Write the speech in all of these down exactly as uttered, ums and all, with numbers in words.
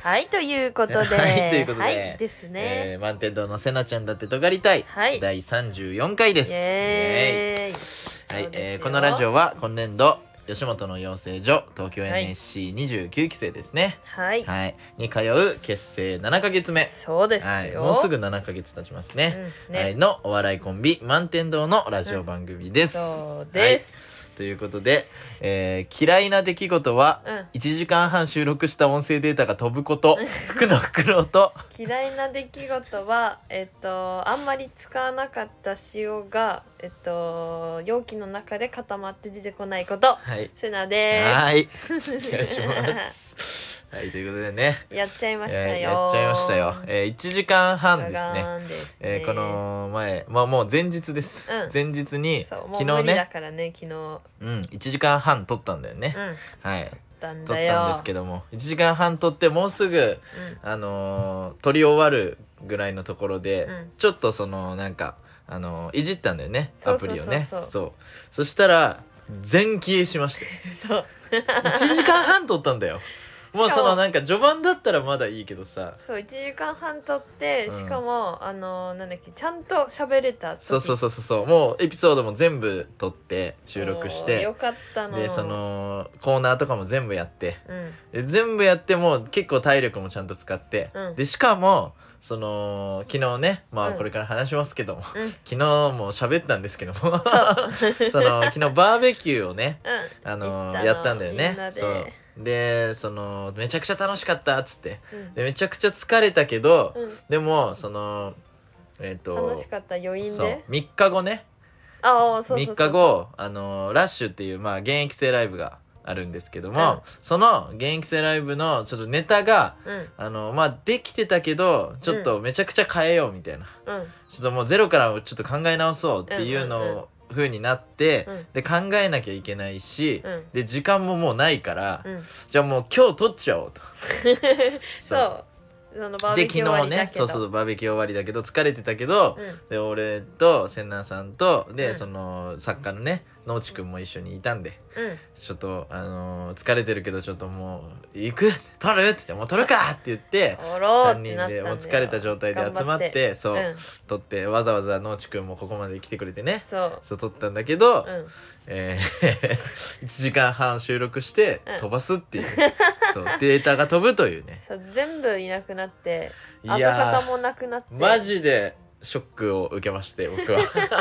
はいということではいということで、 はいですね、 えー、満天堂のせなちゃんだって尖りたい、 はい、 だいさんじゅうよんかいです。 イエーイ、 はい、 そうですよえー、このラジオは今年度吉本の養成所東京 エヌエスシーにじゅうきゅうきせいですね、 はい、 はい、に通う結成ななかげつめ、 そうですよ、 はい、もうすぐななかげつ経ちますね、 うんね、 はい、のお笑いコンビ満天堂のラジオ番組です、 うん、そうです、 はい、ということで、えー、嫌いな出来事は、うん、いちじかんはん収録した音声データが飛ぶこと福のフクロウと嫌いな出来事はえっとあんまり使わなかった塩がえっと容器の中で固まって出てこないこと、はい、セナです。 はいお願いしますはい、ということでね、 やっちゃいましたよ、えー、 やっちゃいましたよ、えー、いちじかんはんですね、 ですね、 えー、この前、まあもう前日です、うん、前日に昨日ね、無理だからね、昨日うんいちじかんはん撮ったんだよね、うん、はい撮ったんだよ、撮ったんですけどもいちじかんはん撮ってもうすぐ、うん、あのー、撮り終わるぐらいのところで、うん、ちょっとそのなんかあのー、いじったんだよね、アプリをね、そうそうそうそう、そしたら全消えしましてそういちじかんはん撮ったんだよもうそのなんか序盤だったらまだいいけどさ、 そういちじかんはん撮って、うん、しかもあのー、なんだっけちゃんと喋れた時、 そうそうそうそう、もうエピソードも全部撮って収録してよかったのでそのコーナーとかも全部やって、うん、で全部やっても結構体力もちゃんと使って、うん、でしかもその昨日ねまあこれから話しますけども、うん、昨日も喋ったんですけどもその昨日バーベキューをね、うん、あのー、やったんだよね、そうでそのめちゃくちゃ楽しかったっつって、うん、でめちゃくちゃ疲れたけど、うん、でもそのえっ、ー、と楽しかった余韻でそうみっかごねあそうそうそうそうみっかごあのラッシュっていうまあ現役生ライブがあるんですけども、うん、その現役生ライブのちょっとネタが、うん、あのまあできてたけどちょっとめちゃくちゃ変えようみたいな、うん、ちょっともうゼロからちょっと考え直そうっていうのを、うんうんうん風になって、うん、で考えなきゃいけないし、うん、で時間ももうないから、うん、じゃあもう今日撮っちゃおうとそうそのバーベキュー終わりだけどで昨日ねそうそうバーベキュー終わりだけど疲れてたけど、うん、で俺と千奈さんとで、うん、その作家のね野内くんも一緒にいたんで、うん、ちょっとあのー、疲れてるけどちょっともう行く撮るって言ってもう撮るかって言ってさんにんでもう疲れた状態で集まってそう、うん、撮ってわざわざ野内くんもここまで来てくれてねそうそう撮ったんだけど、うんえー、いちじかんはん収録して飛ばすっていう、うん、そうデータが飛ぶというねそう全部いなくなって跡形もなくなってマジでショックを受けまして僕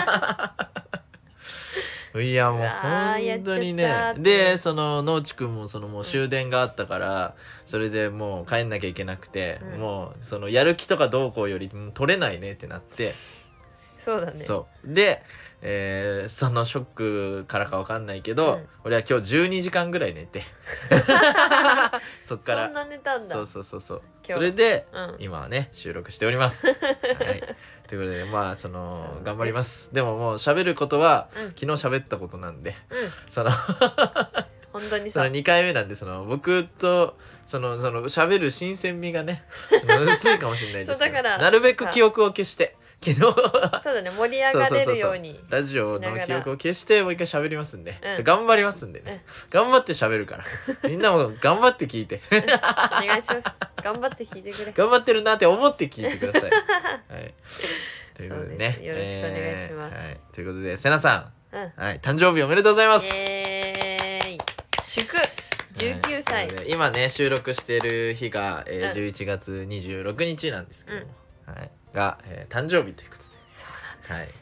はいやもう本当にねでその野内くんもそのもう終電があったから、うん、それでもう帰んなきゃいけなくて、うん、もうそのやる気とかどうこうより取れないねってなってそうだねそうでえー、そのショックからか分かんないけど、うん、俺は今日じゅうにじかんぐらい寝てそっからそんな寝たんだそうそうそうそうそれで、うん、今はね収録しておりますはいということでまあその、うん、頑張りますでももう喋ることは、うん、昨日喋ったことなんで、うん、その本当にそのにかいめなんでその僕とそのその喋る新鮮味がね薄いかもしれないですけどなるべく記憶を消して昨日そうだね盛り上がれるようにラジオの記憶を消してもう一回喋りますんで、うん、頑張りますんでね、うん、頑張って喋るからみんなも頑張って聞いて、 うん、お願いします頑張って聞いてくれ頑張ってるなって思って聞いてください、はい、ということでねよろしくお願いします、 えーはい、ということでせなさん、うんはい、誕生日おめでとうございますイエーイ祝じゅうきゅうさい、 はい、今ね収録している日が、えーうん、じゅういちがつにじゅうろくにちなんですけども、うんはいが、えー、誕生日ということでそうなんです、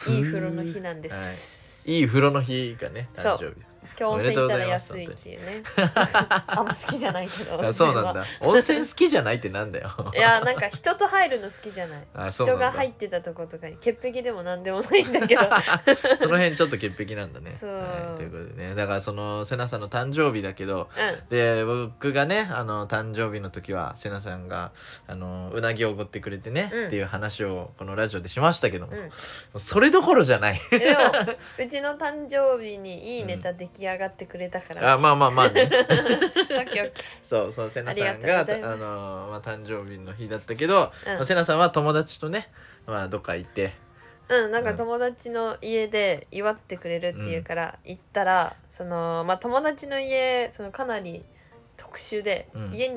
はい、いい風呂の日なんです、 はい、いい風呂の日がね誕生日今日温泉行ったら安いっていうねあんま好きじゃないけどそうなんだ温泉好きじゃないってなんだよいやなんか人と入るの好きじゃないあそう人が入ってたとことかに潔癖でもなんでもないんだけどその辺ちょっと潔癖なんだねそう、はい、ということでねだからそのせなさんの誕生日だけど、うん、で僕がねあの誕生日の時はせなさんがあのうなぎをおごってくれてね、うん、っていう話をこのラジオでしましたけども、うん、それどころじゃないでもうちの誕生日にいいネタ出来上がってくれたから、 うん、あまあまあまあねそうそうせなさんがあの、まあ、誕生日の日だったけど、うん、せなさんは友達とね、まあ、どっか行ってうんなんか友達の家で祝ってくれるっていうから行ったら、うん、そのまあ友達の家そのかなり特殊で、うん、家に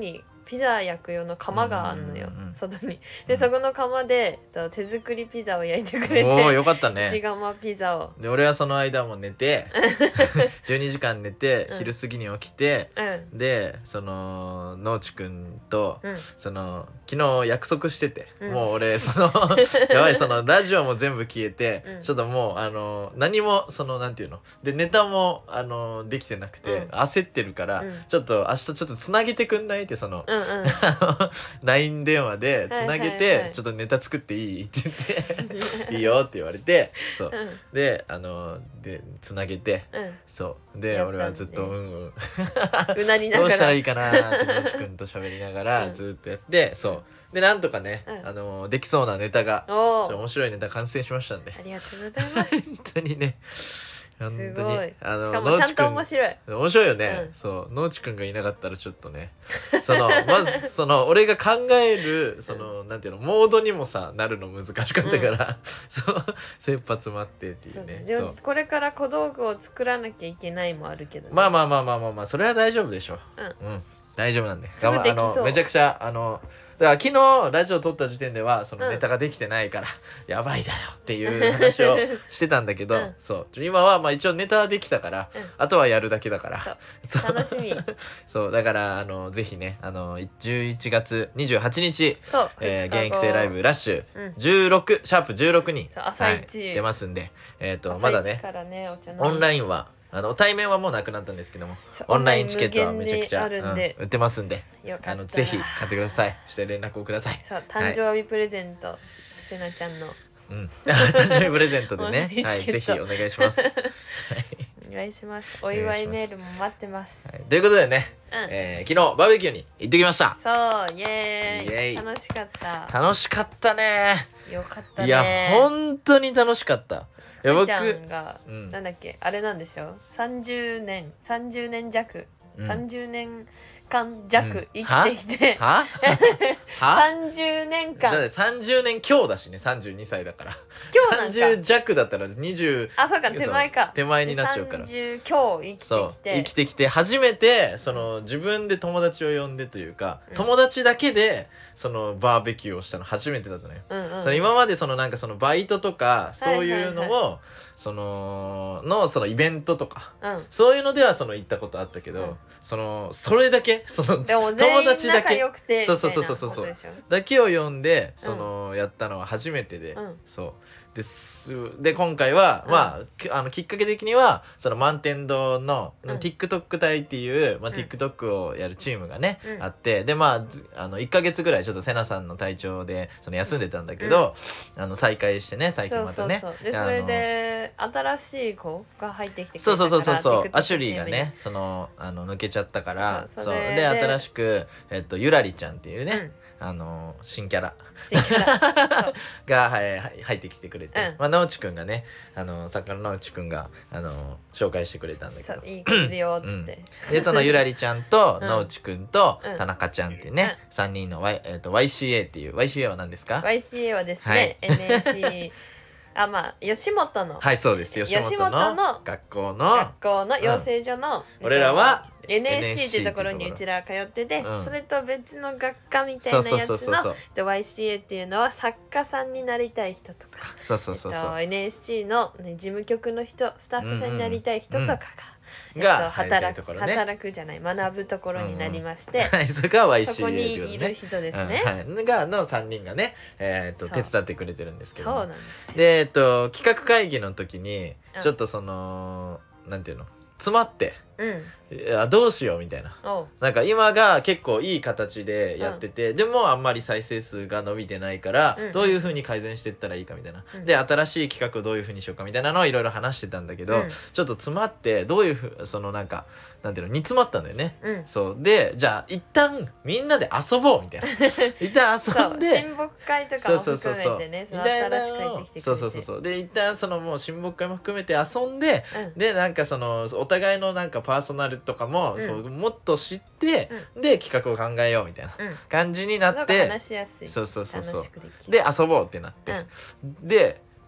ピザ焼く用の窯があるのよ、 うんうんうん、 外に。でそこの窯で手作りピザを焼いてくれて、 おーよかったね。 石窯ピザを。 で俺はその間も寝てじゅうにじかん寝て、うん、昼過ぎに起きて、うん、でその農地くんと、うん、その昨日約束してて、うん、もう俺そのやばいそのラジオも全部消えて、うん、ちょっともうあの何もそのなんていうのでネタもあのできてなくて、うん、焦ってるから、うん、ちょっと明日ちょっとつなげてくんないってその、うんうん、ライン 電話でつなげて、はいはいはい、ちょっとネタ作っていいって言っていいよって言われてそう、うん、であのでつなげて、うん、そうで、ね、俺はずっとうんうんうなりながらどうしたらいいかなってのちくんと喋りながらずっとやって、うん、そうでなんとかね、うん、あのできそうなネタが面白いネタ完成しましたんでありがとうございます本当にね本当にあのしかもちゃんと面白い面白いよね、うん、そう農地くんがいなかったらちょっとねそのまずその俺が考えるその、うん、なんていうのモードにもさなるの難しかったから、うん、そう切羽詰まってっていうね。 でもこれから小道具を作らなきゃいけないもあるけど、ね、 まあまあまあまあまあまあそれは大丈夫でしょう、うん、うん、大丈夫なんであのめちゃくちゃあのだから昨日ラジオ撮った時点ではそのネタができてないから、うん、やばいだよっていう話をしてたんだけど、うん、そう今はまあ一応ネタはできたから、うん、あとはやるだけだからそう楽しみそうだからあのぜひねあのじゅういちがつにじゅうはちにち、えー、現役生ライブラッシュ、うん、じゅうろくシャープじゅうろくに、 朝一、 はい、出ますんで、えーと、まだねオンラインはあの対面はもうなくなったんですけどもオンラインチケットはめちゃくちゃ、うん、売ってますんであのぜひ買ってくださいして連絡をください。 そう誕生日プレゼント、はい、せなちゃんの、 うん、誕生日プレゼントでね、はい、ぜひお願いしますお願いします。お祝いメールも待ってます、 はい、ということでね、うんえー、昨日バーベキューに行ってきました。 そうイエーイ、イエーイ楽しかった楽しかったね。 よかったね。 いや本当に楽しかった。 いや僕ちゃんが、うん、なんだっけあれなんでしょさんじゅうねんさんじゅうねん弱、うん、さんじゅうねんかん弱生きてきて、うん、ははさんじゅうねんかんだってさんじゅうねん強だしねさんじゅうにさいだから今日なんかさんじゅう弱だったらにじゅうあそうか手前か手前になっちゃうからさんじゅう強生きてきてそう生きてきて初めてその自分で友達を呼んでというか、うん、友達だけでそのバーベキューをしたの初めてだったのよ、うんうん、その今までそのなんかそのバイトとかそういうのを、はいはいはい、そののそのイベントとか、うん、そういうのではその行ったことあったけど、うん、そのそれだけその友達だけそうそうそうそうそうそうだけを呼んでその、うん、やったのは初めてで、うん、そうですで今回は、うん、まああのきっかけ的にはその満天堂の、うん、TikTok 隊っていう、まあ、TikTok をやるチームがね、うん、あってでまああのいっかげつぐらいちょっとセナさんの体調でその休んでたんだけど、うん、あの再開してね最近またねそうそうそうでそれで新しい子が入ってきてくれたからそうそうそうそうアシュリーがねそのあの抜けちゃったからそうそうで新しく、えっと、ゆらりちゃんっていうね、うん、あの新キャラが、はい、入ってきてくれて、うんまあ、直地くんがねあの作家の直地くんがあの紹介してくれたんだけどいい子いるよっつって、 うん、でそのゆらりちゃんと直地くんと田中ちゃんっていうね、うん、さんにんの、y えー、と ワイシーエー っていう ワイシーエー は何ですか？ ワイシーエー はですね、はい、エヌエーシー あまあ吉本のはいそうです吉本の学校の学校の養成所の、 うん、俺らはエヌエーシー っていうところにうちら通ってて、うん、それと別の学科みたいなやつの ワイシーエー っていうのは作家さんになりたい人とかそうそうそうそう、 えっと、エヌエスシー の、ね、事務局の人スタッフさんになりたい人とかが、うんうんが、えっと、 働く、ね、働くじゃない学ぶところになりまして、 うんうんはい、それが ワイシーエーそこにいる人ですね、 うんはい、がのさんにんがね、えー、と手伝ってくれてるんですけどそうなんですよで、えっと、企画会議の時にちょっとその、うん、なんていうの詰まって、うん、いやどうしようみたいななんか今が結構いい形でやってて、うん、でもあんまり再生数が伸びてないから、うん、どういう風に改善していったらいいかみたいな、うん、で新しい企画をどういう風にしようかみたいなのをいろいろ話してたんだけど、うん、ちょっと詰まってどういうふうそのなんかなんていうの煮詰まったんだよね、うん、そうでじゃあ一旦みんなで遊ぼうみたいな一旦遊んで親睦会とかも含めてねそうそうそうそう新しく入ってきてくれてそうそうそうそうで一旦そのもう親睦会も含めて遊んで、うん、でなんかそのお互いのなんかパーソナルとかも、うん、こうもっと知って、うん、で企画を考えようみたいな感じになって、 話しやすいそうそうそうそうで遊ぼうってなって、うん、で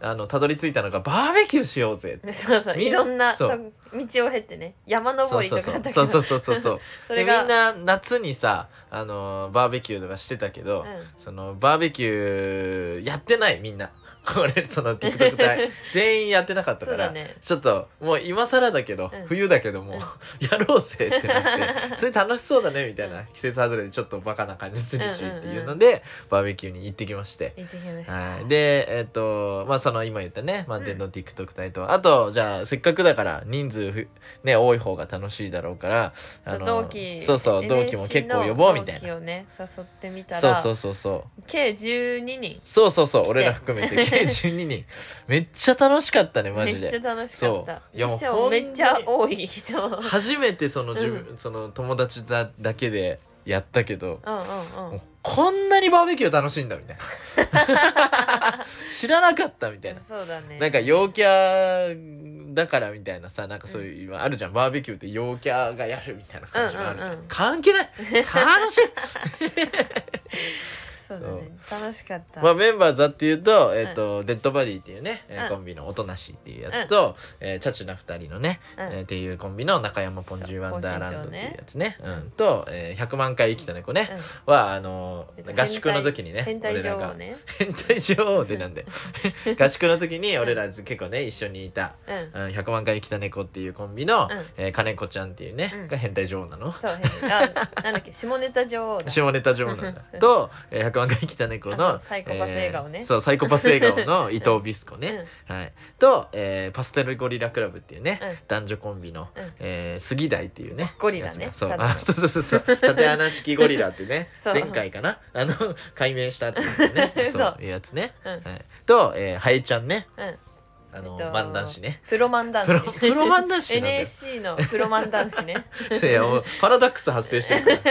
あのたどり着いたのがバーベキューしようぜって。 そうそう、いろんな道を経てね、山登りとかだったけど、 そうそうそうそうそうそれがみんな夏にさ、あのバーベキューとかしてたけど、うん、そのバーベキューやってないみんな。これその TikTok 隊全員やってなかったから、ね、ちょっともう今更だけど、うん、冬だけども、うん、やろうぜってなってそれ楽しそうだねみたいな、季節外れでちょっとバカな感じするしっていうので、うんうんうん、バーベキューに行ってきまして行ってきました、 はい、でえっ、ー、とまあその今言ったね満点の TikTok 隊と、うん、あとじゃあせっかくだから人数ね多い方が楽しいだろうからあの同期そうそう同期も結構呼ぼうみたいな、 同期をね誘ってみたらそうそうそうそう計じゅうににんそうそうそう俺ら含めて計じゅうににんめっちゃ楽しかったねマジで。 めっちゃ楽しかった。 いやもうめっちゃ多い人初めてその自分、うん、その友達だだけでやったけど、 うんうんうん、 こんなにバーベキュー楽しいんだみたいな知らなかったみたいな。 そうだね、 なんか陽キャだからみたいなさ、なんかそういう、うん、あるじゃん、バーベキューって陽キャがやるみたいな感じもあるじゃん、うんうんうん、関係ない楽しいそうだね、楽しかった。 まあメンバーざっていうと、えっ、ー、と、うん、デッドバディっていうね、うん、コンビのおとなしっていうやつと、うん、えー、チャチュな二人のね、うん、えー、っていうコンビの中山ポンジュワンダーランドっていうやつね、うん、と、えー、ひゃくまんかい生きた猫ね、うん、はあのー、合宿の時にね、 変態女王ね、 変態女王でなんで合宿の時に俺ら結構ね一緒にいた、うん、ひゃくまんかい生きた猫っていうコンビの、うん、えー、金子ちゃんっていうね、うん、が変態女王なの。 そうあなんだっけ下ネタ女王だ。 下ネタ女王なんだと、えー、ひゃくまんかい生きた猫のサイコパス笑顔ね、えー、そうサイコパス笑顔の伊藤ビスコね、うん、はい、と、えー、パステルゴリラクラブっていうね、うん、男女コンビの、うん、えー、杉台っていうねゴリラね、 そうあそうそうそうそう縦穴式ゴリラってね前回かなあの解明したっていうねそういうやつね、うん、はい、と、えー、ハエちゃんね、うん、あの、えっと、漫談師ね。 プロ漫談師。 プロ漫談師なんだよ。 エヌエスシー のプロ漫談師ね。 いやもうパラダックス発生してるから。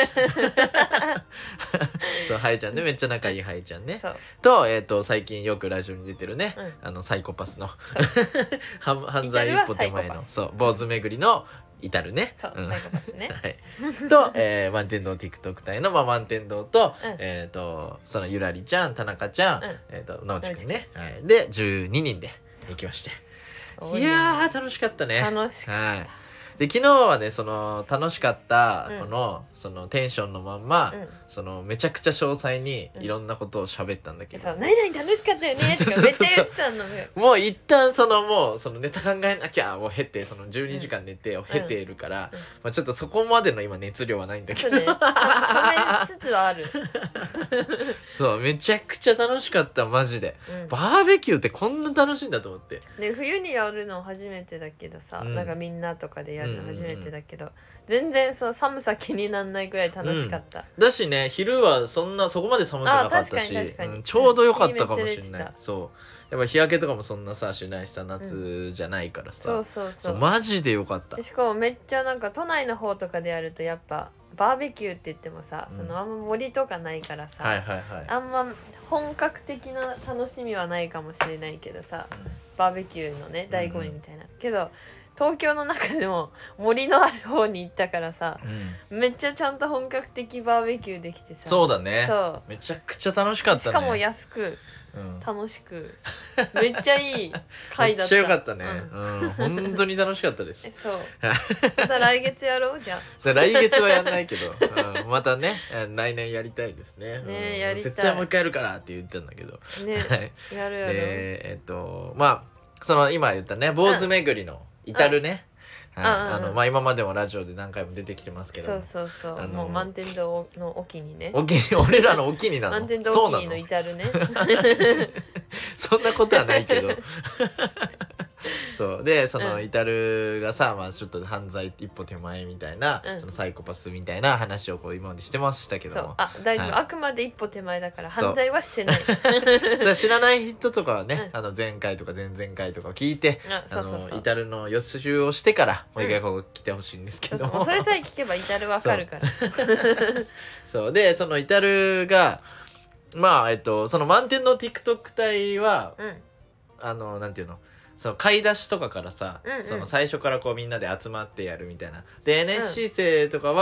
そう、ハイちゃんね、めっちゃ仲いいハイちゃんね。と、えっ、ー、と、最近よくラジオに出てるね、うん、あの、サイコパスの、犯罪一歩手前の、そう、坊主巡りの、至るね。 そう、うん、サイコパスね。 はい。と、えー、満天堂 TikTok 隊の、まあ、満天堂と、うん、えっ、ー、と、そのゆらりちゃん、田中ちゃん、うん、えっ、ー、と、のうちくんね。はい。で、じゅうににんで。行きまして、いやー楽しかったね。 楽しかった、はい、 で昨日はねその楽しかったこの、うん、そのテンションのまんま、うん、そのめちゃくちゃ詳細にいろんなことを喋ったんだけど、 うん、何々楽しかったよねとかめっちゃ言ってたのね。 もう一旦そのもうそのネタ考えなきゃを経てそのじゅうにじかん寝てを経ているから、うんうん、まあ、ちょっとそこまでの今熱量はないんだけど、ね、 冷めつつはあるそうめちゃくちゃ楽しかったマジで、うん、バーベキューってこんな楽しいんだと思って。 で冬にやるの初めてだけどさ、うん、なんかみんなとかでやるの初めてだけど、うんうん、全然そう寒さ気になんないぐらい楽しかった、 うん、だしね昼はそんなそこまで寒くなかったし、うん、ちょうどよかったかもしれない、そうやっぱ日焼けとかもそんなさしないしさ夏じゃないからさ、 うん、そうそうそうマジでよかった。 しかもめっちゃなんか都内の方とかでやるとやっぱバーベキューって言ってもさ、うん、そのあんま森とかないからさ、 はいはいはい、 あんま本格的な楽しみはないかもしれないけどさ、うん、バーベキューのね醍醐味みたいな、うん、けど東京の中でも森のある方に行ったからさ、うん、めっちゃちゃんと本格的バーベキューできてさ、 そうだね、 そうめちゃくちゃ楽しかったね。 しかも安く、うん、楽しくめっちゃいい回だった。 めっちゃよかったね、うんうん、本当に楽しかったですそうまた来月やろうじゃあ来月はやんないけど、うん、またね来年やりたいですね。 ね、うん、やりたい、 絶対もう一回やるからって言ったんだけどねやるやる。 えー、っとまあその今言ったね坊主巡りの至るね、はい、あのまあ今までもラジオで何回も出てきてますけど、 そうそうそう、あのもう満天堂の沖にね、 沖に俺らの沖になの満天堂沖の至るねそんなことはないけどそうでその至るがさ、まあ、ちょっと犯罪一歩手前みたいな、うん、そのサイコパスみたいな話をこう今までしてましたけども、 そうあ大丈夫、はい、あくまで一歩手前だから犯罪はしてないだ知らない人とかはね、うん、あの前回とか前々回とか聞いて至るの予習をしてからもう一回ここ来てほしいんですけども、 うん、それさえ聞けば至るわかるからそうでその至るがまあえっとその満点の TikTok 隊は、うん、あのなんていうのその買い出しとかからさ、うんうん、その最初からこうみんなで集まってやるみたいなで エヌエスシー 生とかは、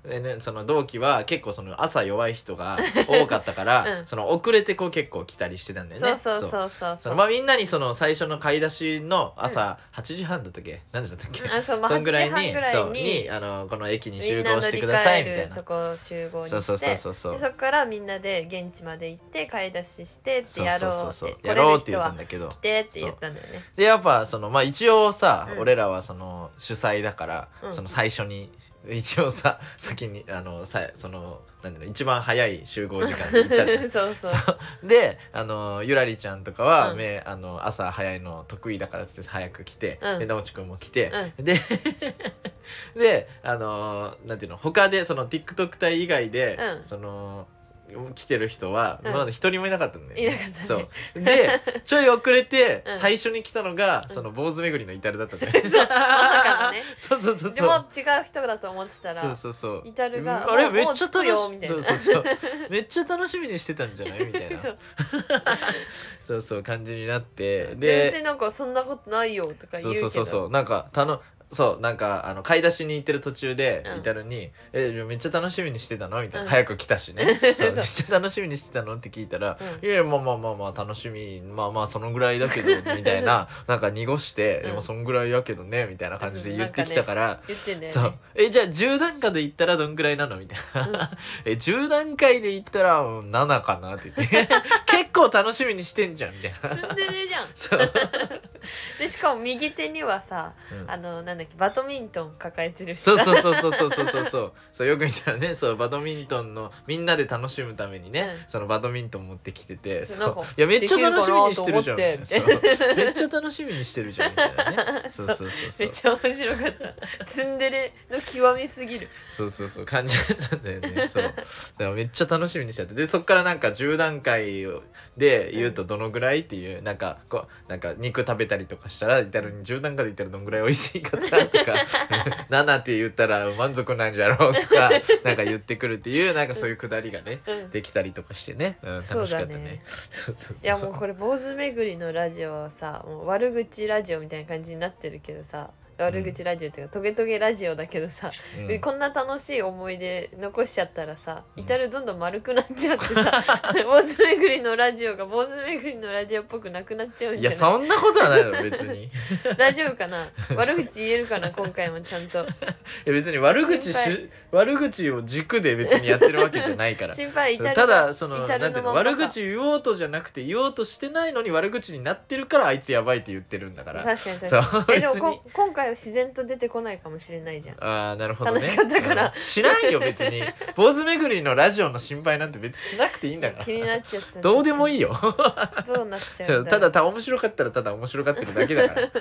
えね、その同期は結構その朝弱い人が多かったから、うん、その遅れてこう結構来たりしてたんだよね。 そうそうそうそうそう。まあみんなにその最初の買い出しの朝はちじはんだったっけ、何時だったっけ、うん、そ, まあ、そんぐらいにそうにあのこの駅に集合してくださいみたいなとこ集合にして、 そうそうそうそうでそこからみんなで現地まで行って買い出ししてってやろうって、そうそうそうやろうって言ったんだけど、 来てって言ったんだよね。 でやっぱそのまあ一応さ、うん、俺らはその主催だから、うん、その最初に一応さ先にあのさそのなんだろう一番早い集合時間で行ったじゃんそうそうそうであのゆらりちゃんとかは、うん、めあの朝早いの得意だからっつって早く来て、うん、で直地くんも来て、うん、でであのなんていうの他でその TikTok 隊以外で、うん、その来てる人はまだ一人もいなかったんだよね、 うん、 そうでちょい遅れて、 うん、 最初に来たのがその坊主巡りのイタルだったんだよね、まさかのねそうそうそうそうでも違う人だと思ってたらそうそうそうイタルがあれめっちゃ楽しみたいなそうそうそうめっちゃ楽しみにしてたんじゃないみたいなそうそうそう感じになってで全然なんかそんなことないよとか言うけどそうそうそうそうなんかたのそうなんかあの買い出しに行ってる途中で、うん、イタルに「えめっちゃ楽しみにしてたの?」みたいな、うん、早く来たしねそうめっちゃ楽しみにしてたのって聞いたら「うん、いやまあまあまあまあ楽しみまあまあそのぐらいだけど」みたいななんか濁して「でもそんぐらいやけどね」みたいな感じで言ってきたから、 ね、言ってんだよね、 そうえじゃあじゅう段階で行ったらどんぐらいなのみたいな、うん、えじゅう段階で行ったらななかなって言って結構楽しみにしてんじゃんみたいなツンデレじゃんそうでしかも右手にはさ、うん、あのなんだっけバドミントン抱えてるしそうそうそうそうそうそうそうそうそうよく見たらねそうバドミントンのみんなで楽しむためにね、うん、そのバドミントン持ってきててそういやめっちゃ楽しみにしてるじゃんめっちゃ楽しみにしてるじゃんみたいなねそうそうそうそうめっちゃ面白かったツンデレの極みすぎるそうそうそう感じだったんだよねそうだからめっちゃ楽しみにしちゃってでそっからなんかじゅう段階で言うとどのぐらいっていう、うん、なんかこうなんか肉食べたりとかしたらいたらじゅう段階で言ったらどんぐらい美味しいかなとかななって言ったら満足なんじゃろうとかなんか言ってくるっていうなんかそういうくだりがね、うん、できたりとかしてね、うん、楽しかったね。 そうそうそう。いやもうこれ坊主巡りのラジオはさもう悪口ラジオみたいな感じになってるけどさ悪口ラジオっていうか、うん、トゲトゲラジオだけどさ、うん、こんな楽しい思い出残しちゃったらさ、うん、至るどんどん丸くなっちゃってさ坊主巡りのラジオが坊主巡りのラジオっぽくなくなっちゃうんじゃない？いやそんなことはないの別に大丈夫かな悪口言えるかな今回もちゃんといや別に悪口し悪口を軸で別にやってるわけじゃないから心配至るただそのなんていうの悪口言おうとじゃなくて言おうとしてないのに悪口になってるからあいつやばいって言ってるんだから確かに確かにえでもこ今回は自然と出てこないかもしれないじゃんああなるほどね楽しかったから、 うん、しないよ別に坊主巡りのラジオの心配なんて別にしなくていいんだから気になっちゃったどうでもいいよどうなっちゃうんだただた面白かったらただ面白がってるだけだから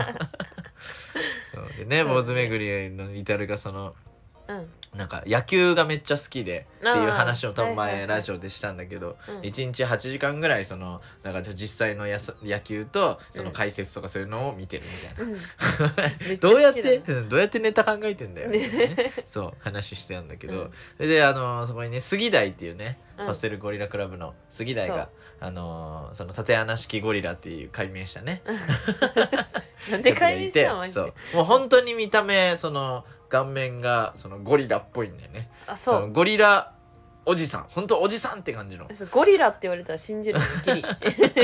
そうでね坊主巡りの至るがそのうんなんか野球がめっちゃ好きでっていう話を多分前ラジオでしたんだけどいちにちはちじかんぐらいそのなんか実際のやさ野球とその解説とかそういうのを見てるみたいな、うん、どうやってどうやってネタ考えてんだよみたいなねそう話してたんだけど、うん、それであのそこにね杉台っていうねパステルゴリラクラブの杉台があのその縦穴式ゴリラっていう解明したねなんで解明したのマジでそうもう本当に見た目その顔面がそのゴリラっぽいんだよねあそうそのゴリラおじさん本当おじさんって感じのゴリラって言われたら信じるギリ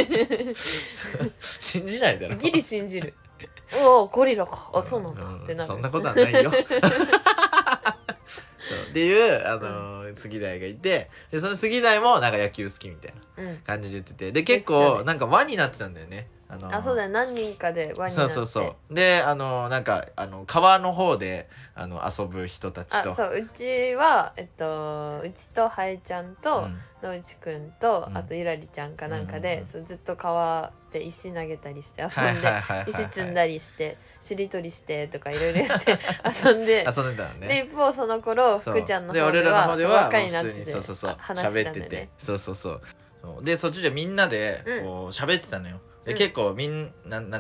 信じないだろギリ信じるおおゴリラかあそうなんだ、うん、ってなるそんなことはないよっていうあのーうん、杉台がいてでその杉台もなんか野球好きみたいな感じで言っててで結構なんか輪になってたんだよねあのー、 あそうだよ何人かで輪になってそうそうそうであのー、なんかあの川の方であの遊ぶ人たちとあそううちはえっとうちとハエちゃんと野内くんと、うん、あとゆらりちゃんかなんかで、うん、そうずっと川で石投げたりして遊んで石積んだりしてしりとりしてとかいろいろやって遊んで遊んでたのねで一方その頃福ちゃんの方ではで俺らの方では若いなってそうそうそう話してたんだよね喋っててそうそうそうでそっちでみんなでこう喋ってたのよ、で結構みんななんていうの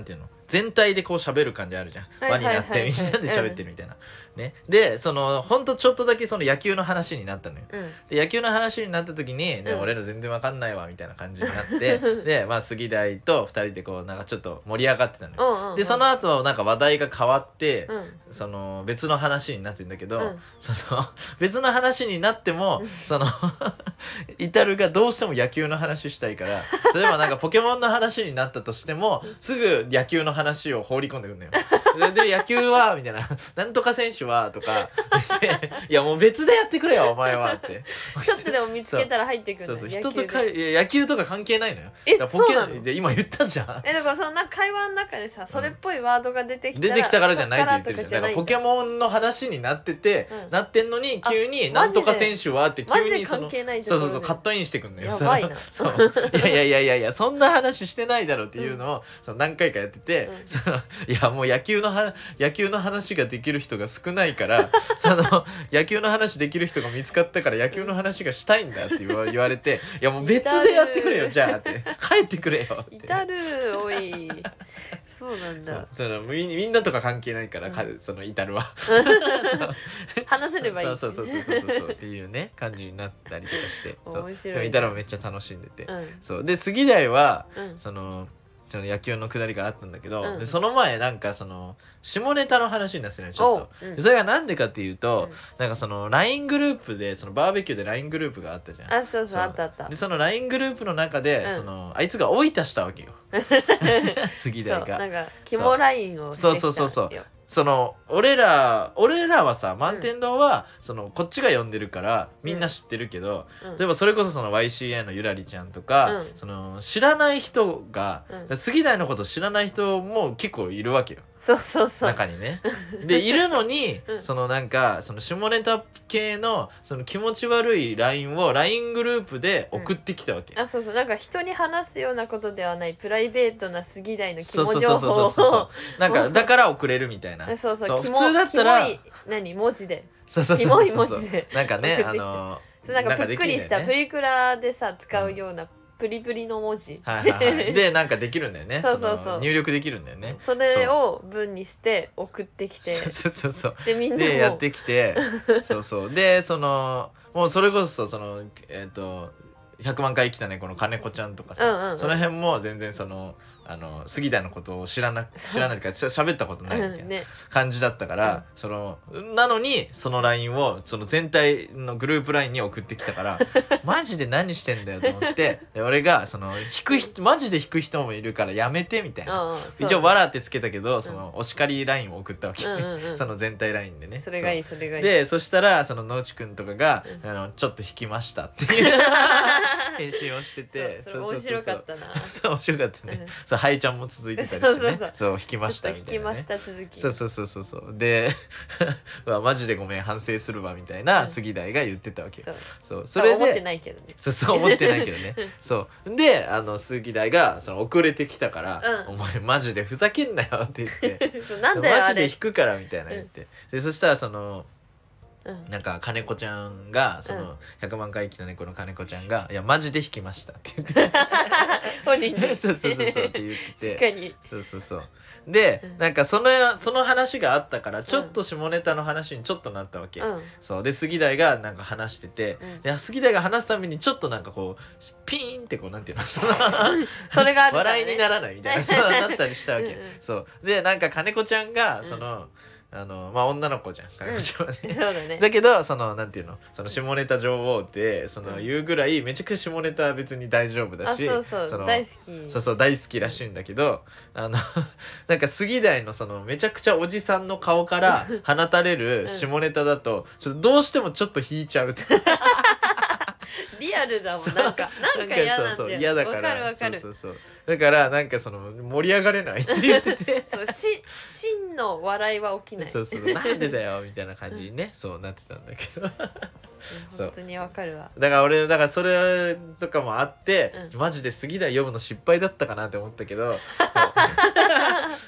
全体でこう喋る感じあるじゃん、 はいはいはいはい、 輪になってみんなで喋ってるみたいな、うん、ね、でそのほんとちょっとだけその野球の話になったのよ、うん、で野球の話になった時に、ね、うん、俺ら全然わかんないわみたいな感じになってで、まあ、杉大とふたりでこうなんかちょっと盛り上がってたのよ、うんうんうん、でその後なんか話題が変わって、うん、その別の話になってるんだけど、うん、その別の話になってもそのイタルがどうしても野球の話したいから例えばなんかポケモンの話になったとしてもすぐ野球の話を放り込んでくるのよで野球はみたいななんとか選手はとかいやもう別でやってくれよお前はってちょっとでも見つけたら入ってくるそうそう人とかいや野球とか関係ないのよ。 えポケそうなので今言ったじゃん。 えだからそんな会話の中でさそれっぽいワードが出てきたら、 出てきたからじゃないって言ってるじゃん。だからポケモンの話になってて、うん、なってんのに急になんとか選手はって急にそのそうそうそうカットインしてくんのよ。 やばいな。 そういやいやいやいやいやそんな話してないだろっていうのを、うん、その何回かやってて、うん、そのいやもう野球のは野球の話ができる人が少ないからその野球の話できる人が見つかったから野球の話がしたいんだって言わ言われていやもう別でやってくれよじゃあって帰ってくれよって至るおいそうなんだ。 そのみみんなとか関係ないから、うん、その至るは話せればいいそうそうそうそうそうそうっていうね感じになったりとかして面白い、 でも至るはめっちゃ楽しんでて、 うん、 そうで杉大は、うん、そのその野球のくだりがあったんだけど、うん、でその前なんかその下ネタの話になってるのちょっと、うん、それがなんでかっていうと、うん、なんかその ライン グループでそのバーベキューで ライン グループがあったじゃん。 あそうそうあったあったでその ライン グループの中で、うん、そのあいつが追い足したわけよ杉大がそうなんか肝 ライン をしてきたよ。 そうそうそうそうその俺ら俺らはさ満天堂は、うん、そのこっちが呼んでるからみんな知ってるけど、うん、例えばそれこそその ワイシーエー のゆらりちゃんとか、うん、その知らない人が、うん、杉大のこと知らない人も結構いるわけよ。 そうそうそう中にねでいるのに、うん、そのなんかその下ネタ系のその気持ち悪い ライン を ライン グループで送ってきたわけ、 うん、あそうそうなんか人に話すようなことではないプライベートな杉大の気持ち情報をなんかだから送れるみたいなそうそうそう普通だったらキモい何文字でそうそうそうキモい文字でなんかねあのー、なんかぷっくりしたプリクラでさ使うような、うんプリプリの文字はいはい、はい、でなんかできるんだよねそうそうそう入力できるんだよねそれを文にして送ってきてそうそうそうでみんなもでやってきてそうそうでそのもうそれこそそのえっ、ー、とひゃくまん回来たねこの金子ちゃんとかさ、うんうんうん、その辺も全然そのあの杉田のことを知らな知らないというか喋ったことないみたいな感じだったから、うん、そのなのにその ライン をその全体のグループ ライン に送ってきたからマジで何してんだよと思ってで俺がその引く人マジで引く人もいるからやめてみたいな、うんうん、一応笑ってつけたけどそのお叱り ライン を送ったわけ、うんうんうん、その全体 ライン でねそれがいいそれがいいでそしたらその野内くんとかが、うん、あのちょっと引きましたっていう返信をしててそれ面白かったなそう面白かったね、うん、そうハイちゃんも続いてたりしてねそうそうそうそう引きましたみたいな、ね、 引きました続きそうそうそうそうそうでマジでごめん反省するわみたいな、うん、杉大が言ってたわけよそうそうそれで思ってないけどねそうそう思ってないけどねそうであの杉大がその遅れてきたから、うん、お前マジでふざけんなよって言ってなんだよマジで引くからみたいな言って、うん、でそしたらそのなんか金子ちゃんがそのひゃくまん回来た猫の金子ちゃんが「いやマジで引きました」って言って本人でそうそうそうそうって言って確かにそうそうそうで、うん、なんかそのその話があったからちょっと下ネタの話にちょっとなったわけ、うん、そうで杉大がなんか話してて、うん、で杉大が話すためにちょっとなんかこうピーンってこうなんていうのそれがあるから、ね、 笑いにならないみたいなそうなったりしたわけうん、そうでなんか金子ちゃんがその、うんあのまあ女の子じゃん金子ちゃんはね、 うん、そうだねだけどそのなんていうのその下ネタ女王ってその言うぐらいめちゃくちゃ下ネタは別に大丈夫だしあそうそうその大好きそうそう大好きらしいんだけどあのなんか杉大のそのめちゃくちゃおじさんの顔から放たれる下ネタだとちょっとどうしてもちょっと引いちゃうってリアルだもんなんかなんか嫌なんだよそうそう嫌だからわかるわかるそうそうそうだからなんかその盛り上がれないって言っててそうし真の笑いは起きないそうそうなんでだよみたいな感じにね、うん、そうなってたんだけど本当にわかるわだから俺だからそれとかもあって、うん、マジで杉大呼ぶの失敗だったかなって思ったけど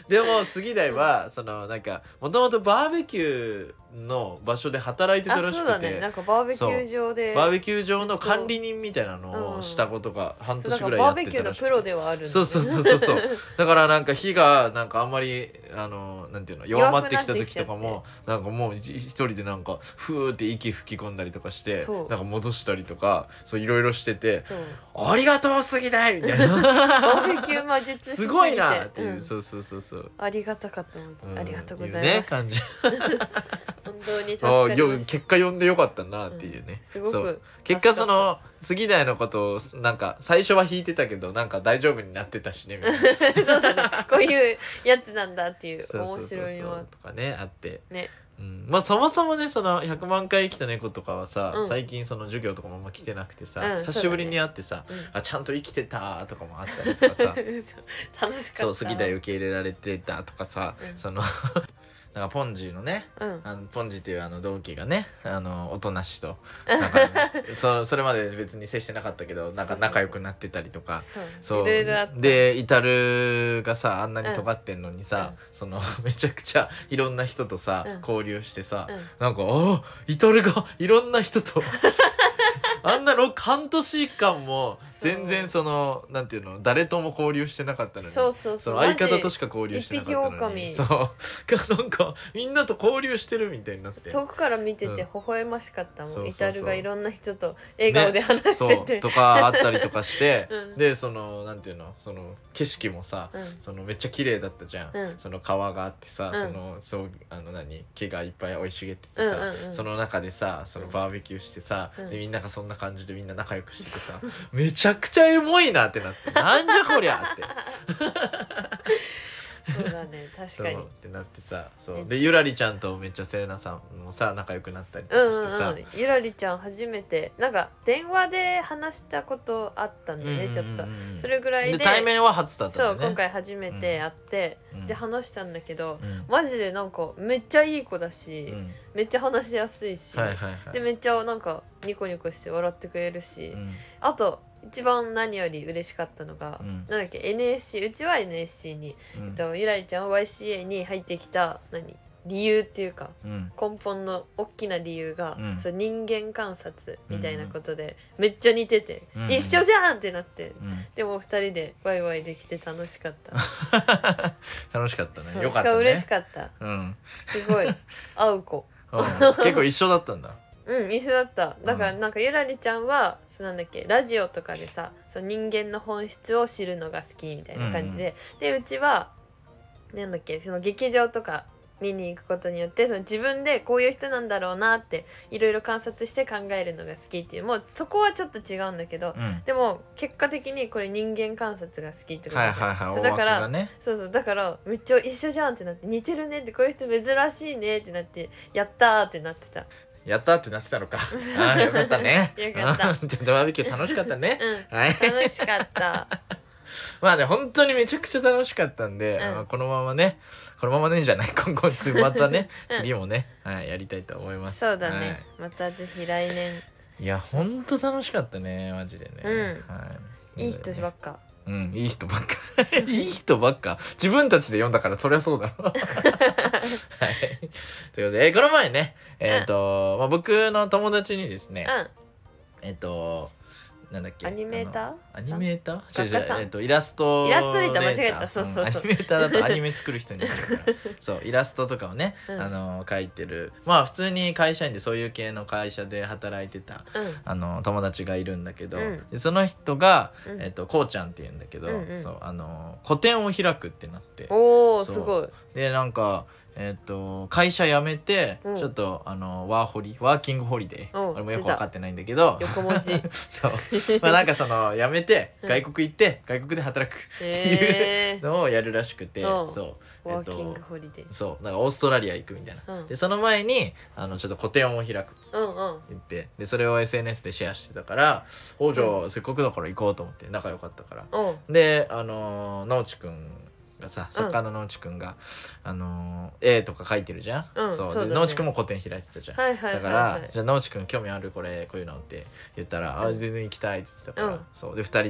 でも杉台はそのなんかもともとバーベキューの場所で働いてたらしくて、 あ、そうだね、なんかバーベキュー場でバーベキュー場の管理人みたいなのをしたことが半年ぐらいやってたらしくて、バーベキューのプロではあるんだ、そうそうそうそうそうだからなんか火がなんかあんまりあのなんていうの弱まってきた時とかもなんかもう一人でなんかふーって息吹き込んだりとかしてなんか戻したりとかそういろいろしてて、ありがとう杉台みたいなバーベキュー魔術師すごいなっていう、うん、そうそうそうそうありがたかったもん、うん、ありがとうございます、 ね、感じ本当に助かりました。 結果呼んでよかったなっていうね、 うん、すごく結果その杉台のことをなんか最初は引いてたけどなんか大丈夫になってたしねみたいなそうだね、こういうやつなんだっていう面白いのとかねあってね、 うん、まあそもそもねそのひゃくまん回生きた猫とかはさ、うん、最近その授業とかもあんま来てなくてさ、うん、久しぶりに会ってさ、ね、あちゃんと生きてたとかもあったりとかさ楽しかった、 そう杉台受け入れられてたとかさ、うん、そのなんかポンジーのね、うん、あのポンジーっていうあの同期がねあのおとなしとなんか、ね、そ, それまで別に接してなかったけどなんか仲良くなってたりとかそうでイタルがさあんなに尖ってんのにさ、うん、そのめちゃくちゃいろんな人とさ、うん、交流してさ、うん、なんかあイタルがいろんな人とあんな半年間も全然そのなんていうの誰とも交流してなかったのにそうそうそうその相方としか交流してなかったのにそうなんかみんなと交流してるみたいになって遠くから見てて微笑ましかったもん、うん、イタルがいろんな人と笑顔で話してて、 ね、とかあったりとかして、うん、でそのなんていうのその景色もさ、うん、そのめっちゃ綺麗だったじゃん、うん、その川があってさ、うん、そのそうあの何木がいっぱい生い茂っててさ、うんうんうん、その中でさそのバーベキューしてさ、うん、でみんながそんな感じでみんな仲良くしててさめちゃくちゃエモいなってなってなんじゃこりゃってそうだね確かにってなってさそうでゆらりちゃんとめっちゃせいなさんもさ仲良くなったりとかしてさ、うんうんうん、 ゆらりちゃん初めてなんか電話で話したことあったんだよね、うんうんうん、ちょっとそれぐらいで、 で対面は初だったんだよね。 そう今回初めて会って、うん、で話したんだけど、うん、マジでなんかめっちゃいい子だし、うん、めっちゃ話しやすいし、はいはいはい、でめっちゃなんかニコニコして笑ってくれるし、うん、あと一番何より嬉しかったのが、うん、なんだっけ エヌエスシー うちは エヌエスシー に、うんえっと、ゆらりちゃんは ワイシーエー に入ってきた何理由っていうか、うん、根本の大きな理由が、うん、そう人間観察みたいなことで、うん、めっちゃ似てて、うん、一緒じゃんってなって、うん、でもふたりでワイワイできて楽しかった楽しかったねよかったねしか嬉しかった、うん、すごい会う子、 うん、結構一緒だったんだうん一緒だっただからなんかゆらりちゃんはなんだっけラジオとかでさその人間の本質を知るのが好きみたいな感じで、うんうん、でうちはなんだっけその劇場とか見に行くことによってその自分でこういう人なんだろうなっていろいろ観察して考えるのが好きっていうもうそこはちょっと違うんだけど、うん、でも結果的にこれ人間観察が好きってことじゃん、はいはいはい、だから、ね、そうそうだからめっちゃ一緒じゃんってなって似てるねってこういう人珍しいねってなってやったーってなってたやったってなってたのかああよかったねよかったちょっとバーベキュー楽しかったね、 うんはい、楽しかったまあね本当にめちゃくちゃ楽しかったんで、うん、このままねこのままねじゃない今後またね、うん、次もね、はい、やりたいと思いますそうだね、はい、またぜひ来年いやほんと楽しかったねマジでね、 うんはい、いい人ばっかうんいい人ばっかいい人ばっか自分たちで読んだからそりゃそうだろはい、ということで、えー、この前ねえっ、ー、と、うんまあ、僕の友達にですね、うん、えっ、ー、となんだっけアニメーターアニメーター違う違う、えー、とイラストイラストレーター間違えたそうそうそう、うん、アニメーターだとアニメ作る人になるからそうイラストとかをね、うん、あの描いてるまあ普通に会社員でそういう系の会社で働いてた、うん、あの友達がいるんだけど、うん、でその人が、うんえー、とこうちゃんっていうんだけど、うんうん、そうあの個展を開くってなっておーすごいでなんかえー、と会社辞めて、うん、ちょっとあのワーホリワーキングホリデー、うん、俺もよく分かってないんだけど横文字そうまあなんかその辞めて外国行って、うん、外国で働くっていうのをやるらしくて、そうワーキングホリデー、 そうなんかオーストラリア行くみたいな、うん、でその前にあのちょっと個展を開くっつってうんうん、 言ってでそれを エスエヌエス でシェアしてたからおじゃあ、うん、せっかくだから行こうと思って仲良かったから、うん、であの直地くんがさ作家の野内くんが、うん、あのー、絵とか描いてるじゃん、うん、そうそう、ね、で野内くんも個展開いてたじゃん、はいはいはいはい、だからじゃあ野内くん興味あるこれこういうのって言ったら、うん、あ全然行きたいって言ってたから、うん、そうでふたりでね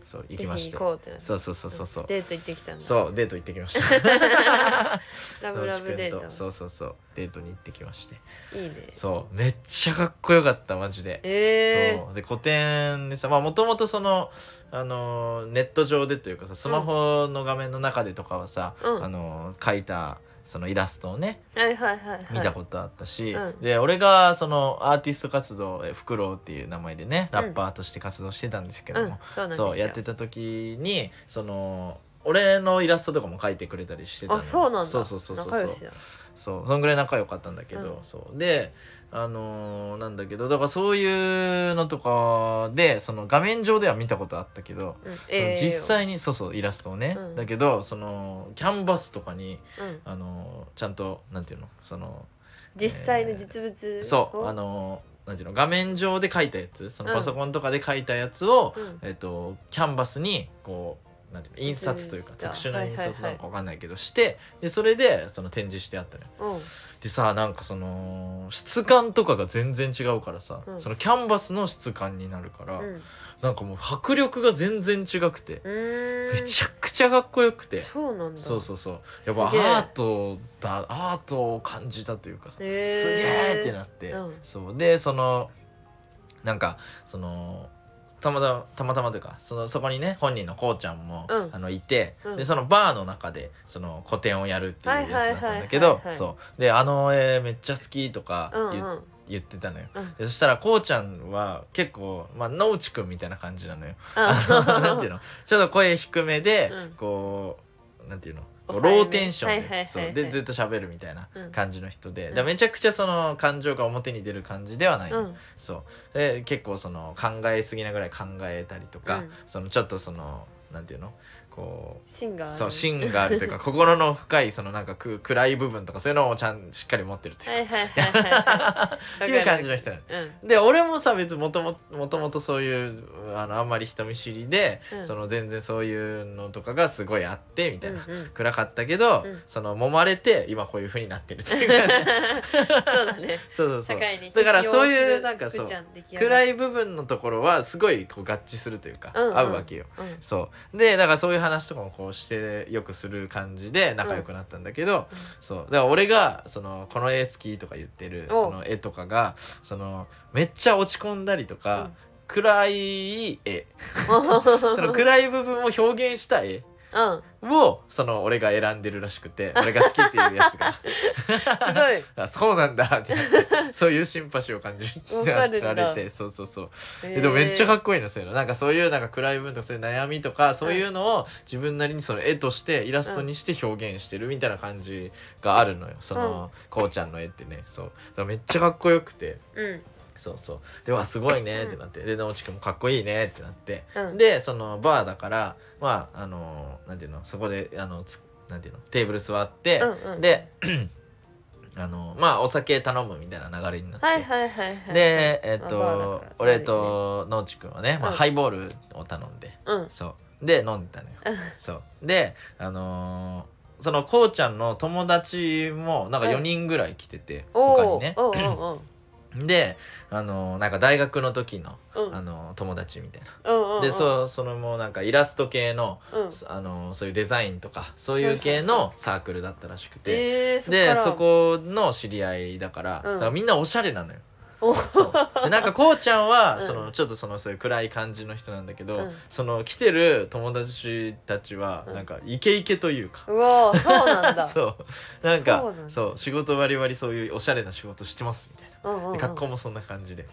そう行きまして、 行こうってなって、 そうそうそうそうそう、 デート行ってきたんだ。 そうデート行ってきましたラブラブデート。 そうそうそうデートに行ってきまして、 いいね。 そうめっちゃかっこよかったマジで。 えー、 そうで個展でさ、まあもともとそのあのネット上でというかさ、スマホの画面の中でとかはさ、 うん、 あの描いたそのイラストをね、 はいはいはいはい、 見たことあったし、 うん、 で俺がそのアーティスト活動えフクロウっていう名前でねラッパーとして活動してたんですけども、 うん、そうなんですよ。 そうやってた時にその俺のイラストとかも描いてくれたりしてたの。 あ、そうなんだ。 そうそうそうそう仲良しだ。 そうそんぐらい仲良かったんだけど、 うん、 そうであのー、なんだけどだからそういうのとかでその画面上では見たことあったけど、 うん、えー、 実際にそうそうイラストをね、うん、だけどそのキャンバスとかに、 うん、 あのー、ちゃんとなんていうのその実際の実物、 えー、そうあのー、なんていうの画面上で描いたやつそのパソコンとかで描いたやつを、うん、えーと、キャンバスにこうなんていうの印刷というか特殊な印刷なのか分かんないけどして、でそれでその展示してあったのよ、うん、でさなんかその質感とかが全然違うからさ、うん、そのキャンバスの質感になるから、うん、なんかもう迫力が全然違くてめちゃくちゃかっこよくて、 そうなんだ。 そうそうそうやっぱアートだアートを感じたというかさ、すげーってなって、うん、そうでそのなんかそのたまたまたまたまというかそのそこにね本人のこうちゃんも、うん、あのいて、うん、でそのバーの中でその個展をやるっていうやつだったんだけど、そうであの絵めっちゃ好きとか言,、うんうん、言ってたのよ、うん、でそしたらこうちゃんは結構まあ野内くんみたいな感じなのよなんていうのちょっと声低めで、うん、こうなんていうのローテンションで、そうでずっと喋るみたいな感じの人で、うん、だめちゃくちゃその感情が表に出る感じではない、うん、そうで結構その考えすぎなぐらい考えたりとか、うん、そのちょっとそのなんていうのこう芯があるそう芯があるというか心の深いそのなんかく暗い部分とかそういうのをちゃんしっかり持ってるというかいう感じの人なの、うん、で俺もさ別にもとももともとそういうあのあんまり人見知りで、うん、その全然そういうのとかがすごいあってみたいな、うんうん、暗かったけど、うん、その揉まれて今こういう風になってるっていうかねそうだねそうそうそうだからそういうなんかそう暗い部分のところはすごいこう合致するというか、うんうん、合うわけよ、うん、そうでだからそういう話とかもこうしてよくする感じで仲良くなったんだけど、うん、そうだから俺がそのこの絵好きとか言ってるその絵とかがそのめっちゃ落ち込んだりとか、うん、暗い絵その暗い部分を表現した絵をその俺が選んでるらしくて俺が好きっていうやつがすごいあそうなんだってそういうシンパシーを感じられてそうそうそう、えー、でもめっちゃかっこいいのそういうのなんかそういうなんか暗い部分とかそういう悩みとかそういうのを自分なりにその絵としてイラストにして表現してるみたいな感じがあるのよその、うん、こうちゃんの絵ってねそうだからめっちゃかっこよくて、うんそうそうではすごいねってなって、うん、で直樹くんもかっこいいねってなって、うん、でそのバーだからまああのなんていうのそこであのつなんていうのテーブル座って、うんうん、であのまあお酒頼むみたいな流れになって、 はいはいはいはい、 でえっ、ー、と俺と直樹くんはね、まあ、ハイボールを頼んで、うん、そうで飲んでたのよ、うん、そうであのー、そのこうちゃんの友達もなんかよにんぐらい来てて、うん、他にねおうおうおうであのなんか大学の時の、うん、あの友達みたいな、うんうんうん、でそそのもうなんかイラスト系の、うん、あのそういうデザインとかそういう系のサークルだったらしくて、 えー、 でそこの知り合いだから、うん、だからみんなおしゃれなのよ。そうでなんかこうちゃんは、うん、そのちょっとそのそういう暗い感じの人なんだけど、うん、その来てる友達たちはなんかイケイケというか、 うん、うわそうなんだそうなんかそう仕事バリバリそういうおしゃれな仕事してますみたいな、うんうんうん、で格好もそんな感じで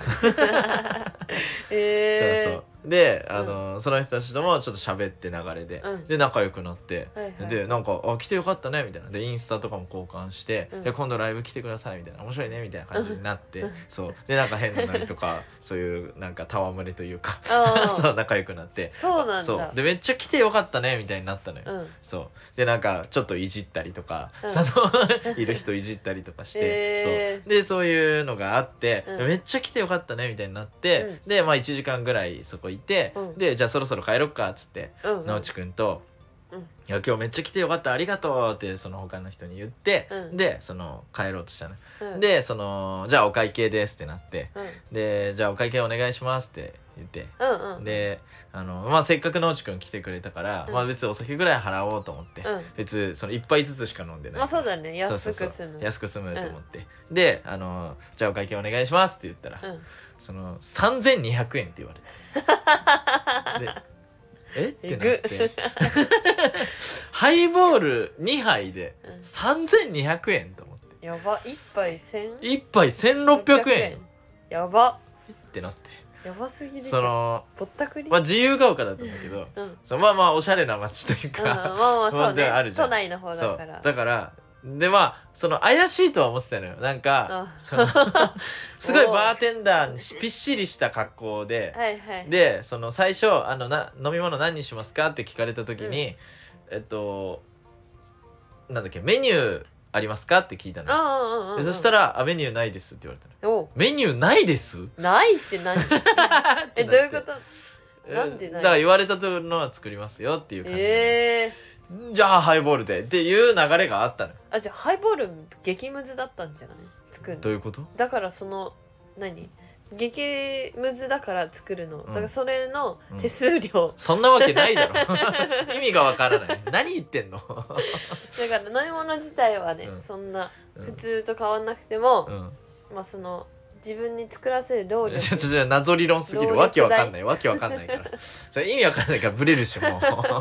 えー、そうそうであの、うん、その人たちともちょっと喋って流れで、うん、で仲良くなって、はいはい、でなんかあ来てよかったねみたいなでインスタとかも交換して、うん、で今度ライブ来てくださいみたいな面白いねみたいな感じになって、うん、そうでなんか変ななりとかそういうなんか戯れというかそう仲良くなってそうなんだそうでめっちゃ来てよかったねみたいになったのよ、うん、そうでなんかちょっといじったりとか、うん、そのいる人いじったりとかして、えー、そうでそういうのがあって、うん、めっちゃ来てよかったねみたいになって、うん、でまあいちじかんぐらいそこいて、うん、でじゃあそろそろ帰ろっかっつって、うんうん、直樹くんと、うん、いや今日めっちゃ来てよかったありがとうってその他の人に言って、うん、でその帰ろうとしたの、うん、でそのじゃあお会計ですってなって、うん、でじゃあお会計お願いしますって言って、 うんうん、 であの、まあ、せっかくのうちくん来てくれたから、うん、まあ、別にお酒ぐらい払おうと思って、うん、別そのいっぱいずつしか飲んでない、 まあそうだね、安く済む、 安く済むと思って、うん、であのじゃあお会計お願いしますって言ったら、うん、そのさんぜんにひゃくえんって言われてでえってなってハイボールにはいでさんぜんにひゃくえんと思って、 やば、いっぱいせんいっぱいせんろっぴゃくえんよ、 やばってなって、 やばすぎでしょ、 そのぼったくり、 まあ、自由が丘だったんだけど、うん、そまあまあおしゃれな街というか、うん、まあまあそうね、 あるじゃん、 都内の方だからだからでまあその怪しいとは思ってたのよ、なんかそのすごいバーテンダーぴっしりした格好ではい、はい、 でその最初あのな飲み物何にしますかって聞かれた時に、うん、えっとなんだっけメニューありますかって聞いたの、でそしたらあメニューないですって言われたの。メニューないですないって何えどういうこと、なんでない、 だから言われたのは作りますよっていう感じで、 えー、じゃあハイボールでっていう流れがあったの。 あ、じゃあハイボール激ムズだったんじゃない、作るの。 どういうこと？ だからその何激ムズだから作るの、うん、だからそれの手数料、 うん、そんなわけないだろ意味がわからない何言ってんのだから飲み物自体はね、うん、そんな普通と変わんなくても、うん、まあその自分に作らせる労力ちょちょ謎理論すぎる、わけわかんないわけわかんないからそれ意味わかんないからブレるしもう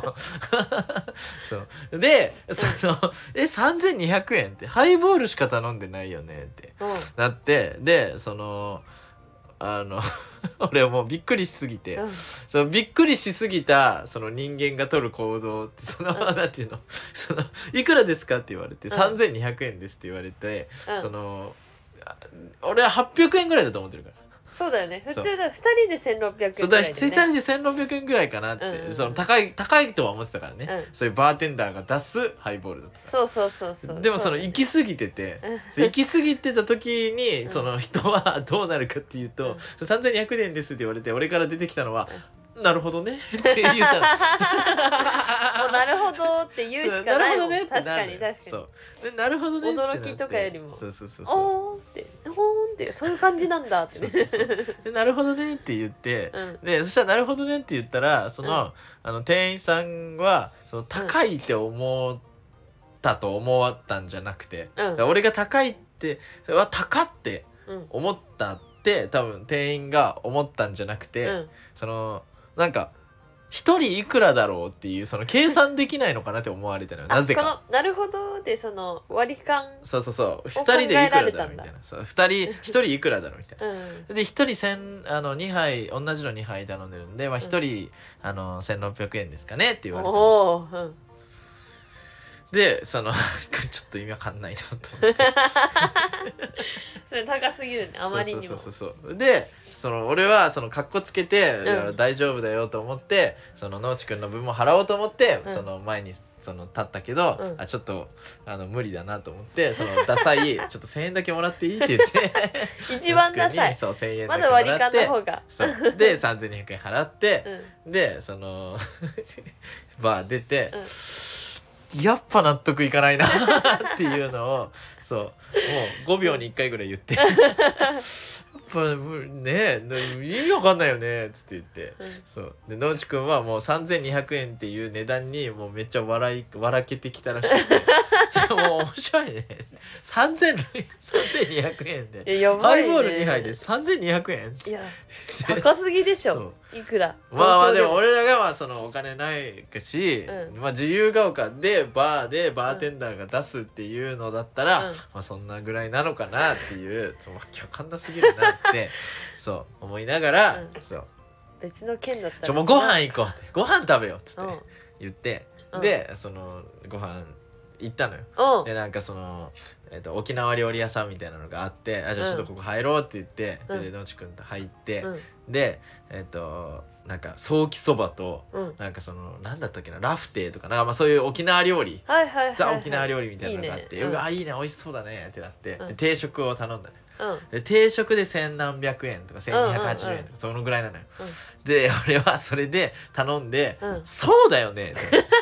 そうでそのえさんぜんにひゃくえんってハイボールしか頼んでないよねって、うん、なってでそのあの俺はもうびっくりしすぎて、うん、そのびっくりしすぎたその人間が取る行動ってその、うん、なんていうのそのいくらですかって言われて、うん、さんぜんにひゃくえんですって言われて、うん、その俺ははっぴゃくえんぐらいだと思ってるから。 そうだよね、普通だふたりでせんろっぴゃくえんぐらいだよね。 そうだふたりでせんろっぴゃくえんぐらいかなって、うんうん、その高い高いとは思ってたからね、うん、そういうバーテンダーが出すハイボールだったから。 そうそうそうそう。 でもその行き過ぎてて、行き過ぎてた時にその人はどうなるかっていうと、うん、さんぜんにひゃくえんですって言われて俺から出てきたのは、うん、なるほどねって言ったらもうなるほどって言うしかないもん。 なるほどね、 確かに確かに。 そうでなるほどねって驚きとかよりもそうそうそうそうおーってほーんってそういう感じなんだってねそうそうそうでなるほどねって言って、うん、でそしたらなるほどねって言ったらその、うん、あの店員さんはその高いって思ったと思ったんじゃなくて、うん、俺が高いっては高って思ったって多分店員が思ったんじゃなくて、うん、そのなんか一人いくらだろうっていうその計算できないのかなって思われたのよなぜか。 このなるほどでその割り勘そうそうそう二人でいくらだろうみたいなそう二人一人いくらだろうみたいな、うん、で一人千あのにはい同じのにはい頼んでるんでまあ一人、うん、あのせんろっぴゃくえんですかねって言われておー、うん、 でそのちょっと意味わかんないなと思ってそれ高すぎるねあまりにも。 そうそうそうそうでその俺はそのカッコつけて、うん、いや大丈夫だよと思ってその農地くんの分も払おうと思って、うん、その前にその立ったけど、うん、あちょっとあの無理だなと思ってそのダサいちょっとせんえんだけもらっていいって言って一番ダサいそうせんえんだけもらってまだ割り勘の方がそうでさんぜんにひゃくえん払って、うん、でそのバー出て、うん、やっぱ納得いかないなっていうのをそうもうごびょうにいっかいぐらい言ってやっぱね意味わかんないよねっつって言って、うん、そうで農地くんはもうさんぜんにひゃくえんっていう値段にもうめっちゃ笑い笑けてきたらしくてそれもう面白いねさんぜんにひゃくえんでやばい、ね、 ハイボールにはいでさんぜんにひゃくえんいや高すぎでしょいくらまあまあでも俺らがまあそのお金ないし、うん、まあ自由が丘でバーでバーテンダーが出すっていうのだったら、うん、まあそんなぐらいなのかなっていうちょっとわけわかんなすぎるなってそう思いながら、うん、そう別の県だったらちょもうご飯行こうってご飯食べようっつって言って、うん、でそのご飯行ったのよ、うん、でなんかその、えー、と沖縄料理屋さんみたいなのがあってあじゃあちょっとここ入ろうって言って、うん、でのちくんと入って、うん、でえっ、ー、となんかソーキそばと、うん、なんかそのなんだったっけなラフテーとかなんかまあそういう沖縄料理、 はいはいはいはい、 ザ沖縄料理みたいなのがあって、いいね、うわいいね美味しそうだねってなって、うん、で定食を頼んだのよ、うん、で定食で千何百円とかせんにひゃくはちじゅうえんとかそのぐらいなのよ、うん、で俺はそれで頼んで、うん、そうだよね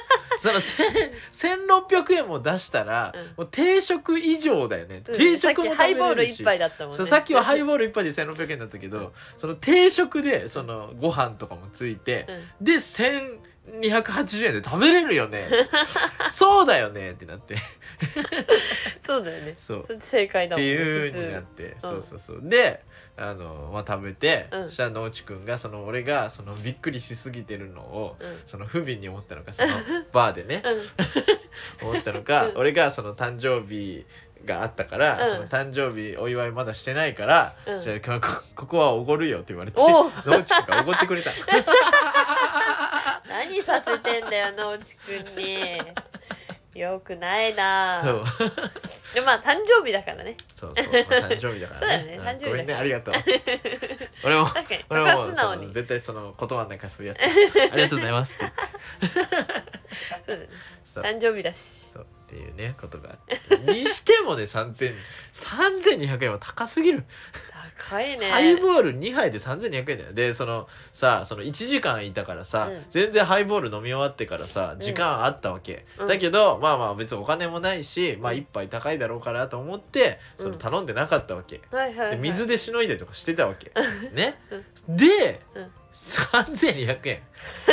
そのせんろっぴゃくえんも出したら、うん、もう定食以上だよね、うん、定食も食べれるし、 ハイボール一杯だったもんね。 そうさっきはハイボール一杯でせんろっぴゃくえんだったけど、うん、その定食でそのご飯とかもついて、うん、でせんにひゃくはちじゅうえんで食べれるよねそうだよねってなってそうだよね、 そう正解だもんねっていう風になって、そうそうそうであの、まあ、食べて、うん、そしたら野内くんがその俺がそのびっくりしすぎてるのを、うん、その不憫に思ったのかそのバーでね、うん、思ったのか、うん、俺がその誕生日があったから、うん、その誕生日お祝いまだしてないから、うん、じゃあ こ, ここはおごるよって言われて野内くんがおごってくれた何させてんだよ野内くんによくないな。そうでまあ誕生日だからね。 そうそう、まあ、誕生日だからね。 そうだね、誕生日だから。 ごめんね、ありがとう。俺も確かに俺もその絶対その断んないからそういうやつ。ありがとうございますって。 そうだね。誕生日だし。 そうっていうねことがあって。にしてもね三千三千二百円は高すぎる。 高いね。 ハイボールにはいでさんぜんにひゃくえんだよ。でそのさそのいちじかんいたからさ、うん、全然ハイボール飲み終わってからさ時間あったわけ、うん、だけどまあまあ別にお金もないし、まあ一杯高いだろうからと思ってその頼んでなかったわけ、 うん、はいはいはい、で水でしのいでとかしてたわけね、で、うん、さんぜんにひゃくえん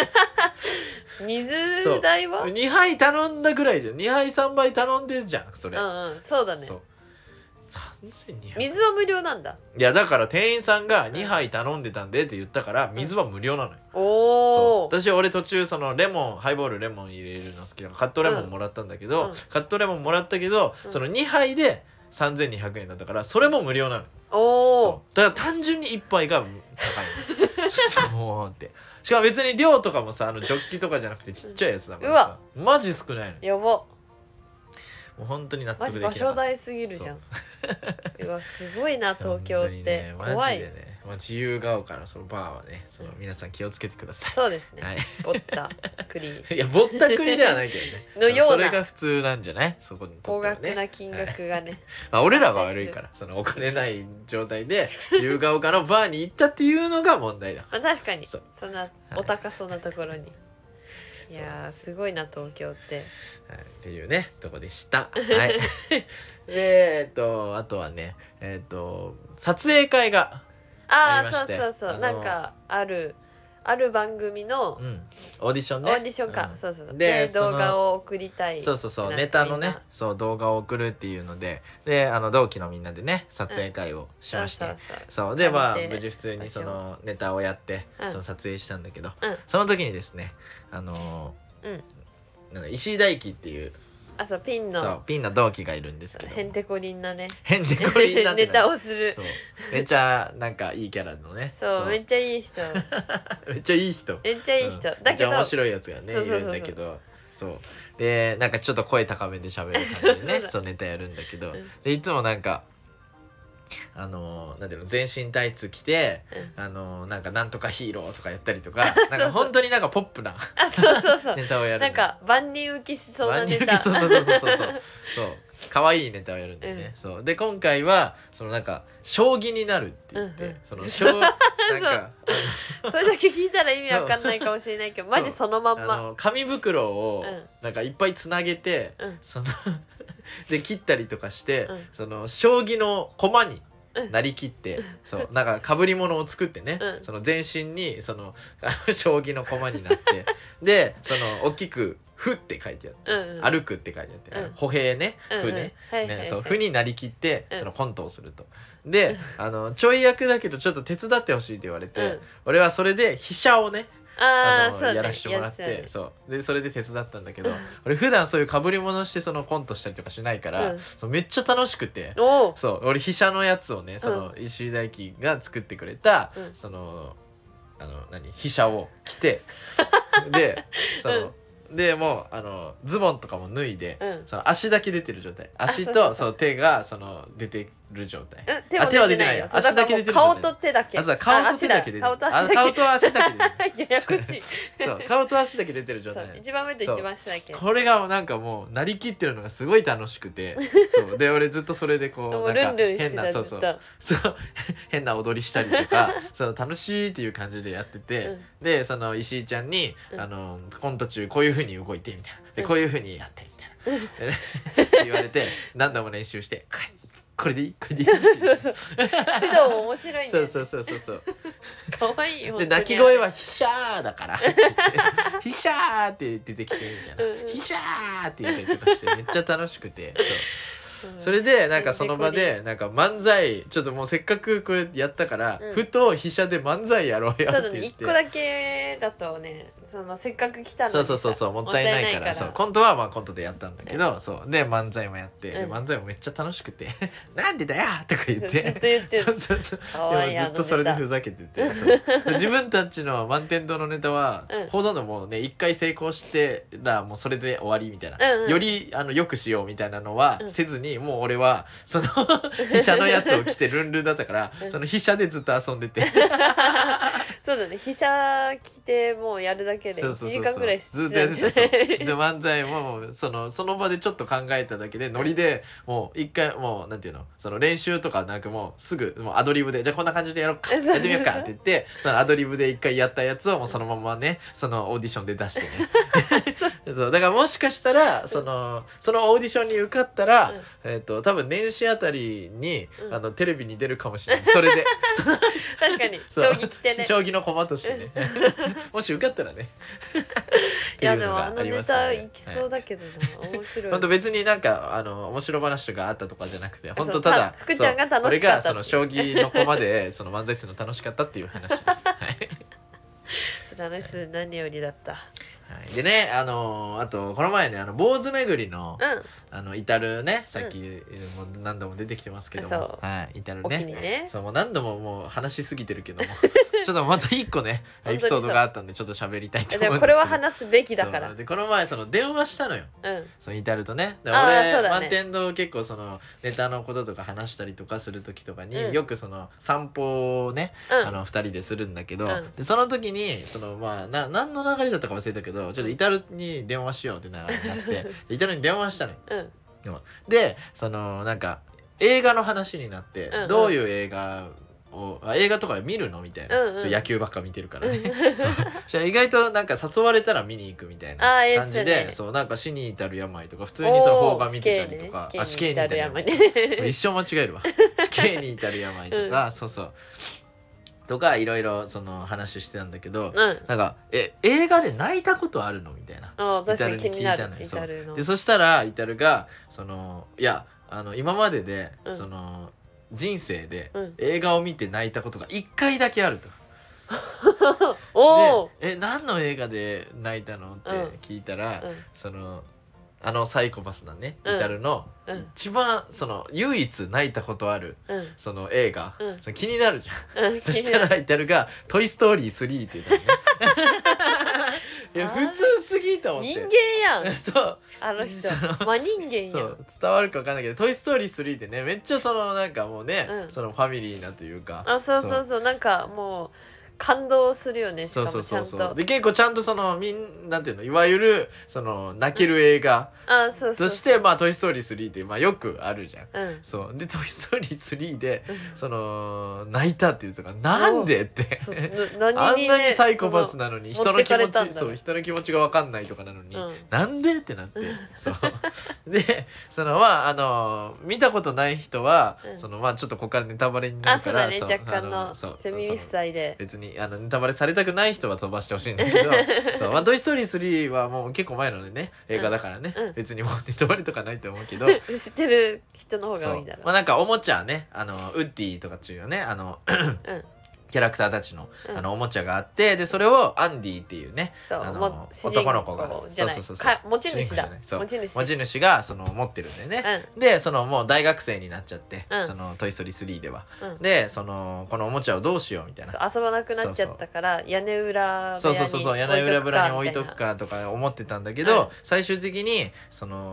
水代はにはい頼んだぐらいじゃん。にはいさんばい頼んでるじゃんそれ。 うんうんそうだね。そうさんぜんにひゃくえん水は無料なんだ。 いやだから店員さんがにはい頼んでたんでって言ったから水は無料なのよ、 うん、おお私俺途中そのレモンハイボールレモン入れるの好きだからカットレモンもらったんだけど、うん、カットレモンもらったけど、うん、そのにはいでさんぜんにひゃくえんだったからそれも無料なの。 おおだから単純にいっぱいが高いのもうってしかも別に量とかもさあのジョッキとかじゃなくてちっちゃいやつだからさマジ少ないの。 やばもう本当に納得できない。 マジ場所代すぎるじゃん。うわすごいな東京って、ね、怖い。 マジでね、まあ、自由が丘のそのバーはねその皆さん気をつけてください。 そうですね、 はい、 ぼったくりいやぼったくりではないけどねのようなそれが普通なんじゃないそこにとってはね、 高額な金額がね、はいまあ、俺らが悪いからそのお金ない状態で自由が丘のバーに行ったっていうのが問題だ。 まあ、確かに そ, そんなお高そうなところに、はいいやすごいな東京って、 はい、っていうねとこでした。はいでえっとあとはねえっと撮影会がありまして、ああそうそうそうなんかあるある番組の、 うん、オーディションねオーディションか、うん、そうそうで動画を送りたいそうそうそうネタのねそう動画を送るっていうのでであの同期のみんなでね撮影会をしまして、うん、そうそうそうそうでまあ無事普通にそのネタをやって、うん、その撮影したんだけど、うん、その時にですねあのーうん、なんか石井大輝っていうあそうピンのそうピンの同期がいるんですけどへんてこりんなねへんてこりんなネタをするそうめっちゃなんかいいキャラのねそうめっちゃいい人めっちゃいい人めっちゃいい人、うん、 だけどめっちゃ面白いやつがねいるんだけどそうでなんかちょっと声高めで喋る感じでねそうネタやるんだけど、うん、でいつもなんかあのなんていうの全身タイツ着て、うん、あのなんかなんとかヒーローとかやったりとかなんか本当になんかポップなあそうそうそうネタをやるなんか万人受けしそうなネタそうそうそうそうそうそう可愛いネタをやるんでね、うん、そうで今回はそのなんか将棋になるって言って、うんうん、その将なんかそれだけ聞いたら意味わかんないかもしれないけどマジそのまんまあの紙袋をなんかいっぱいつなげて、うん、そので切ったりとかして、うん、その将棋の駒になりきって、うん、そうなんか被り物を作ってね、うん、その全身にその将棋の駒になってでその大きく「歩」って書いてあって、うんうん、歩くって書いてあって、うん、歩兵ね歩ね、うんうん、ね、はいはいはい、そう歩になりきってそのコントをすると。であのちょい役だけどちょっと手伝ってほしいって言われて、うん、俺はそれで飛車をねあの、ね、やらせてもらって、ね、そうでそれで手伝ったんだけど俺普段そういう被り物してそのコントしたりとかしないから、うん、そうめっちゃ楽しくてそう俺飛車のやつをねその石井大輝が作ってくれた、うん、そのあの何飛車を着てでその、うん、でもうあのズボンとかも脱いで、うん、その足だけ出てる状態足とそう手がその出てる状態。 うん、手は出てないよ。 足だけ出てる。 顔と手だけ。 あ、そう、顔と手だけ出てる。 顔と足だけ。 顔と足だけ出てる。 ややこしい。 そう、顔と足だけ出てる状態。 一番上と一番下だけ。 これがなんかもうなりきってるのがすごい楽しくて、そうで俺ずっとそれでこうなんか変なそうそうそう変な踊りしたりとか、そう楽しいっていう感じでやってて、うん、でその石井ちゃんに、うん、あのコント中こういう風に動いてみたいな、でこういう風にやってみたいな、うん、言われて何度も練習して。これでいいこれでいいそうそう指導も面白いね。 そうそうそうそうそうかわいいよ。 で鳴き声はヒシャーだからヒシャーって出てきてみたいな、うん、ヒシャーって言ったりとかしてめっちゃ楽しくて、そうそれでなんかその場でなんか漫才ちょっともうせっかくこれやったから、うん、ふと飛車で漫才やろうよって言って、 いっこだけだとねそのせっかく来たのにそうそうそうそうもったいないから、からそうコントはまあコントでやったんだけど、うん、そうで漫才もやって、うん、で漫才もめっちゃ楽しくてなんでだよとか言ってずっと言ってるそうそうそうでもずっとそれでふざけててそう自分たちの満天堂のネタは、うん、ほとんどもうね一回成功してらもうそれで終わりみたいな、うんうん、よりあのよくしようみたいなのはせずに、うん、もう俺はその飛車のやつを着てルンルンだったから、うん、その飛車でずっと遊んでてそうだね飛車着てもうやるだけでいちじかんぐらいずっとやってたで漫才もそのその場でちょっと考えただけでノリでもう一回もうなんていうのその練習とかなくもうすぐもうアドリブでじゃあこんな感じでやろうかやってみようかって言ってそのアドリブで一回やったやつをもうそのままねそのオーディションで出してねそうだからもしかしたらそのそのオーディションに受かったら、うん、えっと多分年始あたりに、うん、あのテレビに出るかもしれないそれで確かに将棋来てね将棋の駒としてねもし受かったらねいやでもあのネタいきそうだけどな、はい、面白い。 本当別になんかあの面白話とかあったとかじゃなくて本当ただ福ちゃんが楽しかった俺がその将棋の駒でその漫才するの楽しかったっていう話です。はい。 楽しす何よりだった。 はい、でねあのー、あとこの前ねあの坊主巡りの、うん、あの至るねさっき、うん、もう何度も出てきてますけども、はい至るねねそうもう何度ももう話しすぎてるけどもちょっとまた一個ねエピソードがあったんでちょっと喋りたいと思うんですけど、 でもこれは話すべきだから。 でこの前その電話したのよ、うん、その至るとねで俺、 ね、満天堂結構そのネタのこととか話したりとかする時とかに、うん、よくその散歩をね、うん、あのふたりでするんだけど、うん、でその時にそのまあな何の流れだったか忘れたけどちょっと至るに電話しようってなって至るに電話したのよ、うん、でそのなんか映画の話になって、うんうん、どういう映画をあ映画とか見るのみたいな、うんうん、野球ばっか見てるからねそうじゃあ意外となんか誘われたら見に行くみたいな感じで、ね、そうなんか死に至る病とか普通にその邦画見てたりとか、 あ死刑に至る病一生間違えるわ死刑に至る病とか、うん、そうそうとかいろいろその話してたんだけど、うん、なんかえ映画で泣いたことあるのみたいなあ確かに気になるイタルのでそしたらイタルがそのいやあの今までで、うん、その人生で映画を見て泣いたことがいっかいだけあるとおでえ何の映画で泣いたのって聞いたら、うん、そのあのサイコパスなねイタルの、うん、一番その唯一泣いたことある、うん、その映画、うん、その気になるじゃん、うん、そしたらイタルが「トイ・ストーリースリー」って言ったのねいや普通すぎと思って人間やんそうあの人真人間やんそう伝わるか分かんないけど「トイ・ストーリースリー」ってねめっちゃそのなんかもうね、うん、そのファミリーなというかあそうそうそうなんかもう感動するよねしかもちゃんとそうそうそうそうで結構ちゃんとそのみんなんていうのいわゆるその泣ける映画として「まあ、トイ・ストーリースリー」って、まあ、よくあるじゃん、うん、そうで「トイ・ストーリースリー」で、うん、その泣いたっていうとかなんでってあんなにサイコパスなのに人の気持ちそう人の気持ちが分かんないとかなのに、うん、なんでってなってそうでそのまああの見たことない人は、うん、そのまあちょっとここからネタバレになるからあそうだね若干のセミミスサイで別にあのネタバレされたくない人は飛ばしてほしいんだけどそう、まあ、トイ・ストーリースリーはもう結構前のね映画だからね、うんうん、別にもうネタバレとかないと思うけど知ってる人の方が多いだろう、 まあ、なんかおもちゃねあのウッディとかっていうねあの、うんキャラクターたちの、うん、あのおもちゃがあってでそれをアンディっていうねあの男の子がじゃないそうそうそう持ち主だ持ち主持ち主がその持ってるんだよね、うん、でそのもう大学生になっちゃって、うん、そのトイ・ストーリースリーでは、うん、でそのこのおもちゃをどうしようみたいな遊ばなくなっちゃったから屋根裏そうそうそうそう屋根裏裏に置いとくかとか思ってたんだけど、うん、最終的にその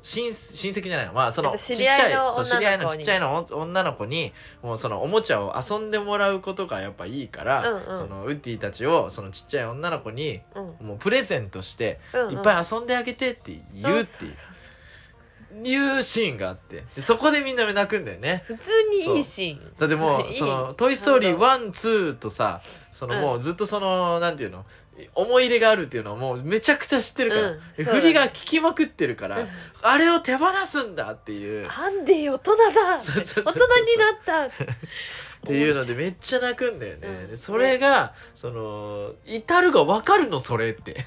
親親戚じゃないまあそのえっとちっちゃいそう知知り合いの女の子にり合いのちっちゃいのお女の子にもうそのおもちゃを遊んでもらうことがやっぱいいから、 うんうんそのウッディたちをそのちっちゃい女の子にうんもうプレゼントして、 うんうんいっぱい遊んであげてって言うっていうそうそうそういうシーンがあってでそこでみんな泣くんだよね。 普通にいいシーンだってもういいその「トイ・ストーリー感動ワン」ツーとさそのもうずっとそのなんていうの思い入れがあるっていうのはもうめちゃくちゃ知ってるから、 うんそうだね振りが聞きまくってるから、 うんあれを手放すんだっていうハンディ大人だそうそうそうそう大人になったっていうのでめっちゃ泣くんだよね、 うんでそれがその至るが分かるのそれって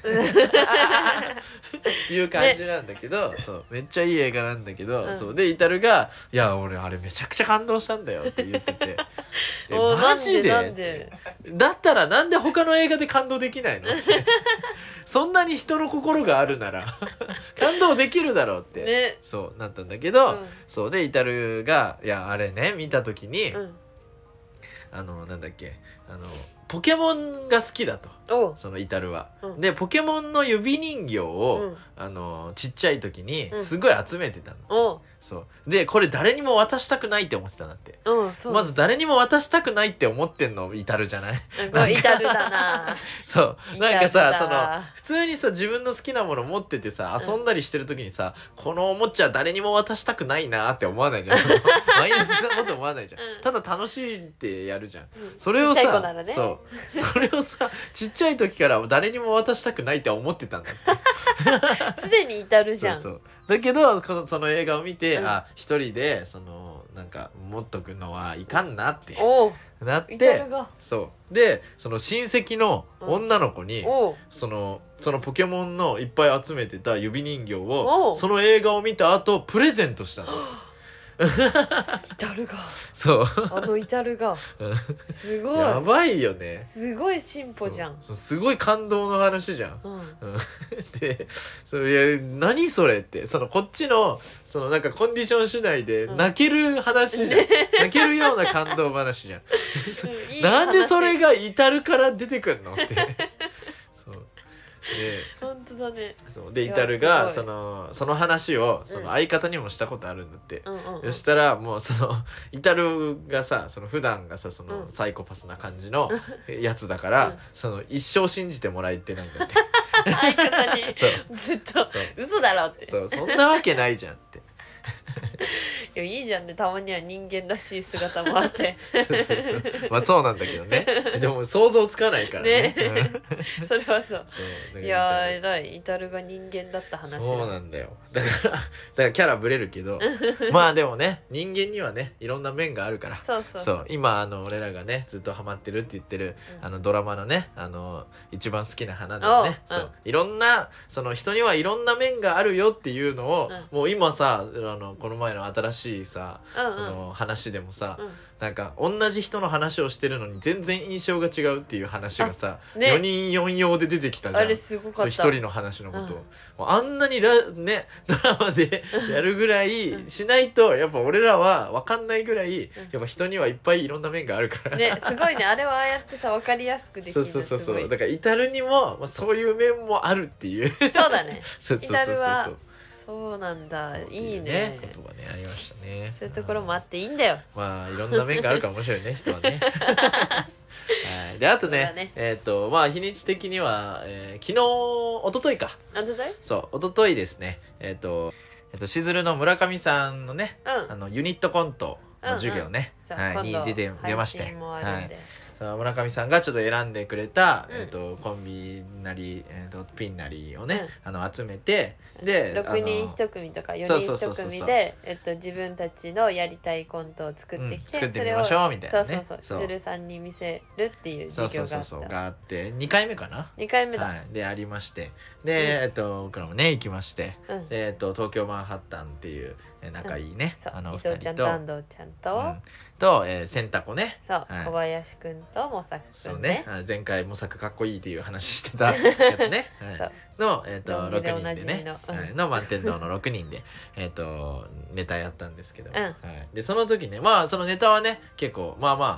いう感じなんだけど、そうめっちゃいい映画なんだけど、 うんそうで至るが「いや俺あれめちゃくちゃ感動したんだよ」って言っててでおーマジでなんでだったらなんで他の映画で感動できないのってそんなに人の心があるなら感動できるだろうって、 ねそうなったんだけど、 うんそうで至るがいやあれね見た時に、 うんあのなんだっけあのポケモンが好きだとおうその至るは、 うんでポケモンの指人形を、 うんあのちっちゃい時にうんすごい集めてたの、 おうそうでこれ誰にも渡したくないって思ってたんだってうんそうまず誰にも渡したくないって思ってんの至るじゃないなんか至るだなそうなんかさ至るだその普通にさ自分の好きなもの持っててさ遊んだりしてる時にさ、このおもちゃ誰にも渡したくないなって思わないじゃんマイナスなこと思わないじゃん、 うんただ楽しいってやるじゃんうんそれをちっちゃい子さならねそうそれをさちっちゃい時から誰にも渡したくないって思ってたんだってすでに至るじゃんそうそうだけどこのその映画を見て、 うんあ一人でそのなんか持っとくのはいかんなっておうなっ至てるがそうでその親戚の女の子に、 おうそのそのポケモンのいっぱい集めてた指人形おうをその映画を見た後プレゼントしたの至るがそうあの至るがすごいやばいよねすごい進歩じゃんそうすごい感動の話じゃんうんうんでそれいや何それってそのこっちのそのなんかコンディション次第で泣ける話じゃん、泣けるような感動話じゃんいいなんでそれ話が至るから出てくんのってそうで本当だねそうでいや至るがすごいそのその話をそうんの相方にもしたことあるんだって、 うんうんうんそしたらもうその至るがさその普段がさそのうんサイコパスな感じのやつだから、 うんその一生信じてもらえてないんだって相方にそうずっとそう嘘だろってそうそんなわけないじゃんっていやいいじゃんねたまには人間らしい姿もあってそうそうそうまあそうなんだけどねでも想像つかないからねねうんそれはそうそういやー偉い至るが人間だった話だそうなんだよだからだからキャラブレるけどまあでもね人間にはねいろんな面があるからそうそうそう今あの俺らがねずっとハマってるって言ってる、 うんあのドラマのねあの一番好きな花だよね、 おうそういろんなその人にはいろんな面があるよっていうのを、 うんもう今さあのこの前の新しいさ、 うんうんその話でもさ、 うんなんか同じ人の話をしてるのに全然印象が違うっていう話がさ、 ねよにんよん用で出てきたじゃんあれすごかったそう一人の話のことを、 うんもうあんなにラ、ね、ドラマでやるぐらいしないとやっぱ俺らは分かんないぐらいやっぱ人にはいっぱいいろんな面があるから、 ねすごいねあれはああやってさ分かりやすくできるのそうそうそうすごいそうだから至るにも、まあ、そういう面もあるっていうそうだねそうそうそうそう至るはそうなんだそういいってうねことがねありましたねそういうところもあっていいんだよまあいろんな面があるから面白いね人はねはいであとねそうだねえっ、とまあ日にち的には、えー昨日一昨日かなんでだいそう一昨日ですねえっ、とえっ、としずるの村上さんのねうんあのユニットコントの授業ね、 そうはい、 今度に出て出まして配信もあるんでその村上さんがちょっと選んでくれた、 うんえー、とコンビなり、えー、とピンなりをね、 うあの集めてでろくにんあのひと組とかよにんひとそうそうそうそう組でえっと自分たちのやりたいコントを作ってきて、 うん作ってそれをみましょうみたいなねそうそうそうしずるさんに見せるっていうそう授業そうそうそうがあったがあってにかいめかなにかいめだ、 はい、でありましてで、えっと僕らもね行きましてうんで、えっと東京マンハッタンっていうえ仲いいね、 そうあの伊藤ちゃんと安藤ちゃんと、 うんと、えー、センタコねそう、 はい小林くんとモサクくんそうねねあ前回模索かっこいいっていう話してたやつね、はいそうの、えー、とロン毛でろくにんでおなじみねのうんはい、の満天堂のろくにんでえっとネタやったんですけど、 うんはい、でその時ねまあそのネタはね結構まあまあ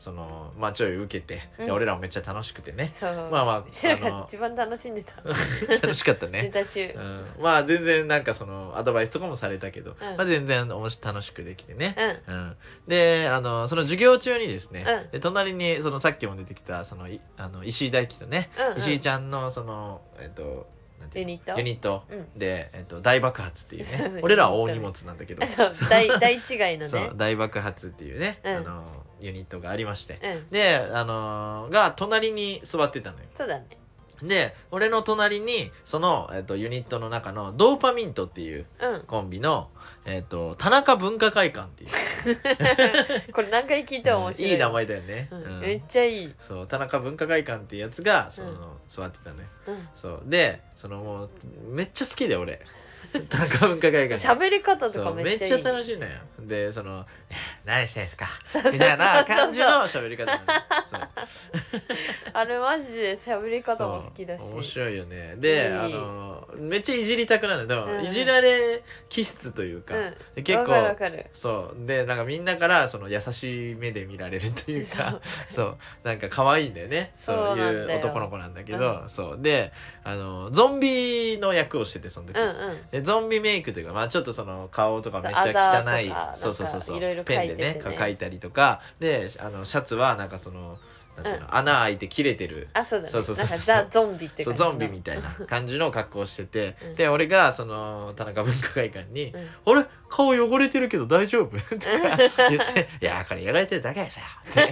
そのまあちょい受けて、 うんで俺らもめっちゃ楽しくてね、 そうまあまあ白が一番楽しんでた楽しかったネね、 タ中、 うん、まあ全然なんかそのアドバイスとかもされたけど、 うん、 まあ、全然おもし楽しくできてね、 うんうん、であのその授業中にですね、 うん、 で隣にそのさっきも出てきたそのいあの石井大輝とね、 うんうん、 石井ちゃんのそのえっとなんていうのユニットユニットうんで、えっと、大爆発っていうそうね俺らは大荷物なんだけどそう大大違いのそうね大爆発っていうね、 うんあのユニットがありまして、 うんであのが隣に座ってたのよ。 そうだねで俺の隣にその、えっと、ユニットの中のドーパミントっていううんコンビの、えっと、田中文化会館っていうこれ何回聞いても面白い、 うんいい名前だよね、 うんうんめっちゃいい、 そう田中文化会館っていうやつがその、 うん座ってたのよ。 うんそうでそのもうめっちゃ好きで俺田中文化会館喋り方とそうかめっちゃいいめっちゃ楽しいのよ。でその「何してんすか?」みたいな感じの喋り方なのよ。そうあれマジで喋り方も好きだしそう面白いよね。でいいあのめっちゃいじりたくなるの。でも、 うんいじられ気質というか、 うんで結構わかるわかるそうでなんかみんなからその優しい目で見られるというかそうなんか可愛いんだよね。そうそうなんだよいう男の子なんだけど、 うんそうであのゾンビの役をしててその時、 うんうんでゾンビメイクというか、まあ、ちょっとその顔とかめっちゃそうあざ汚いとかそうそうそうそうなんかいろいろペンでね描いててね描いたりとかであのシャツはなんかそのなんていうの、穴開いて切れてるあそうだねそうそうそうそうなんかザ・ゾンビって感じのそうゾンビみたいな感じの格好をしてて、 うんで俺がその田中文化会館にうん 「あれ顔汚れてるけど大丈夫?」とか言って「いやこれ汚れてるだけやさ」って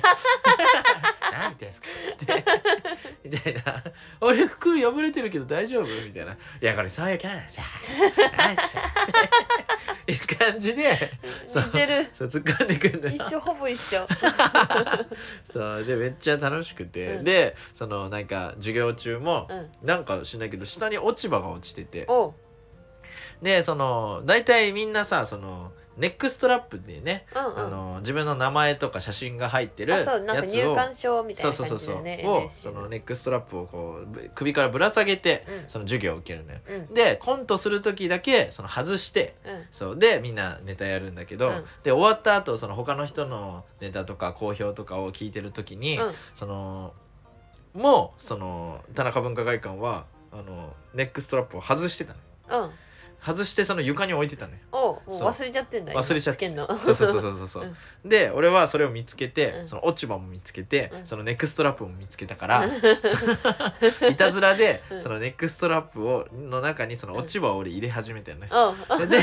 「何言ってんすか?」ってみたいな「俺服破れてるけど大丈夫?」みたいな「いやこれそういうキャラでさ何さ」っていう感じでそう似てるそう突っ込んでくんだよ一緒ほぼ一緒そうでめっちゃ楽しくて、 うんでそのなんか授業中も、 うんなんかしないけど下に落ち葉が落ちてておうでその大体みんなさそのネックストラップでね、 うんうんあの自分の名前とか写真が入ってるやつをあそうなんか入館証みたいなそうそうそうそう感じだよねをエヌエスシーそのネックストラップをこうぶ首からぶら下げて、 うんその授業を受けるのよ。 うんでコントする時だけその外してうんそうでみんなネタやるんだけど、 うんで終わった後その他の人のネタとか好評とかを聞いてる時に、 うんそのもうその田中文化会館はあのネックストラップを外してたのよ。 うん外してその床に置いてたのよ。 おうもうそう忘れちゃってんだ忘れちゃって今つけんのそうそうそうそうそう、 うんで俺はそれを見つけて、 うんその落ち葉も見つけて、 うんそのネックストラップも見つけたから、いたずらで、 うんそのネックストラップをの中にその落ち葉を俺入れ始めたよね。で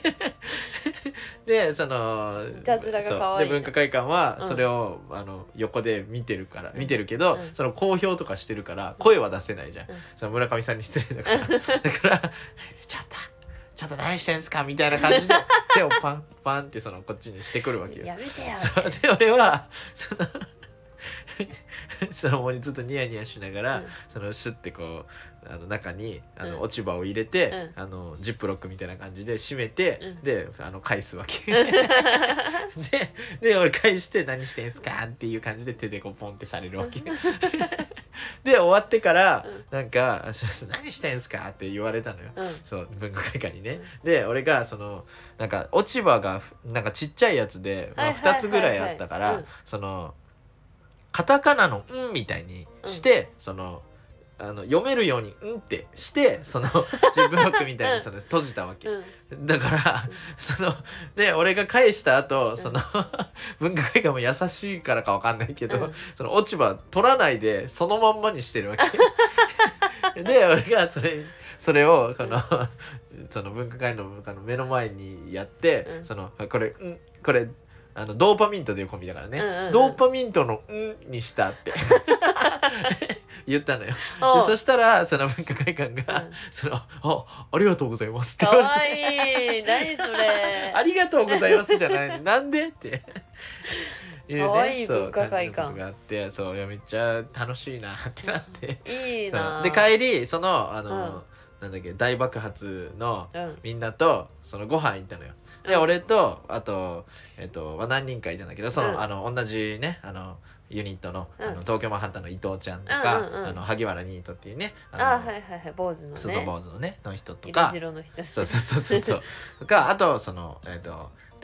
でそのいたずらが可愛いそうで文化会館はうんそれを、あの横で見てるから見てるけど、 うんその好評とかしてるから声は出せないじゃん、 うんその村上さんに失礼だからだから「ちょっとちょっと何してんすか?」みたいな感じで手をパンパンってそのこっちにしてくるわけよ。 やめてよそうで俺はそのそのもうずっとニヤニヤしながら、 うんそのシュッてこうあの中にあの、 うん落ち葉を入れて、 うあのジップロックみたいな感じで閉めて、 うんであの返すわけでで俺返して「何してんすか?」っていう感じで手でこうポンってされるわけで終わってから、 うんなんか「何してんすか?」って言われたのよ、 うんそう文化会館にね、で俺がそのなんか落ち葉がなんかちっちゃいやつで、まあ、 はいはいはいはいふたつぐらいあったから、 うんそのカタカナの「ん」みたいにして、そのあの読めるように「ん」ってしてそのジップロックみたいにその閉じたわけ、 うんだからそので俺が返した後その文化会館も優しいからかわかんないけど、 うんその落ち葉取らないでそのまんまにしてるわけで俺がそれそれをこのその文化会のあの目の前にやって、 うんそのこれんこれあのドーパミントというコンビだからね、 うんうんうんドーパミントの「ん」にしたって言ったのよ。でおうそしたらその文化会館が、 うんそのあありがとうございますってか言われてわいい何それありがとうございますじゃないのなんでっていうかわいいそう文化会館感じのことがあってそういやめっちゃ楽しいなってなってそいいなうで帰りそのあの、 うんなんだっけ大爆発のうんみんなとそのご飯行ったのよ。で、 うん俺とあとえっと、まあ、何人かいたんだけどその、 うんあの同じねあのユニットの,、 うんあの東京マンハッタンの伊藤ちゃんとか、 うんうんうんあの萩原ニートっていうねあのあはいはいはい坊主のねすそ坊主のねの人と色か白の人そうそうそうそうそうとかあとその、えっと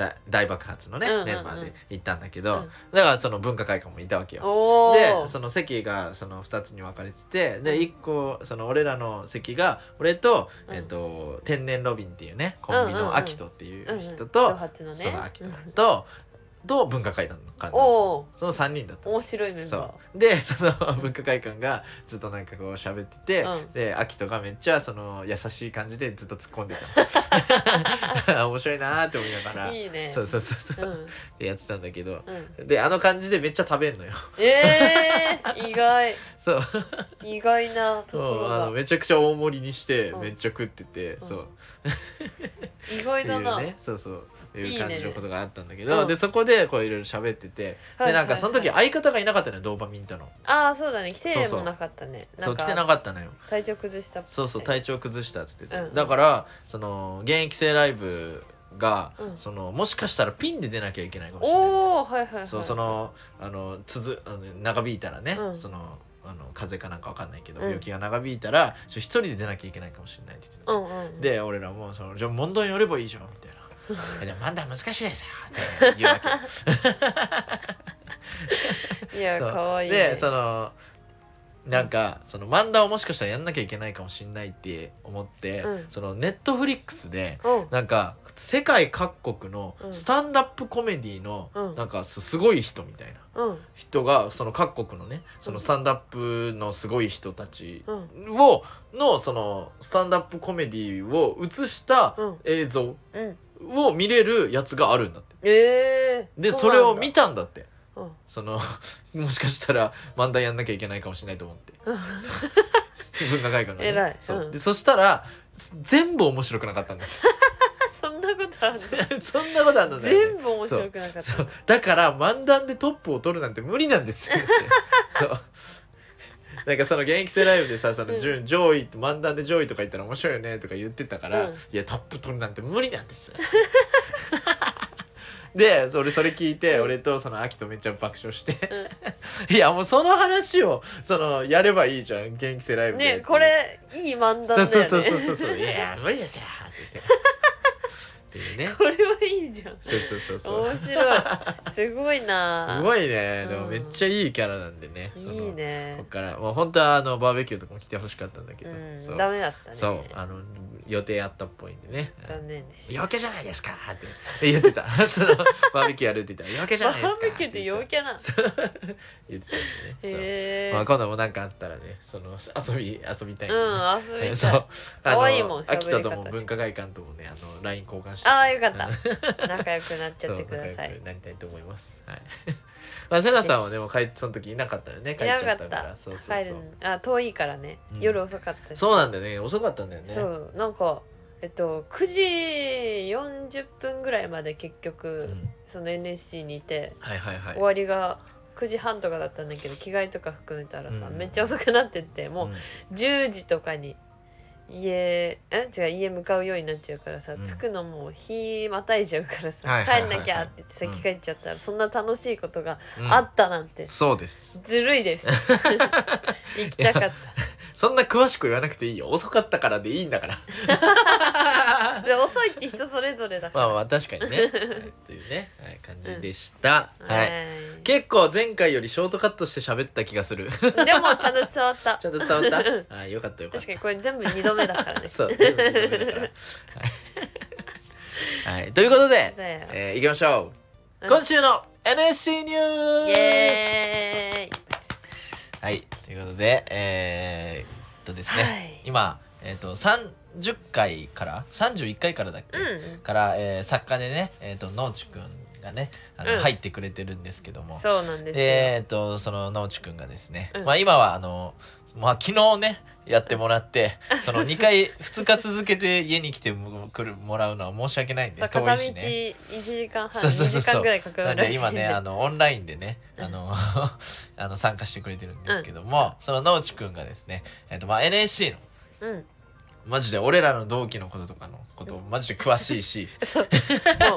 大大爆発のね、 うんうんうんメンバーで行ったんだけど、 うんだからその文化会館もいたわけよ。 おーでその席がそのふたつに分かれてて、でいっこその俺らの席が俺と、 うんえっと天然ロビンっていうねコンビうんうんうんのアキトっていう人うんと、 うん、長髪のねそのアキトとと文化会館の感じ、 おおそのさんにんだった。 面白いメンバーそうでその文化会館がずっとなんかこう喋ってて、 うんでアキトがめっちゃその優しい感じでずっと突っ込んでた面白いなーって思いながらいいねそうそうそうそう、 うんでやってたんだけど、 うん、 であの感じでめっちゃ食べんのよえー、意外そう意外なとこそうろがあのめちゃくちゃ大盛りにしてうんめっちゃ食ってて、 うんそう意外っていうだな、 ねそうそういいいうね感じのことがあったんだけど、 うんでそこでこういろいろ喋ってて、 はいでなんかその時はいはい相方がいなかったのよドーパミンとの。 ああそうだね来てそうそうもなかったねそう来てなかかったのよ。 体調崩したっぽいそうそう体調崩したっつってて、 うんだからその現役生ライブが、 うんそのもしかしたらピンで出なきゃいけないかもしれない。 おおはいはいはいそうそのあの続あの長引いたらね、 うんそのあの風邪かなんかわかんないけど、 うん病気が長引いたらちょ一人で出なきゃいけないかもしれないって言ってた、 うんうんで俺らもそのじゃあ問題やればいいじゃんみたいなえでもまだ難しいですよって言うわけいやそうかわいい、ね、 でそのなんかその漫談をもしかしたらやんなきゃいけないかもしれないって思って、 うんそのネットフリックスでうんなんか世界各国のうんスタンダップコメディのうんなんかすすごい人みたいなうん人がその各国のねそのスタンダップのすごい人たちうんをのそのスタンダップコメディを映したうん映像うんを見れるやつがあるんだって。 ええー、 でうそれを見た、 たんだってうんそのもしかしたら漫談やんなきゃいけないかもしれないと思ってそう文化会館がね偉いそう、 うんでそしたら全部面白くなかったんだっそんなことあるてそんなことあるんだよ、ね、 全部面白くなかったそうだから漫談でトップを取るなんて無理なんですよってそうなんかその現役生ライブでさその順、 うん上位漫談で上位とか言ったら面白いよねとか言ってたから、 うんいやトップ取るなんて無理なんですで俺それ聞いて、 うん俺とそのアキとめっちゃ爆笑していやもうその話をそのやればいいじゃん現役生ライブでねこれいい漫談だよねそうそうそうそうそういや無理ですよって言ってっていうねこれはいいじゃんそうそうそうそう面白いすごいなすごいね、 うんでもめっちゃいいキャラなんでね、そのいいねこっからもう本当はあのバーベキューとかも来てほしかったんだけど、 うんそうダメだったねそうあの予定あったっぽいんでね残念でした陽キャじゃないですかって言ってたそのバーベキューやるって言ったら陽キャじゃバないですかーベキューって陽キャなのそう言ってたんでねそうへえまあ、今度もなんかあったらねその遊び遊びたいんでね、 うん遊びたいそう可愛いもんあの秋田とも喋り方文化会館ともねあの ライン 交換してああよかった仲良くなっちゃってくださそう仲良いくなりたいと思いますはいまあセナさんはでも帰っその時いなかったよね帰っちゃったかいなからそうそう帰るそうあ遠いからね、 うん夜遅かったしそうなんだよね遅かったんだよねそうなんかえっとくじよんじゅっぷんぐらいまで結局、 うんその エヌエスシー にいて、 はいはいはい終わりがくじはんとかだったんだけど着替えとか含めたらさ、 うんめっちゃ遅くなってってもんうじゅうじとかに家え違う家向かうようになっちゃうからさ、 うん着くのも日またいじゃうからさ、 はいはいはいはい帰んなきゃって言って先帰っちゃったら、そんな楽しいことがうんあったなんて、 そうですずるいです行きたかっそんな詳しく言わなくていいよ遅かったからでいいんだからたで遅いって人それぞれだから、 まあまあ確かにね、はい、というね、はい、感じでした、はいはい結構前回よりショートカットして喋った気がするでもちゃんと伝わったちゃんと伝わったあよかったよかった確かにこれ全部にどめだからねそう全部にどめだからはい、はい、ということで、 だよえー、いきましょう、 うん今週の エヌエスシー ニュースイエーイはいということでえー、っとですね、 はい今えー、っとさんじゅっかいからさんじゅういっかいからだっけ、 うんから、えー作家でね、えー、と農地くんがねあの、 うん入ってくれてるんですけどもそうなんですよ、 で、えー、とその農地くんがですね、 うんまあ、今はあの、まあ、昨日ねやってもらって、そのにかいふつか続けて家に来ても来るもらうのは申し訳ないんでそう遠片道いしね。 いちじかんはんそうそうそうそうにじかんぐらいかかなんるらしいんでで今ねあのオンラインでねあのあの参加してくれてるんですけども、その農地くんがですね、えーとまあ、エヌエスシー のうんマジで俺らの同期のこととかのことをマジで詳しいしそうもう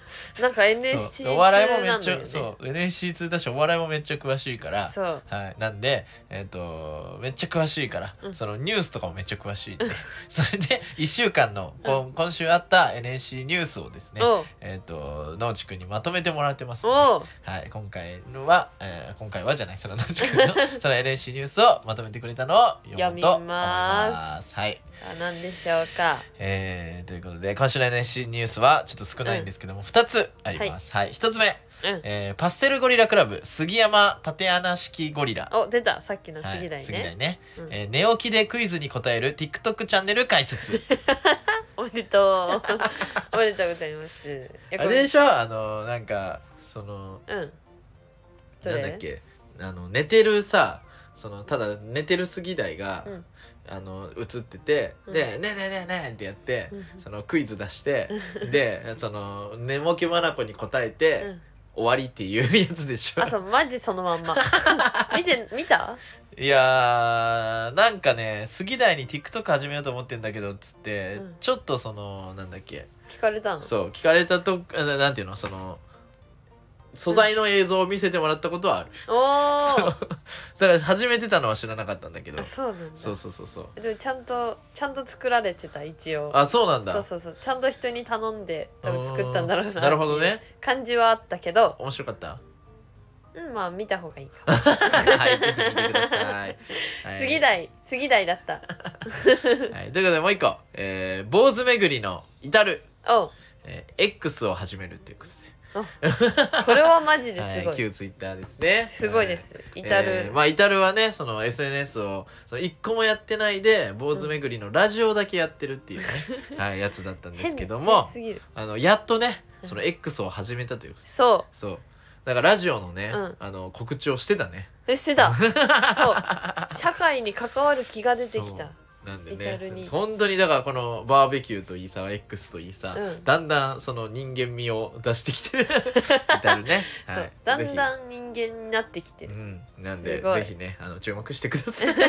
なんか エヌエスシーお笑いもめっちゃ、 通なんだよね。 そう エヌエスシー 通だしお笑いもめっちゃ詳しいから、 そうはい、なんでえっ、とめっちゃ詳しいから、 うんそのニュースとかもめっちゃ詳しいんで、それでいっしゅうかんの、こん今週あった エヌエスシー ニュースをですね、 おうえっ、と野内くんにまとめてもらってますんで、 おうはい、今回のは、えー今回はじゃないその野内くんのその エヌエスシー ニュースをまとめてくれたのを読もうと思います。はい、 あ、何でしょうか。 えー、ということで今週の エヌエスシー ニュースはちょっと少ないんですけども、うん、ふたつあります。はい、はい、ひとつめ、うんえー、パステルゴリラクラブ杉山縦穴式ゴリラ。 お、出た、さっきの杉台ね、はい、 杉台ね、うん、えー、寝起きでクイズに答える TikTok チャンネル開設おめでとうおめでとうございます。 あれでしょ、あのなんかその、 うん、 なんだっけ、あの寝てるさ、そのただ寝てる杉台が、うん、あの映ってて、うん、で「ねえねえねえねえ」ってやって、うん、そのクイズ出してでその寝ぼけまなこに答えて、うん、終わりっていうやつでしょ。 あ、そうマジそのまんま見て見た？ いやーなんかね杉台に TikTok 始めようと思ってんだけどっつって、うん、ちょっとそのなんだっけ聞かれたの？ そう聞かれたとなんていうのその素材の映像を見せてもらったことはある、 うん、おそうだから始めてたのは知らなかったんだけど。 あ、そうなんだ。 そうそうそうそう。 でもちゃんとちゃんと作られてた一応。 あ、そうなんだ。 そうそうそう、ちゃんと人に頼んで多分作ったんだろうな。 なるほどね。 感じはあったけど。 面白かった。 うん、まあ見た方がいいかも。 はい、ぜひ見てください。 はい、杉台杉台だった。はい、 ということでもう一個、えー、坊主巡りの至る、 お、 えー、X を始めるっていうことで。 これはマジですごい、 はい、旧ツイッターですね。 すごいです。至る、 えー、まあ至るはね、その エスエヌエス をその一個もやってないで坊主巡りのラジオだけやってるっていうね、うん、はい、やつだったんですけども、あのやっとね、その X を始めたという。 そうそう。だからラジオのね、うん、あの告知をしてたね。 してた。そう。社会に関わる気が出てきた。 なんでね、本当にだからこのバーベキューといいさ X といいさ、うん、だんだんその人間味を出してきてる至るね、はい、 だんだん人間になってきてる、 うん、なんでぜひねあの注目してください。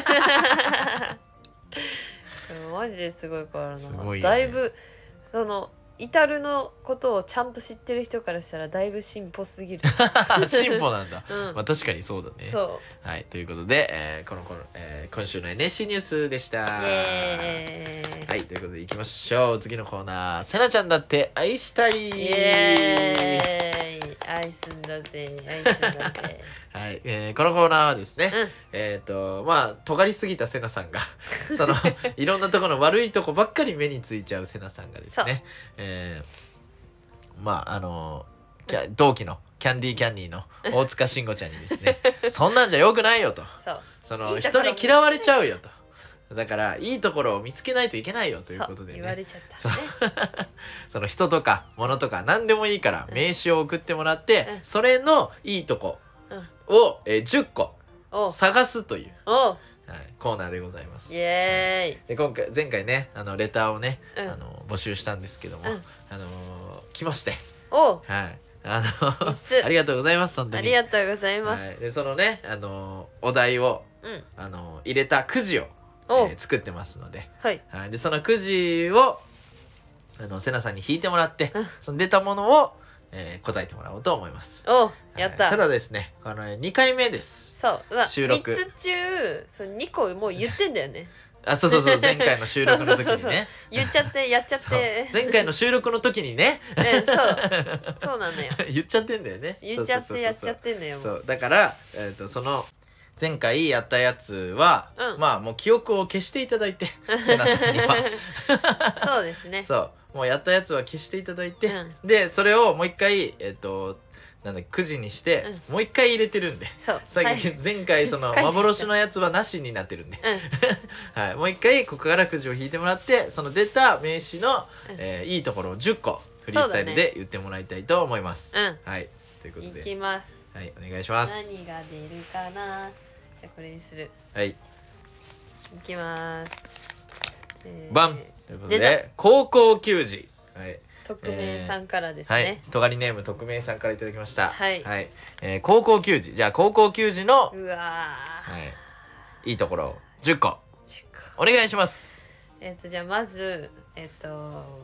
マジですごいからな。 すごいよね、 だいぶその至るのことをちゃんと知ってる人からしたらだいぶ進歩すぎる。 進歩なんだ、 うん、 まあ確かにそうだね。 そう、 はい、ということで、えー、このこの、えー、今週の エヌエスシー ニュースでした。 イエーイ。 はい、ということでいきましょう。次のコーナー、せなちゃんだって愛したい。 イエーイ、愛すんだぜ愛すんだぜ。 はい、えー、このコーナーはですね、うん、えっ、ー、とまあ尖りすぎたせなさんがそのいろんなところの悪いとこばっかり目についちゃうせなさんがですね、えー、まああのキャ同期のキャンディーキャンディーの大塚慎吾ちゃんにですねそんなんじゃよくないよと、 そうその人に嫌われちゃうよと。だからいいところを見つけないといけないよということでね、 言われちゃったね。 そ, その人とか物とか何でもいいから名刺を送ってもらって、うん、それのいいとこを、えー、じゅっこ探すという、はい、コーナーでございます。 イエーイ。 で今回前回ねあのレターをね、うん、あの募集したんですけども、うん、あのー、来まして、 お、 はい、あのありがとうございます。本当にありがとうございます。はい、 でそのねあのー、お題を、うん、あのー、入れたくじをえー、作ってますので、 はい、 はい、でそのくじをあのせなさんに引いてもらって、うん、その出たものを、えー、答えてもらおうと思います。 お、やった、 はい、ただですねこのにかいめです。 そう、まあ、 収録みっつ中そのにこもう言ってんだよね。 あ、そうそうそう、前回の収録の時にねそうそうそう言っちゃってやっちゃって前回の収録の時にね、 えそうそうなのよ言っちゃってんだよね。 言っちゃってやっちゃってんのよ。 そうだから、えー、とその前回やったやつは、うん、まあもう記憶を消していただいてせなさんにはそうですね。 そうもうやったやつは消していただいて、うん、でそれをもう一回えっ、ー、となんだくじにして、うん、もう一回入れてるんで、 そうさっき前回その幻のやつはなしになってるんで、うん、はい、もう一回ここからくじを引いてもらってその出た名詞の、うん、えー、いいところをじゅっこフリースタイルで言ってもらいたいと思います。 うん、 はいということでいきます。 はい、お願いします。 何が出るかな。じゃあこれにする。 はい。 いきます。 えー、バンということで高校球児、はい、 匿名さんからですね。 はい、とがりネーム匿名さんからいただきました。 はい。 はい。えー、高校球児、じゃあ高校球児のうわはい、いいところをじゅっこお願いします。 えっとじゃあまずえっと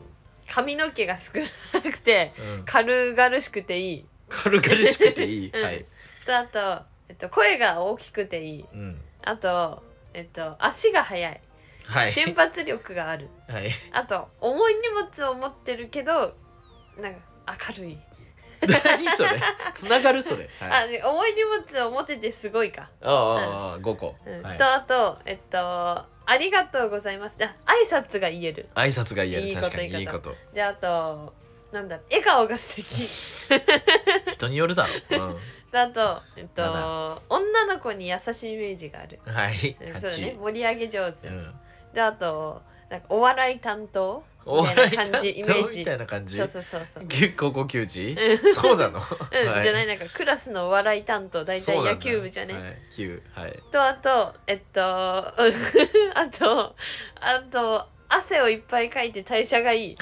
髪の毛が少なくて、うん、軽々しくていい。 軽々しくていい、うん、はい。 とあと、えっと、声が大きくていい、うん、あと、えっと、足が速い、はい、瞬発力がある、はい、あと重い荷物を持ってるけどなんか明るい。 何それつながるそれ、 はい、あ重い荷物を持ててすごいか。 ああ、うん、ごこ、 うんはい、とあとえっとありがとうございます。あ挨拶が言える。 挨拶が言える。 いいこといいこと。 いいこと。 であとなんだ笑顔が素敵。 人によるだろ。うん。 であとえっと女の子に優しいイメージがある。 はい。 うん、そうだね。盛り上げ上手。うん、であとなんかお笑い担当。 お笑い担当イメージみたいな感じ。 そうそうそうそう。 結構高校球児。そうなの。 うん、はい、じゃないなんかクラスのお笑い担当大体野球部じゃね。はい。 球はい。 とあとえっとあとあと汗をいっぱいかいて代謝がいい。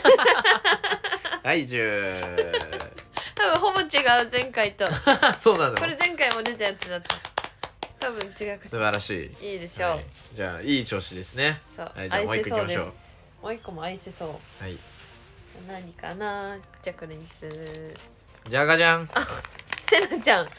はいじゅう。 多分ほぼ違う前回と。 そうなの。 これ前回も出たやつだった。多分違くて。 素晴らしい。 いいでしょう。はい、 じゃあいい調子ですね。そう。はい、じゃあもう一個いきましょう。 もう一個も愛せそう。はい。何かな。じゃこれにす。 じゃがじゃん。 あ、せなちゃん。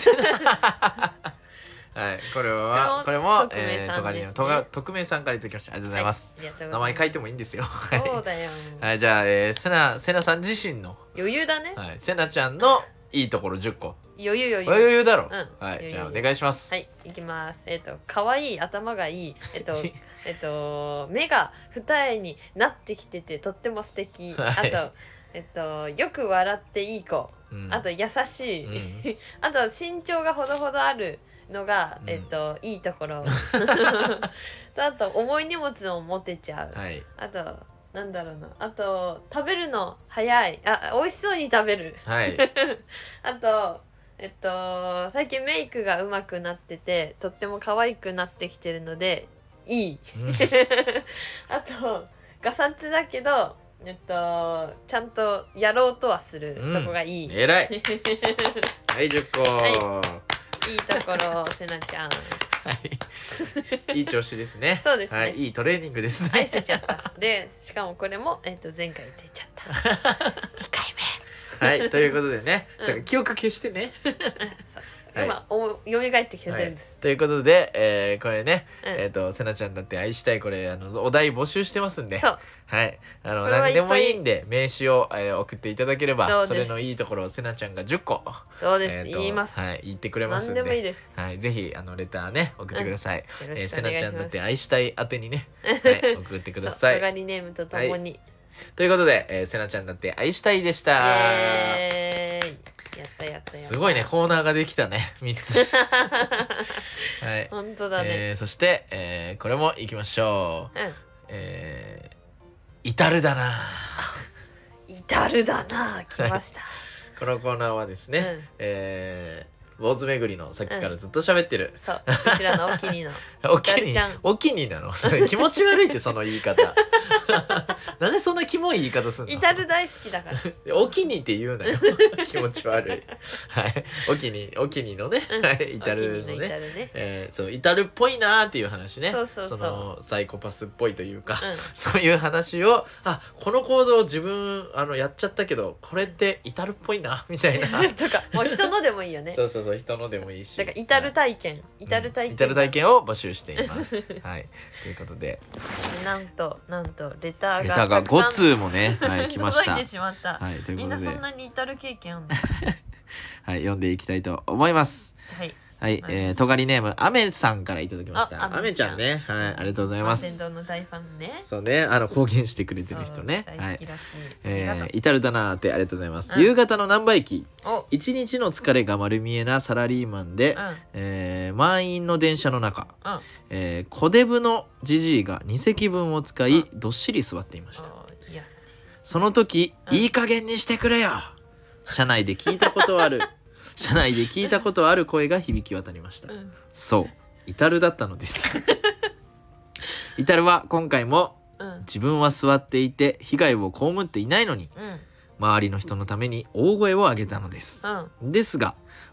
はい、これはこれもえー、とがりのとが匿名さんからいただきました。ありがとうございます。はい、名前書いてもいいんですよ。 そうだよ。 はい、じゃあ、えー、せなせなさん自身の余裕だね。 はい、せなちゃんのいいところじゅっこ。 余裕余裕。 余裕だろ。うん、はい、じゃあお願いします。 はい、いきます。えっと可愛い頭がいい。えっとえっと目が二重になってきててとっても素敵。はい、あとえっとよく笑っていい子。うん、あと優しい。うん、あと身長がほどほどある。のが、えっと、うん、いいところとあと重い荷物を持てちゃう、はい、あとなんだろうなあと食べるの早いあ美味しそうに食べる、はい、あとえっと最近メイクが上手くなっててとっても可愛くなってきてるのでいいあとガサツだけどえっとちゃんとやろうとはするとこがいい、 うん、偉いはいじゅっこ、 はいいいところ、せなちゃん。はい。いい調子ですね。 そうですね。 はい、いいトレーニングですね。 愛せちゃった。で、しかもこれも、えっと、前回出ちゃった。にかいめ。はい、ということでね。だから記憶消してね。 今、お、蘇ってきた全部。 ということで、えー、これね、えっと、せなちゃんだって愛したい、これ、あの、お題募集してますんで。そう。はい、あの何でもいいんで名刺を、えー、送っていただければ そ, それのいいところをせなちゃんがじゅっこそうです、えー、言います、 はい、言ってくれますんで何でもいいです、 はい、ぜひあのレターね送ってください、うん、えー、せなちゃんだって愛したい宛てにね、はい、送ってください。 とがりネームとともに、はい、 ということで、えー、せなちゃんだって愛したいでした。 イエーイ、やったやったやった。 すごいね、コーナーができたね、みっつ。はい、 本当だね、 えー、そして、えー、これもいきましょう、うん、えー至るだな至るだな来ました、はい、 このコーナーはですね、うん、えー、坊主巡りのさっきからずっと喋ってる、 うん、そうこちらのお気にのお気にお気になのそれ気持ち悪いってその言い方なんでそんなキモい言い方すんの。 至る大好きだからお気にって言うなよ気持ち悪いはいお気にお気にのね、うん、至るのね、ねえー、そう至るっぽいなーっていう話ね。 そうそうそう、 そのサイコパスっぽいというか、うん、そういう話をあこの行動自分あのやっちゃったけどこれって至るっぽいなみたいなとかもう人のでもいいよねそうそうそう人のでもいいしだから至る体験、はい、至る体験、 うん、至る体験を募集していますはいということでなんとなんとレターがレターがご通もね、はい、来ました。 届いてしまった。 はい、ということでみんなそんなに至る経験あるのはい、読んでいきたいと思います。はい。はい、えー、とがりネームあめさんからいただきました。あめちゃんね、はい、ありがとうございます。 天童の大ファンね。 そうね、あの公言してくれてる人ね。はい。えー、至るだなーってありがとうございます。うん、夕方の難波駅、一日の疲れが丸見えなサラリーマンで、うん、えー、満員の電車の中、うん、えー、小デブのジジイがに席分を使い、どっしり座っていました。その時、うん、いい加減にしてくれよ。車内で聞いたことある。車内で聞いたことある声が響き渡りました、うん、そう至るだったのです至るは今回も、うん、自分は座っていて被害を被っていないのに、うん、周りの人のために大声を上げたのです、うん、ですが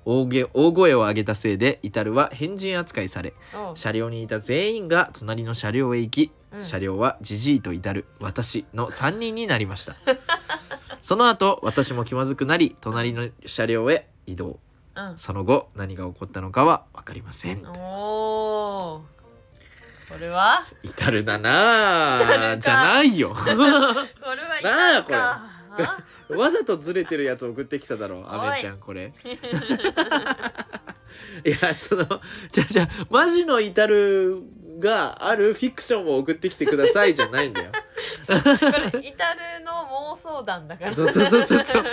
大げ大声を上げたせいでイタルは変人扱いされ、車両にいた全員が隣の車両へ行き、うん、車両はジジイとイタル、私のさんにんになりましたその後私も気まずくなり隣の車両へ移動、うん、その後何が起こったのかは分かりません。 おー、これはイタルだなじゃないよこれはイタルかこれわざとずれてるやつ送ってきただろう、アメちゃんこれいやそのじゃじゃマジのイタルがあるフィクションを送ってきてくださいじゃないんだよこれイタルの妄想談だからそうそうそうそうそう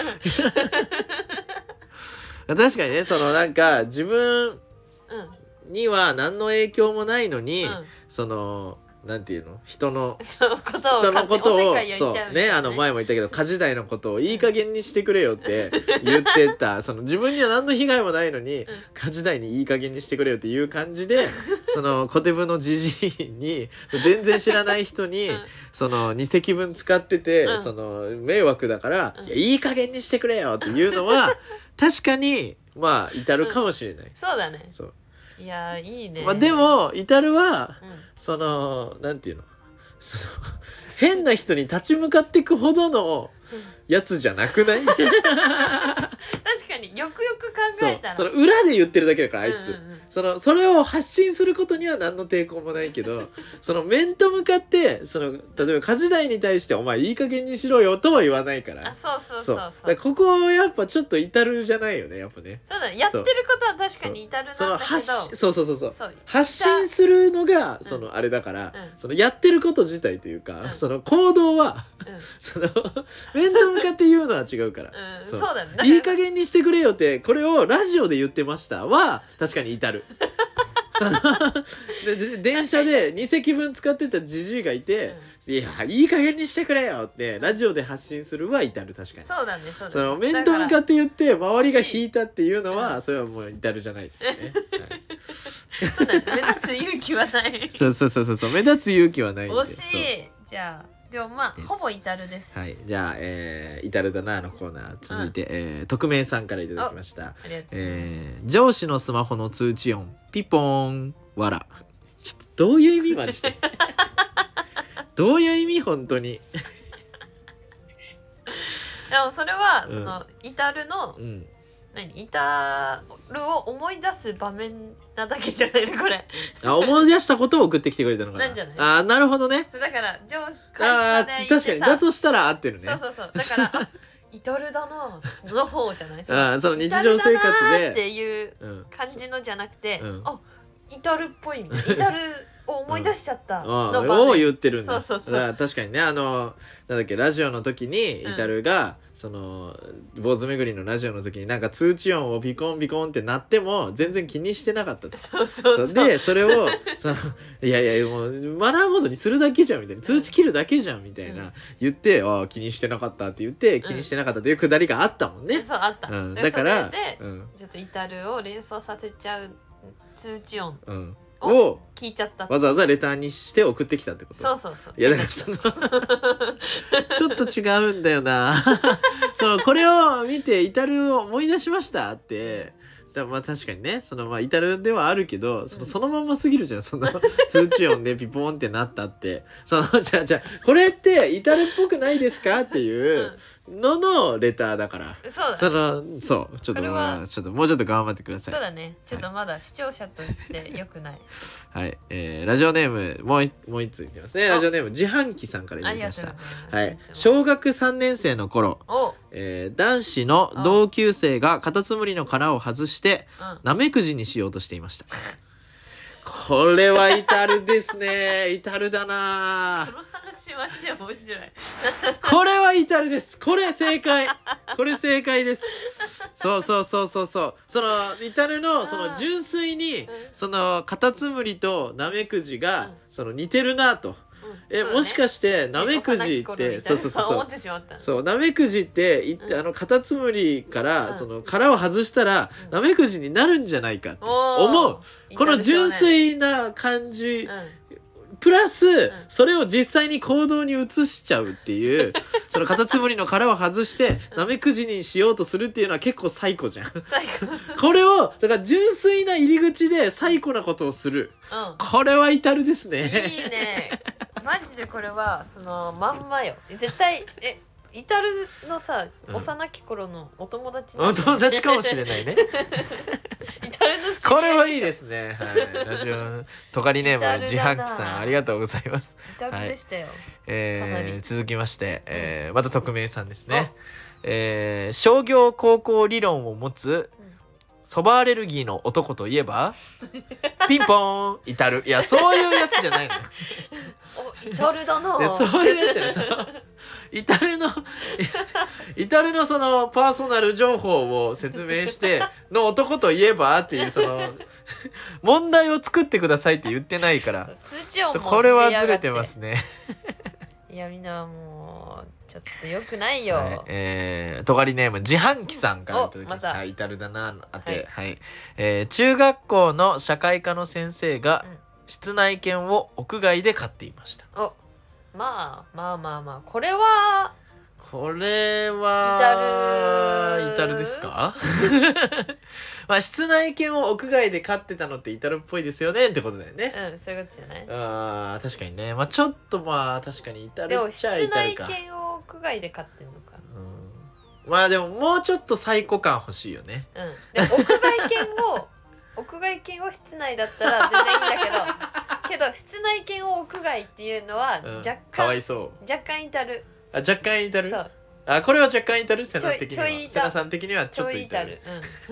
確かにね、そのなんか自分には何の影響もないのに、うん、そのなんていうの、人の人のことをそうね、あの前も言ったけど家事代のことをいい加減にしてくれよって言ってたその自分には何の被害もないのに、うん、家事代にいい加減にしてくれよっていう感じでそのコテブのじじいに全然知らない人に、うん、そのに席分使ってて、うん、その迷惑だから、うん、いやいい加減にしてくれよっていうのは確かにまあ至るかもしれない、うん、 そうだね。 そういやいいね、 まあ、でもイタルは、うん、そのなんていうの、その変な人に立ち向かっていくほどのやつじゃなくない確かによくよく考えたらその裏で言ってるだけだからあいつ、 うんうんうん、 そのそれを発信することには何の抵抗もないけどその面と向かってその例えば家事代に対してお前いい加減にしろよとは言わないから。 あ、そうそうそうそう、 だからここやっぱちょっと至るじゃないよね、やっぱね。 そうだね、やってることは確かに至るなんだけど、その発そうそうそうそうそう発信するのがそのあれだから、うん、そのやってること自体というか、うん、その行動は、うん、その面と向かって言うのは違うから、 うん、そう、そうだね、 いい加減にしてくれよってこれをラジオで言ってましたは確かに至るそのでで電車でに席分使ってたジジイがいて、うん、いやいい加減にしてくれよってラジオで発信するは至る。確かにそうだね、そうだね、 その面と向かって言って周りが引いたっていうのはそれはもう至るじゃないですね、 はい、そうだね、目立つ勇気はないそうそうそうそう、目立つ勇気はないんで。 惜しい。じゃあでもまあほぼ至るです。 はい、じゃあ、えー、至るだなのコーナー続いて、うん、えー、匿名さんからいただきました。 ありがとうございます。 えー、上司のスマホの通知音ピポーンわら。ちょっとどういう意味ましてどういう意味本当にでもそれはその、うん、至るの、うん、何至るを思い出す場面なだけじゃないのこれあ、思い出したことを送ってきてくれたのかな。 なんじゃない。 あ、なるほどね。 だから上司あ確かにだとしたら合ってるね。 そうそうそう、だから至るだなの方じゃない。 あ、その日常生活でっていう感じのじゃなくて、うん、あ、至るっぽいみたいな、至るを思い出しちゃったの場面、 うん、を言ってるんだ。 そうそうそう、 確かにね、あのなんだっけ、ラジオの時に至るが、うん、その坊主巡りのラジオの時になんか通知音をピコンピコンって鳴っても全然気にしてなかったと。 そうそうそう、 でそれをそのいやいやもうマナーモードにするだけじゃんみたいな、通知切るだけじゃんみたいな、うん、言って、ああ気にしてなかったって言って気にしてなかったっていうくだりがあったもんね、 うん、そうあった、 うん、だからで、うん、ちょっと至るを連想させちゃう通知音、 うんを聞いちゃった、 わざわざレターにして送ってきたってこと。 そうそうそう、 いやだからそのちょっと違うんだよなそうこれを見て至るを思い出しましたってだ、まあ確かにね、そのまあ至るではあるけど、そのそのまますぎるじゃん、その通知音でピポンってなったってそのじゃあじゃあこれって至るっぽくないですかっていうののレターだから、 そうだね、 そのそうちょっとまあちょっともうちょっと頑張ってください。 そうだね、ちょっとまだ視聴者として良くないはい、えー、ラジオネームもうもう一ついきますね。ラジオネーム自販機さんからいただきました。はい、小学さんねん生の頃、えー、男子の同級生がカタツムリの殻を外してナメクジにしようとしていましたこれは至るですね至るだなこの話マジ面白いこれは至るです。これ正解これ正解ですそうそうそうそうそうその至るのその純粋にそのカタツムリとナメクジがその似てるなと、え、もしかしてナメクジってそうそうそうそうそうナメクジっていって、うん、あのカタツムリから、うん、その殻を外したら、うん、ナメクジになるんじゃないかって思う、この純粋な感じプラス、うん、それを実際に行動に移しちゃうっていうそのカタツムリの殻を外してナメクジにしようとするっていうのは結構サイコじゃんこれをだから純粋な入り口でサイコなことをする、うん、これは至るですね。 いいねマジでこれはそのまんまよ絶対えイタルのさ、うん、幼き頃のお友達お友達かもしれないねイタルのこれはいいですね。はい。ラジオトカリネーム自販機さんありがとうございます。 イタルでしたよ。はい、 えー、続きまして、えー、また匿名さんですね。えー、商業高校理論を持つそばアレルギーの男といえばピンポーンイタル。いやそういうやつじゃないの。 おイタルだな。 そういうやつじゃない。イタルのイタルのそのパーソナル情報を説明しての男といえばっていうその問題を作ってくださいって言ってないから通知音もこれはずれてますねいやみんなもうちょっと良くないよ、はい、 えー、とがりネーム自販機さんからいただきました、はい、イタルだなあて、はいはい、えー、中学校の社会科の先生が室内犬を屋外で飼っていました。 おまあまあまあまあこれはこれはイタルですかまあ室内犬を屋外で飼ってたのってイタルっぽいですよねってことだよね。 うんそういうことじゃない。 あー確かにね。まあちょっとまあ確かにイタルっちゃイタルか。 でも室内犬を屋外で飼ってんのか。 うん、まあでももうちょっとサイコ感欲しいよね。 うんでも屋外犬を屋外犬を室内だったら全然いいんだけどけど室内犬を屋外っていうのは若干、うん、 かわいそう若干至る。 あ若干至る。そうあこれは若干至る。セナ的にはセナさん的にはちょっと至る。うん、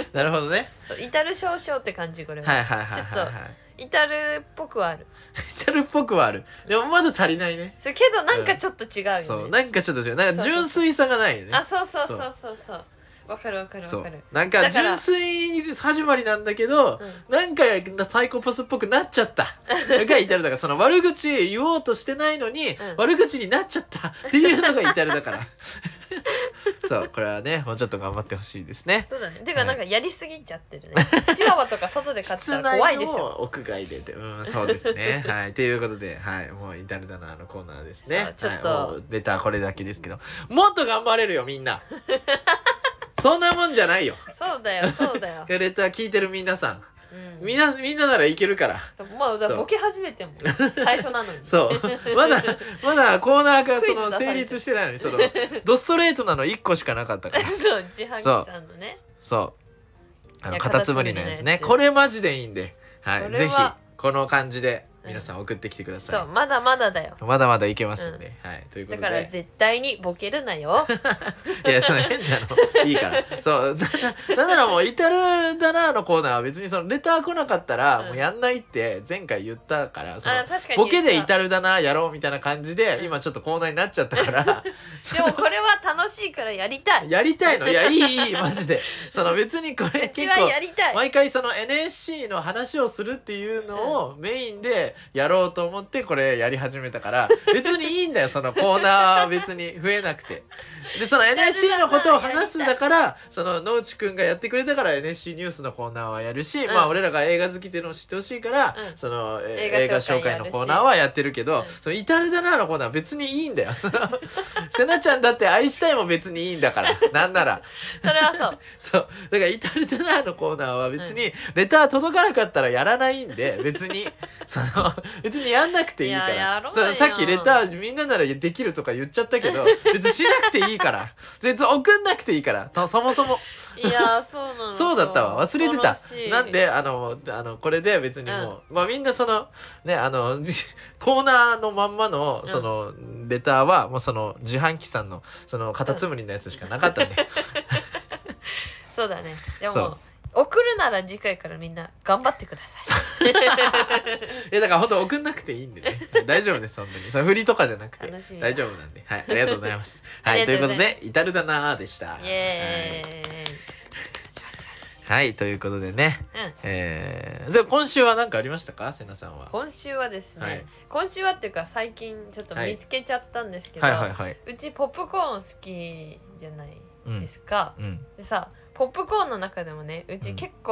なるほどね。 至る少々って感じこれは。 はいはいはいはい、はい、 ちょっと至るっぽくはある。 至るっぽくはある。でもまだ足りないね。 そうけどなんかちょっと違うよね。うん、 そうなんかちょっと違う。なんか純粋さがないよね。 あそうそうそうそうそう。わかるわかるわかる。 なんか純粋始まりなんだけど、うん、なんかサイコパスっぽくなっちゃったが至るだからその悪口言おうとしてないのに、うん、悪口になっちゃったっていうのが至るだからそうこれはねもうちょっと頑張ってほしいですね。 そうだね。てかなんかやりすぎちゃってるね。チワワとか外で飼ってたら怖いでしょ。 室内を屋外でうんそうですねはいということではいもう至るだなのコーナーですね。 ちょっと、 はい、もうレターこれだけですけどもっと頑張れるよみんなそんなもんじゃないよ。 そうだよそうだよレター聞いてる皆さん、うん、みんなみんなならいけるから。 まあだからボケ始めても最初なのにそうまだまだコーナーがその成立してないのにそのドストレートなのいっこしかなかったからそう自販機さんのねそうあのカタツムリのやつねこれマジでいいんで、はい、ぜひこの感じで皆さん送ってきてください、 うん、そうまだまだだよまだまだいけますんで、うん、はいということでだから絶対にボケるなよいやその変なのいいからそうだからもうイタルだなのコーナーは別にそのレター来なかったらもうやんないって前回言ったから、うん、そのボケでイタルだなやろうみたいな感じで、うん、今ちょっとコーナーになっちゃったからでもこれは楽しいからやりたいやりたいのいやいいいいマジでその別にこれ結構やりたい毎回その エヌエスシー の話をするっていうのをメインでやろうと思ってこれやり始めたから別にいいんだよそのコーナーは別に増えなくてでその エヌエスシー のことを話すだからその野内くんがやってくれたから エヌエスシー ニュースのコーナーはやるし、うん、まあ俺らが映画好きっていうのを知ってほしいから、うん、その映画紹介のコーナーはやってるけど、うん、そのイタルだなのコーナーは別にいいんだよそのせなちゃんだって愛したいも別にいいんだからなんならそれはそうそうだからイタルだなのコーナーは別にレター届かなかったらやらないんで別にその別にやんなくていいから。 いやそのさっきレターみんなならできるとか言っちゃったけど別にしなくていいから別に送んなくていいからとそもそもいやそうなのそうだったわ忘れてたなんであのあのこれで別にもう、うん、まあみんなそのねあのコーナーのまんまのその、うん、レターはもうその自販機さんのそのカタツムリのやつしかなかったんで、うん、 そうだねでも送るなら次回からみんな頑張ってくださいいやだから本当送んなくていいんでね大丈夫です本当にそれ振りとかじゃなくて大丈夫なんではいありがとうございますはいということで至るだなーでしたイエーイ、 はい、はい、ということでね、うん、えー、じゃあ今週は何かありましたかせなさんは。 今週はですね、 はい、 今週はっていうか最近ちょっと見つけちゃったんですけど、 はいはいはいはい、 うちポップコーン好きじゃないですか、 うんうん、 でさポップコーンの中でもねうち結構、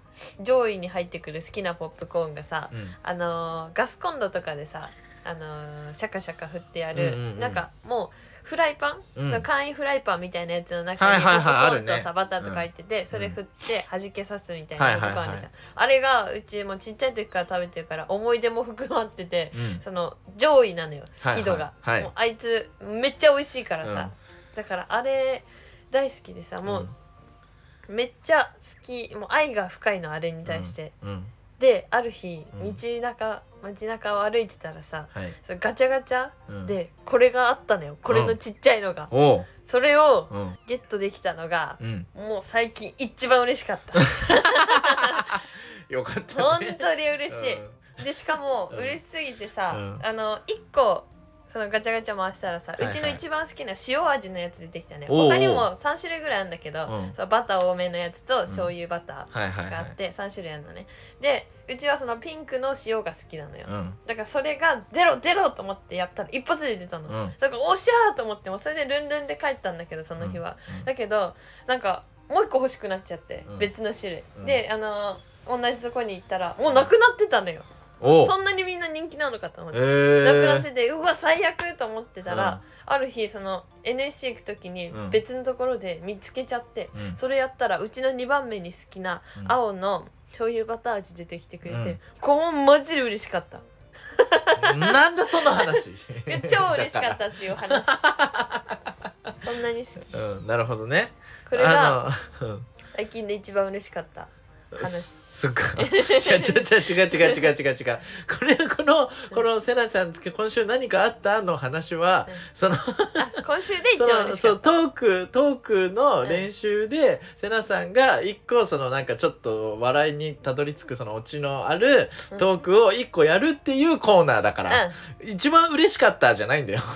上位に入ってくる好きなポップコーンがさ、 うん、 あのー、ガスコンロとかでさ、あのー、シャカシャカ振ってやる、うんうんうん、なんかもうフライパン、うん、簡易フライパンみたいなやつの中にポップコーンとさ、ね、バターとか入ってて、うん、それ振って弾けさすみたいなポップコーンあるじゃん、あれがうちもちっちゃい時から食べてるから思い出も含まってて、うん、その上位なのよ好き度が、はいはいはい、もうあいつめっちゃ美味しいからさ、うん、だからあれ大好きでさ、もう、うん、めっちゃ好き、もう愛が深いのあれに対して、うんうん、である日道中、うん、街中を歩いてたらさ、はい、ガチャガチャでこれがあったのよ、これのちっちゃいのが、うん、それをゲットできたのが、うん、もう最近一番嬉しかったよかったね、 本当に嬉しい、うん、でしかも嬉しすぎてさ、うん、あのいっこそのガチャガチャ回したらさ、はいはい、うちの一番好きな塩味のやつ出てきたね。他にもさん種類ぐらいあるんだけど、うん、そのバター多めのやつと醤油バターがあってさん種類あるのね。でうちはそのピンクの塩が好きなのよ、うん、だからそれがゼロゼロと思ってやったら一発で出たの、うん、だからおっしゃーと思ってもそれでルンルンで帰ったんだけどその日は、うんうん、だけどなんかもう一個欲しくなっちゃって、うん、別の種類、うん、であのー、同じとこに行ったらもうなくなってたのよ。そんなにみんな人気なのかと思って、えー、なくなっててうわ最悪と思ってたら、うん、ある日その エヌエスシー 行く時に別のところで見つけちゃって、うん、それやったらうちのにばんめに好きな青の醤油バター味出てきてくれて、うん、こうマジで嬉しかったなんだその話超嬉しかったっていう話こんなに好き、 うん、なるほどね。 これが最近で一番嬉しかった話。 そっか。いや違う違う違う違う違う違う違う。これこのこのセナちゃん今週何かあったの話は、うん、その今週で一番嬉しかった。 そうトークトークの練習で、うん、セナさんが一個そのなんかちょっと笑いにたどり着くそのオチのあるトークを一個やるっていうコーナーだから、うん、一番嬉しかったじゃないんだよ。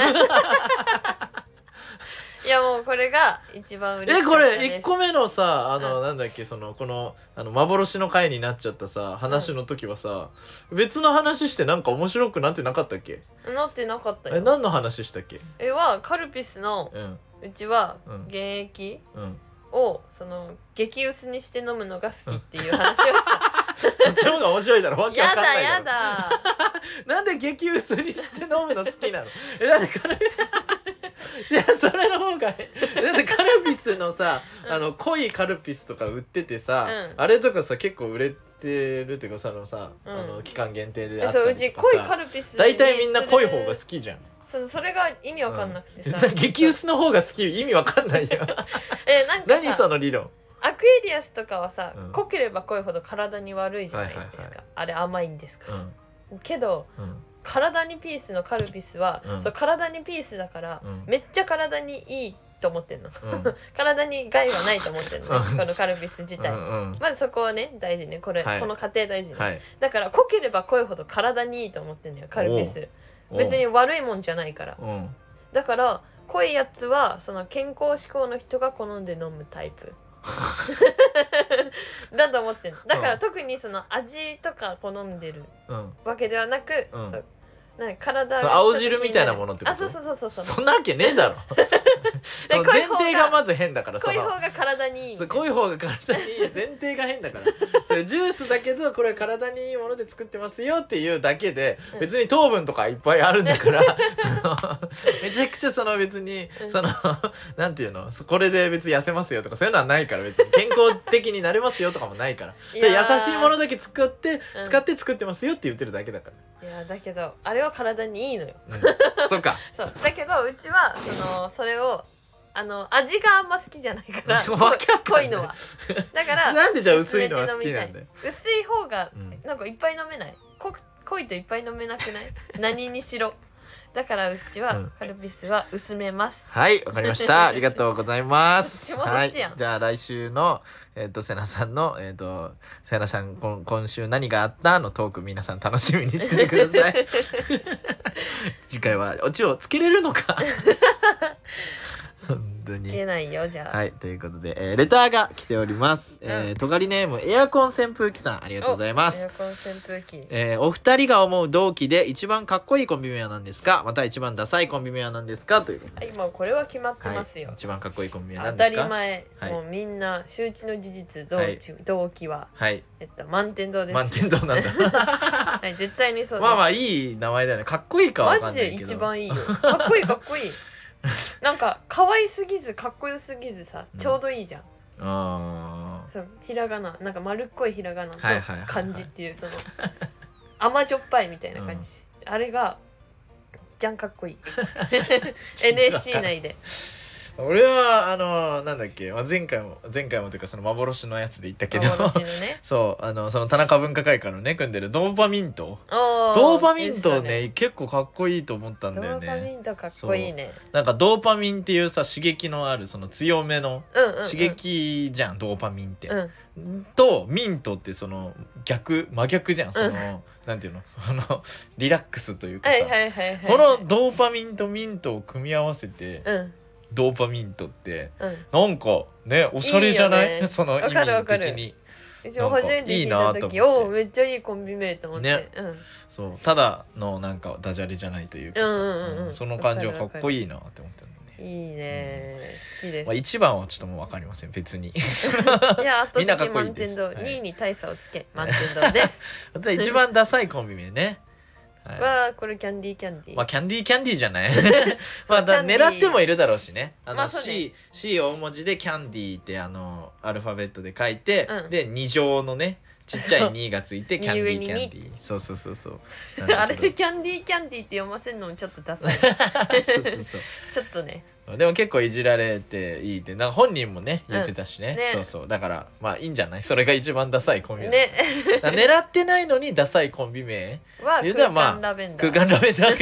いやもうこれが一番嬉しかったです。 えこれいっこめのさあの、うん、なんだっけそのこのあの幻の回になっちゃったさ話の時はさ、うん、別の話してなんか面白くなってなかったっけ？ なってなかったよ。 え何の話したっけ？ えはカルピスの、うん、うちは原液を、うん、その激薄にして飲むのが好きっていう話をした、 うん、そっちの方が面白いだろ。わけわかんないだろ。 やだやだなんで激薄にして飲むの好きなの？えだってカルピスいやそれの方がだってカルピスのさ、うん、あの濃いカルピスとか売っててさ、うん、あれとかさ結構売れてるっていうかさのさ、うん、あの期間限定であったりとかさ、そううち濃いカルピス大体みんな濃い方が好きじゃん。 そ, それが意味わかんなくてさ、 うん、激薄の方が好き意味わかんないよえなんか何その理論。 アクエリアスとかはさ、うん、濃ければ濃いほど体に悪いじゃないですか、はいはいはい、あれ甘いんですか、うん、けど、うん体にピースのカルピスは、うん、そう体にピースだから、うん、めっちゃ体にいいと思ってんの、うん、体に害はないと思ってんの、ね、このカルピス自体、うんうん、まずそこはね大事ねこれ、はい、この過程大事ね、はい、だから濃ければ濃いほど体にいいと思ってんだよカルピス。別に悪いもんじゃないから、だから濃いやつはその健康志向の人が好んで飲むタイプだと思ってんの。だから特にその味とか好んでるわけではなく、うん、なんか体が青汁みたいなものってこと？ あそうそうそうそうそんなわけねえだろその前提がまず変だから濃い方が体にいい。 濃い方が体にいい前提が変だからそれジュースだけどこれ体にいいもので作ってますよっていうだけで、うん、別に糖分とかいっぱいあるんだからそのめちゃくちゃその別に、うん、そのなんていうのこれで別に痩せますよとかそういうのはないから別に健康的になれますよとかもないから優しいものだけ使って、うん、使って作ってますよって言ってるだけだから。 いやだけどあれは体にいいのよ、 うん、そうかそうだけどうちはそのそれをあの味があんま好きじゃないから濃いのはだからなんでじゃあ薄いのは好きなんだよ。 薄い方がなんかいっぱい飲めない、濃濃いといっぱい飲めなくない何にしろ。だからうちはカルピスは薄めます、 うん、はいわかりましたありがとうございますはい、 じゃあ来週のえっ、ー、とセナさんのえっ、ー、とセナさん今今週何があったのトーク皆さん楽しみにしててください次回はオチをつけれるのか当に消えないよじゃあ。 はい、ということで、えー、レターが来ております、うん、えー、とがりネームエアコン扇風機さん、ありがとうございます。 エアコン扇風機、 えー、お二人が思う同期で一番かっこいいコンビ名は何ですか、また一番ダサいコンビ名は何ですかということで、 はい、もうこれは決まってますよ、 はい、一番かっこいいコンビ名は当た何ですか。 り前、はい、もうみんな周知の事実同期、はい、同期は、はい、えっと満天堂です。 満天堂なんだはい、絶対にそうです。 まあまあいい名前だよね、かっこいいかは分かんないけど、 マジで一番いいよ、かっこいいかっこいいなんか可愛すぎずかっこよすぎずさ、ちょうどいいじゃん、うん、あそうひらがな、なんか丸っこいひらがなと漢字っていうその甘じょっぱいみたいな感じ、うん、あれがじゃんかっこいいエヌエスシー 内で俺はあのなんだっけ、まあ、前回も前回もというかその幻のやつで言ったけど、 幻のねそうあのその田中文化会館のね組んでるドーパミント、ドーパミントね、ね結構かっこいいと思ったんだよね。 ドーパミントかっこいいね。 なんかドーパミンっていうさ刺激のあるその強めの刺激じゃん、うんうんうん、ドーパミンって、うん、とミントってその逆真逆じゃん、その、うん、なんていうのあのリラックスというかさ、はいはいはいはい、このドーパミンとミントを組み合わせて、うんドーパミントって、うん、なんかねおしゃれじゃない？いいね、その意味的に。 一応初めて聞いた時、おめっちゃいいコンビ名と思って、ねうん、 そうただのなんかダジャレじゃないというかさ、うんうんうん、その感情かっこいいなって思ったのね。いいね、うん、好きです。 まあ、一番はちょっともう分かりません別に。いやあと次満天堂、にいに大差をつけ満天堂です。 あと一番ダサいコンビ名ね。 はい、わあこれキャンディーキャンディー、 まあキャンディーキャンディーじゃないまあだ狙ってもいるだろうしね、あの、まあ、C, C 大文字でキャンディーってあのアルファベットで書いて、うん、でに乗のねちっちゃいにがついてキャンディーキャンディー、そうそうそうそうあれでキャンディーキャンディーって読ませるのもちょっとダサいそうそうそうちょっとねでも結構いじられていいってなんか本人もね言ってたしね、うん、ねそうそうだからまあいいんじゃない、それが一番ダサいコンビ名、ね、狙ってないのにダサいコンビ名は空間ラベンダー、 空間ラベンダー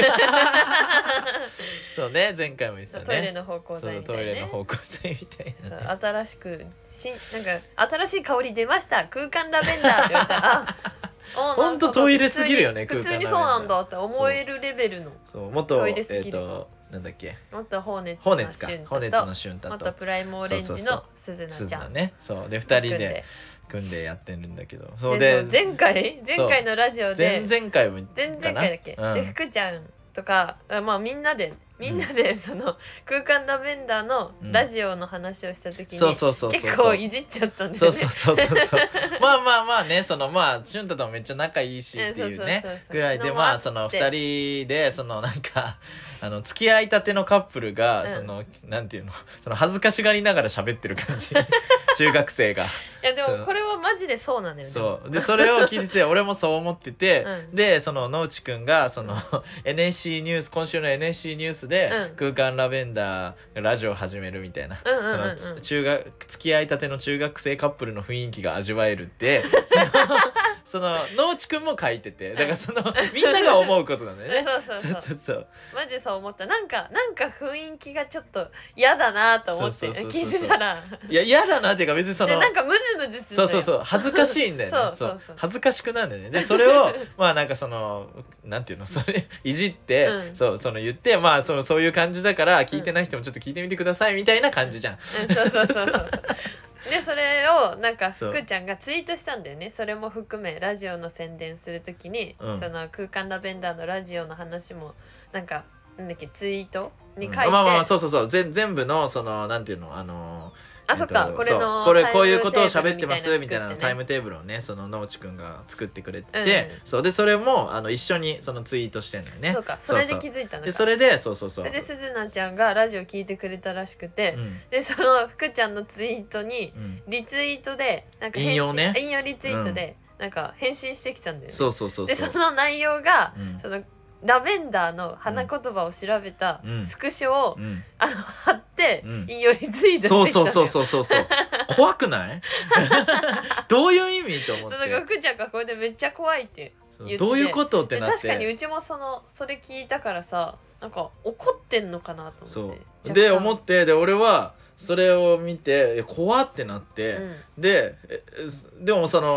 そうね前回も言ってたね、 トイレの方向剤みたいな、ね、 トイレの方向剤みたいな、ね、 新しくしなんか新しい香り出ました空間ラベンダーって言われたらあほんとトイレすぎるよね、 普通にそうなんだって思えるレベルのそうもっとトイレすぎる、えーとなんだっけもっと放熱放熱か放熱の瞬太ともっとプライムオレンジの鈴菜ちゃんね、そうでふたりで組んでやってるんだけど、そうで前回前回のラジオで前々回も前々回だっけ、うん、で福ちゃんとかまあみんなでみんなでその空間ラベンダーのラジオの話をした時に結構いじっちゃったんですよね。 そうそうそうそうまあまあまあねそのまあ俊太ともめっちゃ仲いいしっていうねぐらいでまあそのふたりでそのなんかあの付き合いたてのカップルが、うん、そのなんていうのその恥ずかしがりながら喋ってる感じ中学生が。 いやでもこれはマジでそうなんだよね。 そうでそれを聞いてて俺もそう思ってて、うん、でその野内くんがその エヌエスシー ニュース今週の エヌエスシー ニュースで、うん、空間ラベンダーラジオ始めるみたいな、うんうんうんうん、その中学付き合いたての中学生カップルの雰囲気が味わえるってその野内くんも書いててだからそのみんなが思うことなんだよね。 そうそうそうそうそうマジそう思った。なんかなんか雰囲気がちょっと嫌だなと思って聞いてたらいや嫌だなっていうか別にそのなんかムズムズするそうそうそう恥ずかしいんだよねそうそうそう恥ずかしくなるんだよね。でそれをまあなんかそのなんていうのそれいじって、うん、そうその言ってまあそのそういう感じだから聞いてない人もちょっと聞いてみてくださいみたいな感じじゃん、 うんうん、そうそうそうそうでそれをなんか福ちゃんがツイートしたんだよね。それも含めラジオの宣伝するときに、うん、その空間ラベンダーのラジオの話もなんかなんだっけツイートに書いて、うん、 まあまあそうそうそう全全部のそのなんていうのあのあ、そっか、これのこれこういうことを喋ってますみたいなタイムテーブルをねその野内くんが作ってくれてて、うん、そうでそれもあの一緒にそのツイートしてんのよね。 そうかそれで気づいたのか。 でそれでそうそうそうで鈴菜ちゃんがラジオ聞いてくれたらしくて、うん、でその福ちゃんのツイートにリツイートでなんか引用ね引用リツイートで、うん、なんか返信してきたんだよね。 そうそうそうそう。 でその内容が、うん、そのラベンダーの花言葉を調べたスクショを、うん、あの貼って引用リツイートしてきた、 そうそうそうそうそうそう怖くないどういう意味と思って。 その福ちゃんがこれでめっちゃ怖いって言っててどういうことってなって。 確かにうちもそのそれ聞いたからさなんか怒ってんのかなと思って。 そうで思ってで俺はそれを見て怖ってなって、うん、ででもその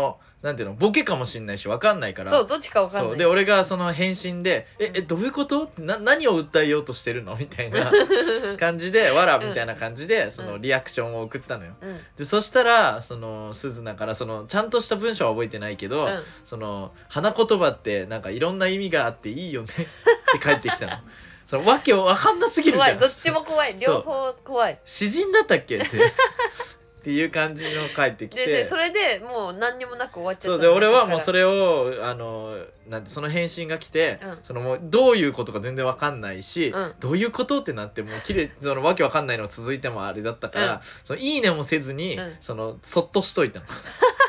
なんていうのボケかもしんないし分かんないからそうどっちか分かんない。 そうで俺がその返信で「ええどういうこと?」な何を訴えようとしてるのみたいな感じで「わら」みたいな感じでそのリアクションを送ったのよ。 うん、 でそしたらそのすずなからそのちゃんとした文章は覚えてないけど、うん、その花言葉ってなんかいろんな意味があっていいよねって返ってきたの。そのわけわかんなすぎるじゃん。 怖いどっちも怖い両方怖い。 詩人だったっけってっていう感じの返ってきてでそれでもう何にもなく終わっちゃった。 そうで俺はもうそれをあのなんてその返信が来て、うん、そのもうどういうことか全然わかんないし、うん、どういうことってなってもうきれいそのわけわかんないの続いてもあれだったから、うん、そのいいねもせずに、うん、そのそっとしといたの。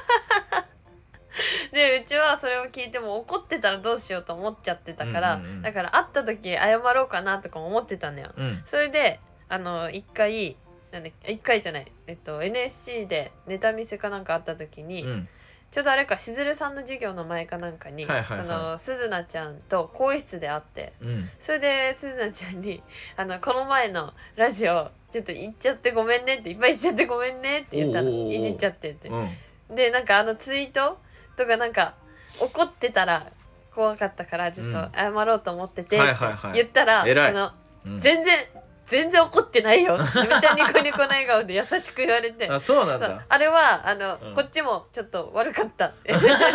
でうちはそれを聞いても怒ってたらどうしようと思っちゃってたから、うんうんうん、だから会った時謝ろうかなとか思ってたのよ、うん、それであの一回なんだっけ一回じゃないえっと エヌエスシー でネタ見せかなんかあった時に、うん、ちょうどあれかしずるさんの授業の前かなんかに、はいはいはい、そのすずなちゃんと更衣室で会って、うん、それですずなちゃんにあのこの前のラジオちょっと言っちゃってごめんねっていっぱい言っちゃってごめんねって言ったの。いじっちゃってって、うん、でなんかあのツイートとかなんか怒ってたら怖かったからちょっと謝ろうと思っててって言ったら、うんはいはいはい、あの、うん、全然全然怒ってないよめっちゃニコニコな笑顔で優しく言われてあそうなんだ。 あれはあの、うん、こっちもちょっと悪かったって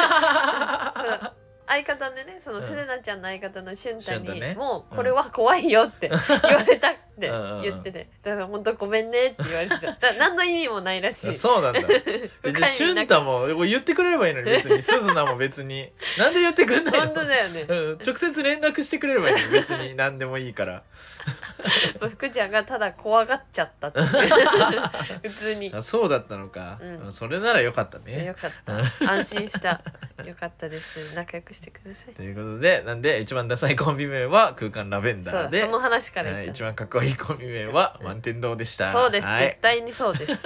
相方でねそのすずなちゃんの相方のしゅんたに、うんね、もうこれは怖いよって言われたって言っててだから本当ごめんねって言われてただ何の意味もないらしい。 そうなんだ。じゃあしゅんたも言ってくれればいいのに別にすずなも別になんで言ってくれないの。 本当だよね、うん、 直接連絡してくれればいいのに別に何でもいいから福ちゃんがただ怖がっちゃったって普通に。 あそうだったのか、うん、それならよかったね。 よかった安心したよかったです仲良くしてくださいということでなんで一番ダサいコンビ名は空間ラベンダーでそ, その話から言った、 一番かっこいいコンビ名は満天堂でした。 そうです、はい、絶対にそうです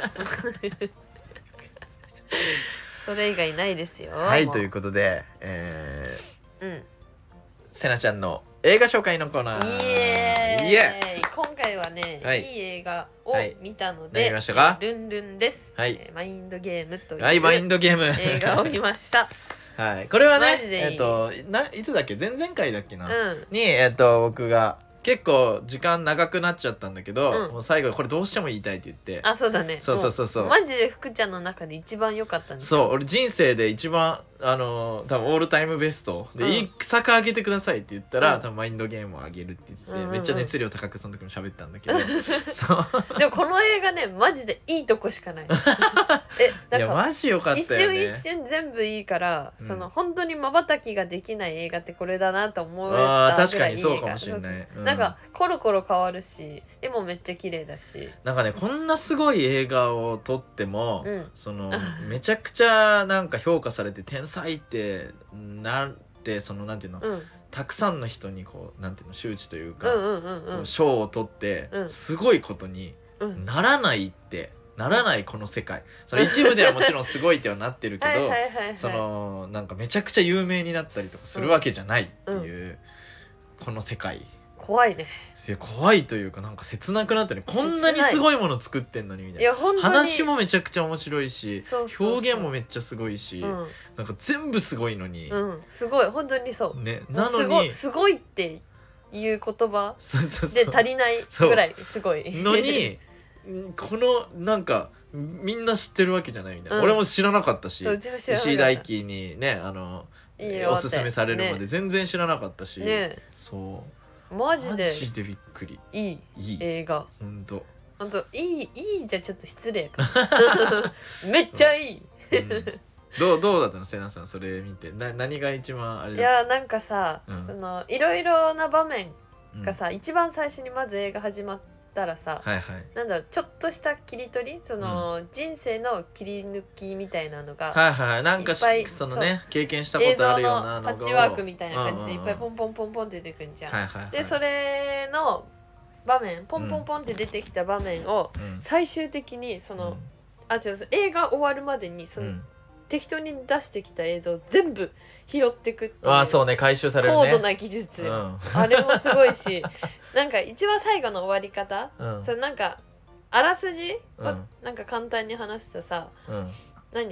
それ以外ないですよ。 はいということで、えー、うんせなちゃんの映画紹介のコーナー。 イエーイ、イエーイ。今回はね、はい、いい映画を見たので、はい、 ましたか？ ルンルンです、はい、マインドゲームという、 はい、マインドゲーム映画を見ましたはい、これはねえっとないつだっけ前々回だっけな、うん、にえっと僕が結構時間長くなっちゃったんだけど、うん、もう最後これどうしても言いたいって言って。 あそうだね。 そうそうそうそうマジで福ちゃんの中で一番良かったんですよ。そう俺人生で一番あのー、多分オールタイムベストで、うん、いい作あげてくださいって言ったら、うん、多分マインドゲームをあげるって言ってて、うんうんうん、めっちゃ熱量高くその時も喋ったんだけどそうでもこの映画ねマジでいいとこしかないえなんかいやマジ良かったよね。 一瞬一瞬全部いいから、うん、その本当に瞬きができない映画ってこれだなと思えたぐらいいい映画。あ確かにそうかもしれない、うん、なんかコロコロ変わるし絵もめっちゃ綺麗だしなんかねこんなすごい映画を撮っても、うん、そのめちゃくちゃなんか評価されて天才ってなってそのなんていうの、うん、たくさんの人にこうなんていうの周知というか、うんうんうんうん、賞を取って、うん、すごいことにならないって、うん、ならないこの世界その一部ではもちろんすごいってはなってるけどそのなんかめちゃくちゃ有名になったりとかするわけじゃないっていう、うんうん、この世界怖いね。 怖いというかなんか切なくなったね。こんなにすごいもの作ってんのにみたいな。いや本当に話もめちゃくちゃ面白いしそうそうそう表現もめっちゃすごいし、うん、なんか全部すごいのに、 うん、すごい本当にそうね。なのにすごい、すごいっていう言葉で足りないぐらいすごいのにこのなんかみんな知ってるわけじゃないみたいな、うん、俺も知らなかったし石井大輝にねあのいいおすすめされるまで全然知らなかったし、ね、そうマジでマジでびっくりいいいい映画ほんとほんといいいいじゃちょっと失礼かめっちゃいい、 うん、どうどうだったのせなさんそれ見てな何が一番あれだった？ いやなんかさ、うん、そのいろいろな場面がさ、うん、一番最初にまず映画始まったらさ、はいはい、なんだろうちょっとした切り取りその、うん、人生の切り抜きみたいなのがはいはいなんかそのね経験したことあるようなのがパッチワークみたいな感じでいっぱいポンポンポンポンって出てくんじゃん、はいはいはい、でそれの場面ポンポンポンって出てきた場面を最終的にその、うん、あ違う映画終わるまでにその、うん、適当に出してきた映像全部拾ってくっていうあそうね回収されるね高度な技術、うん、あれもすごいしなんか一番最後の終わり方、うん、それなんかあらすじをなんか簡単に話すとさ、うん、何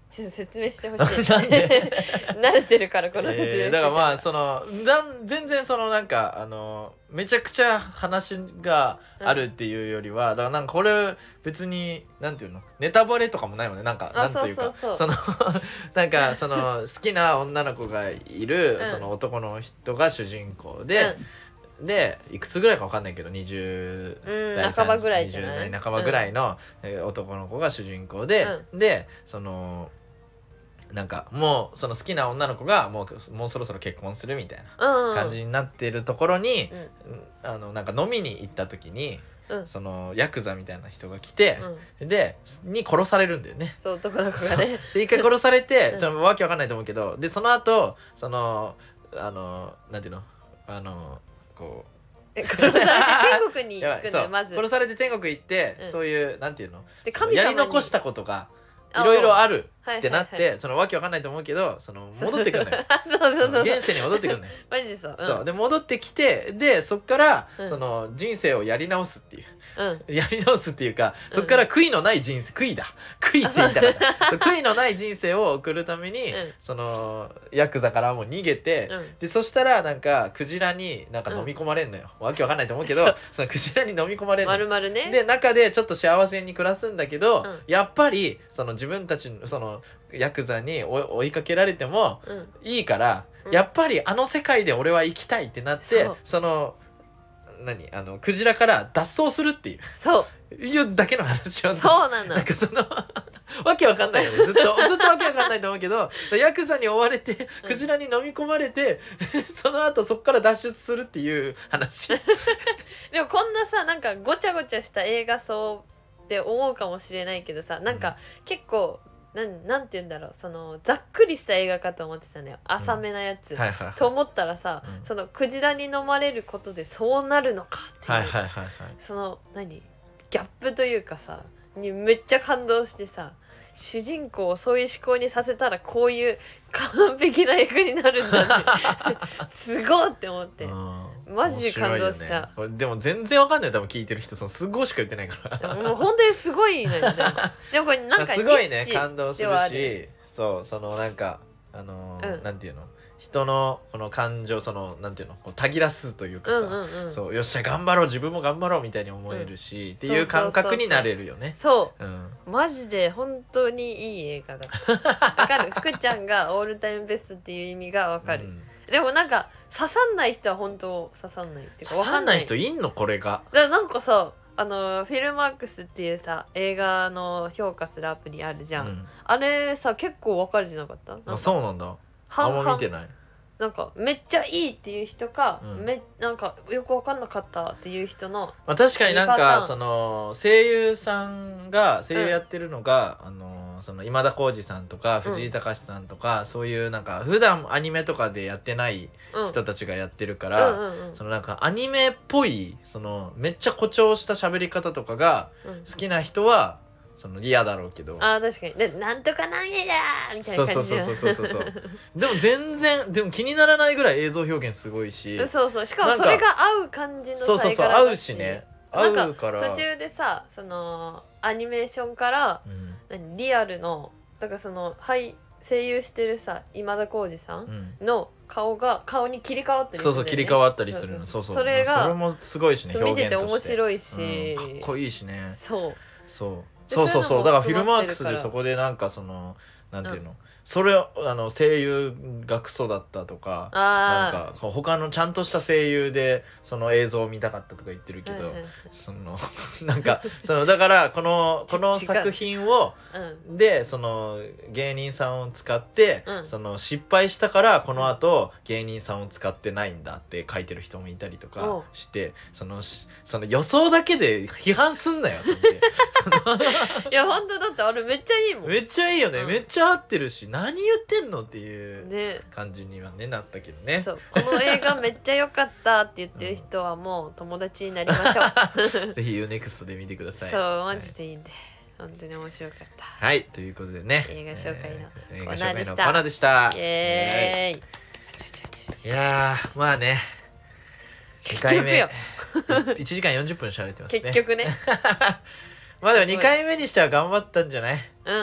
ちょっと説明してほしい慣れてるからこの説明、えー、だからまあそのなん全然そのなんかあのめちゃくちゃ話があるっていうよりは、うん、だからなんかこれ別になんていうのネタバレとかもないもんね。なんかなんていうかそのなんかその好きな女の子がいる、うん、その男の人が主人公で、うん、でいくつぐらいか分かんないけどにじゅう代、 うん、半ばぐらいじゃないにじゅう代半ばぐらいの、うん、男の子が主人公で、うん、でそのなんかもうその好きな女の子がもうもうそろそろ結婚するみたいな感じになってるところに、うん、あのなんか飲みに行った時に、うん、そのヤクザみたいな人が来て、うん、でに殺されるんだよね。 そう男の子がね。 で一回殺されて、うん、そのわけわかんないと思うけど、でその後そのあのなんていうのあのこう殺されて天国に行くのよまず。 殺されて天国行って、うん、そういうなんていうので神様やり残したことがいろいろあるってなって、はいはいはい、そのわけわかんないと思うけどその戻ってくるのよ。 そうそうそう現世に戻ってくるのよ。 マジでそう、 うん、そうで戻ってきてでそっから、うん、その人生をやり直すっていう、うん、やり直すっていうかそっから悔いのない人生、悔いだ悔いって言いたかった悔いのない人生を送るために、うん、そのヤクザからも逃げて、うん、でそしたらなんかクジラになんか飲み込まれんのよ、うん、わけわかんないと思うけどそそのクジラに飲み込まれんの丸々ね。 で中でちょっと幸せに暮らすんだけど、うん、やっぱりその自分たちのそのヤクザに追いかけられてもいいから、うん、やっぱりあの世界で俺は生きたいってなって、うん、その何あのクジラから脱走するっていうそういうだけの話なんだ。 そうなの。 なんかそのわけわかんないよねずっとずっとわけわかんないと思うけどヤクザに追われてクジラに飲み込まれて、うん、その後そこから脱出するっていう話でもこんなさなんかごちゃごちゃした映画そうって思うかもしれないけどさなんか結構なんなんて言うんだろうそのざっくりした映画かと思ってたのよ浅めなやつ、うんはいはいはい、と思ったらさ、うん、そのクジラに飲まれることでそうなるのかっていう、はいはいはいはい、その何ギャップというかさにめっちゃ感動してさ主人公をそういう思考にさせたらこういう完璧な役になるんだってすごいって思って、マジで感動した、 ね、でも全然わかんない多分聞いてる人そのすごいしか言ってないからもう本当にすごいのよでもでもこれなんかすごいね感動するしそうそのなんかあのーうん、なんていうの人のこの感情そのなんていうのこうたぎらすというかさ、うんうんうん、そうよっしゃ頑張ろう自分も頑張ろうみたいに思えるし、うん、っていう感覚になれるよね。 そう、うん、マジで本当にいい映画だわかる福ちゃんがオールタイムベストっていう意味がわかる、うん、でもなんか刺さんない人は本当刺さんないっていうか刺さんない人いんのこれがだからなんかさあのフィルマークスっていうさ映画の評価するアプリあるじゃん、うん、あれさ結構分かれてなかった？なんかあそうなんだあんま見てないなんかめっちゃいいっていう人か、うん、めなんかよく分かんなかったっていう人の、 まあ、確かになんかその声優さんが声優やってるのが、うん、あのその今田耕司さんとか藤井隆さんとか、うん、そういうなんか普段アニメとかでやってない人たちがやってるから、うんうんうんうん、そのなんかアニメっぽいそのめっちゃ誇張した喋り方とかが好きな人は、その嫌だろうけどあ確かにでなんとかなんやだみたいな感じそうそうそうそうそうそうでも全然でも気にならないぐらい映像表現すごいしそうそうしかもそれが合う感じのそうそうそう合うしね合うから途中でさそのアニメーションから、うん、リアルのだからそのはい声優してるさ今田耕司さんの顔が、うん、顔に切り替わったりする、ね、 そうそう切り替わったりするのそうそうそれがそれもすごいしね表現として見てて面白いし、 うん、かっこいいしねそうそうそうそうそうだからフィルマークスでそこでなんかそのなんていうの、うん、それあの声優がクソだったとかなんか他のちゃんとした声優でその映像を見たかったとか言ってるけど、そのなんかそのだからこのこの作品を、うん、でその芸人さんを使って、うん、その失敗したからこの後芸人さんを使ってないんだって書いてる人もいたりとかしてそのその予想だけで批判すんなよと思っていや本当だってあれめっちゃいいもんめっちゃいいよね、うん、めっちゃ合ってるし何言ってんのっていう感じにはねなったけどねそうこの映画めっちゃ良かったって言ってる人はもう友達になりましょうぜひ ユーネクスト で見てくださいそうマジでいいんで、はい、本当に面白かったはいということでね映画紹介の映画紹介のコーナーでしたイエーイいやーまあねにかいめいちじかんよんじゅっぷん喋ってますね結局ねまあでもにかいめにしては頑張ったんじゃない？ うん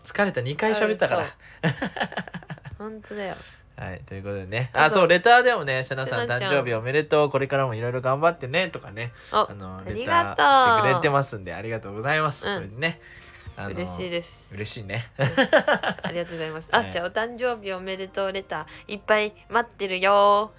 疲れたにかい喋ったから本当だよ。 はい、ということでね。あ、そう、レターでもね、せなさん誕生日おめでとう。これからもいろいろ頑張ってね。とかね。あの、レター来てくれてますんで、ありがとうございます。うん、これね。 嬉しいです。 嬉しいね。 うん、ありがとうございます。あ、じゃあお誕生日おめでとうレターいっぱい待ってるよ。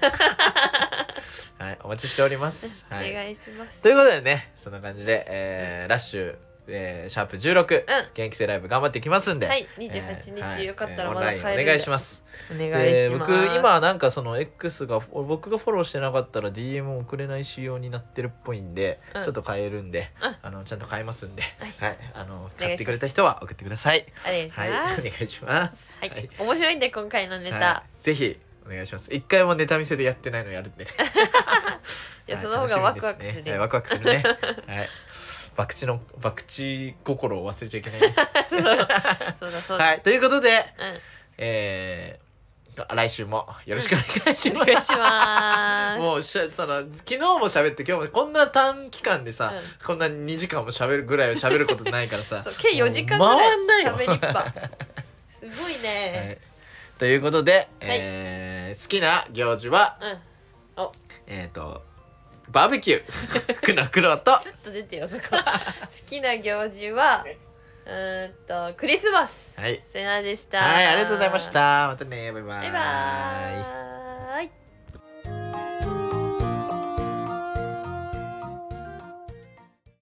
はい、お待ちしております。 はい、お願いします。 ということでね、そんな感じで、えー、ラッシュ、えー、シャープじゅうろく、うん、元気性ライブ頑張ってきますんで、 はい、にじゅうはちにち、えー、よかったらまだ帰るんで、 えー、お願いします。 お願いします。えー、 僕今なんかその X が僕がフォローしてなかったら ディーエム 送れない仕様になってるっぽいんで、うん、ちょっと変えるんで、うん、あのちゃんと変えますんで、はい、はい、あの買ってくれた人は送ってください。 お願いします。はい、 お願いします。 はい、はい、面白いんで今回のネタ、 はい、ぜひお願いします。一回もネタ見せでやってないのやるんでね。 いや、その方がワクワクする、 ね、はい、ワクワクするね。はい。博打の博打心を忘れちゃいけないね。 そうだそうだ。 はい、ということで、 うん、 えー、来週もよろしくお願いします。 お願いします。 もうしゃその昨日も喋って今日もこんな短期間でさ、うん、こんなにじかんも喋るぐらいは喋ることないからさ、 計よじかんぐらい喋りっぱ。すごいね。 はい、ということで、はい、えー、好きな行事は、 うん、おえっ、ー、とバーベキュー。くのくろと。 ちょっと出てよそこ。好きな行事はうんとクリスマス。 はい。 せなでした。 はい、ありがとうございました。またね、バイバイ。 バイバイ。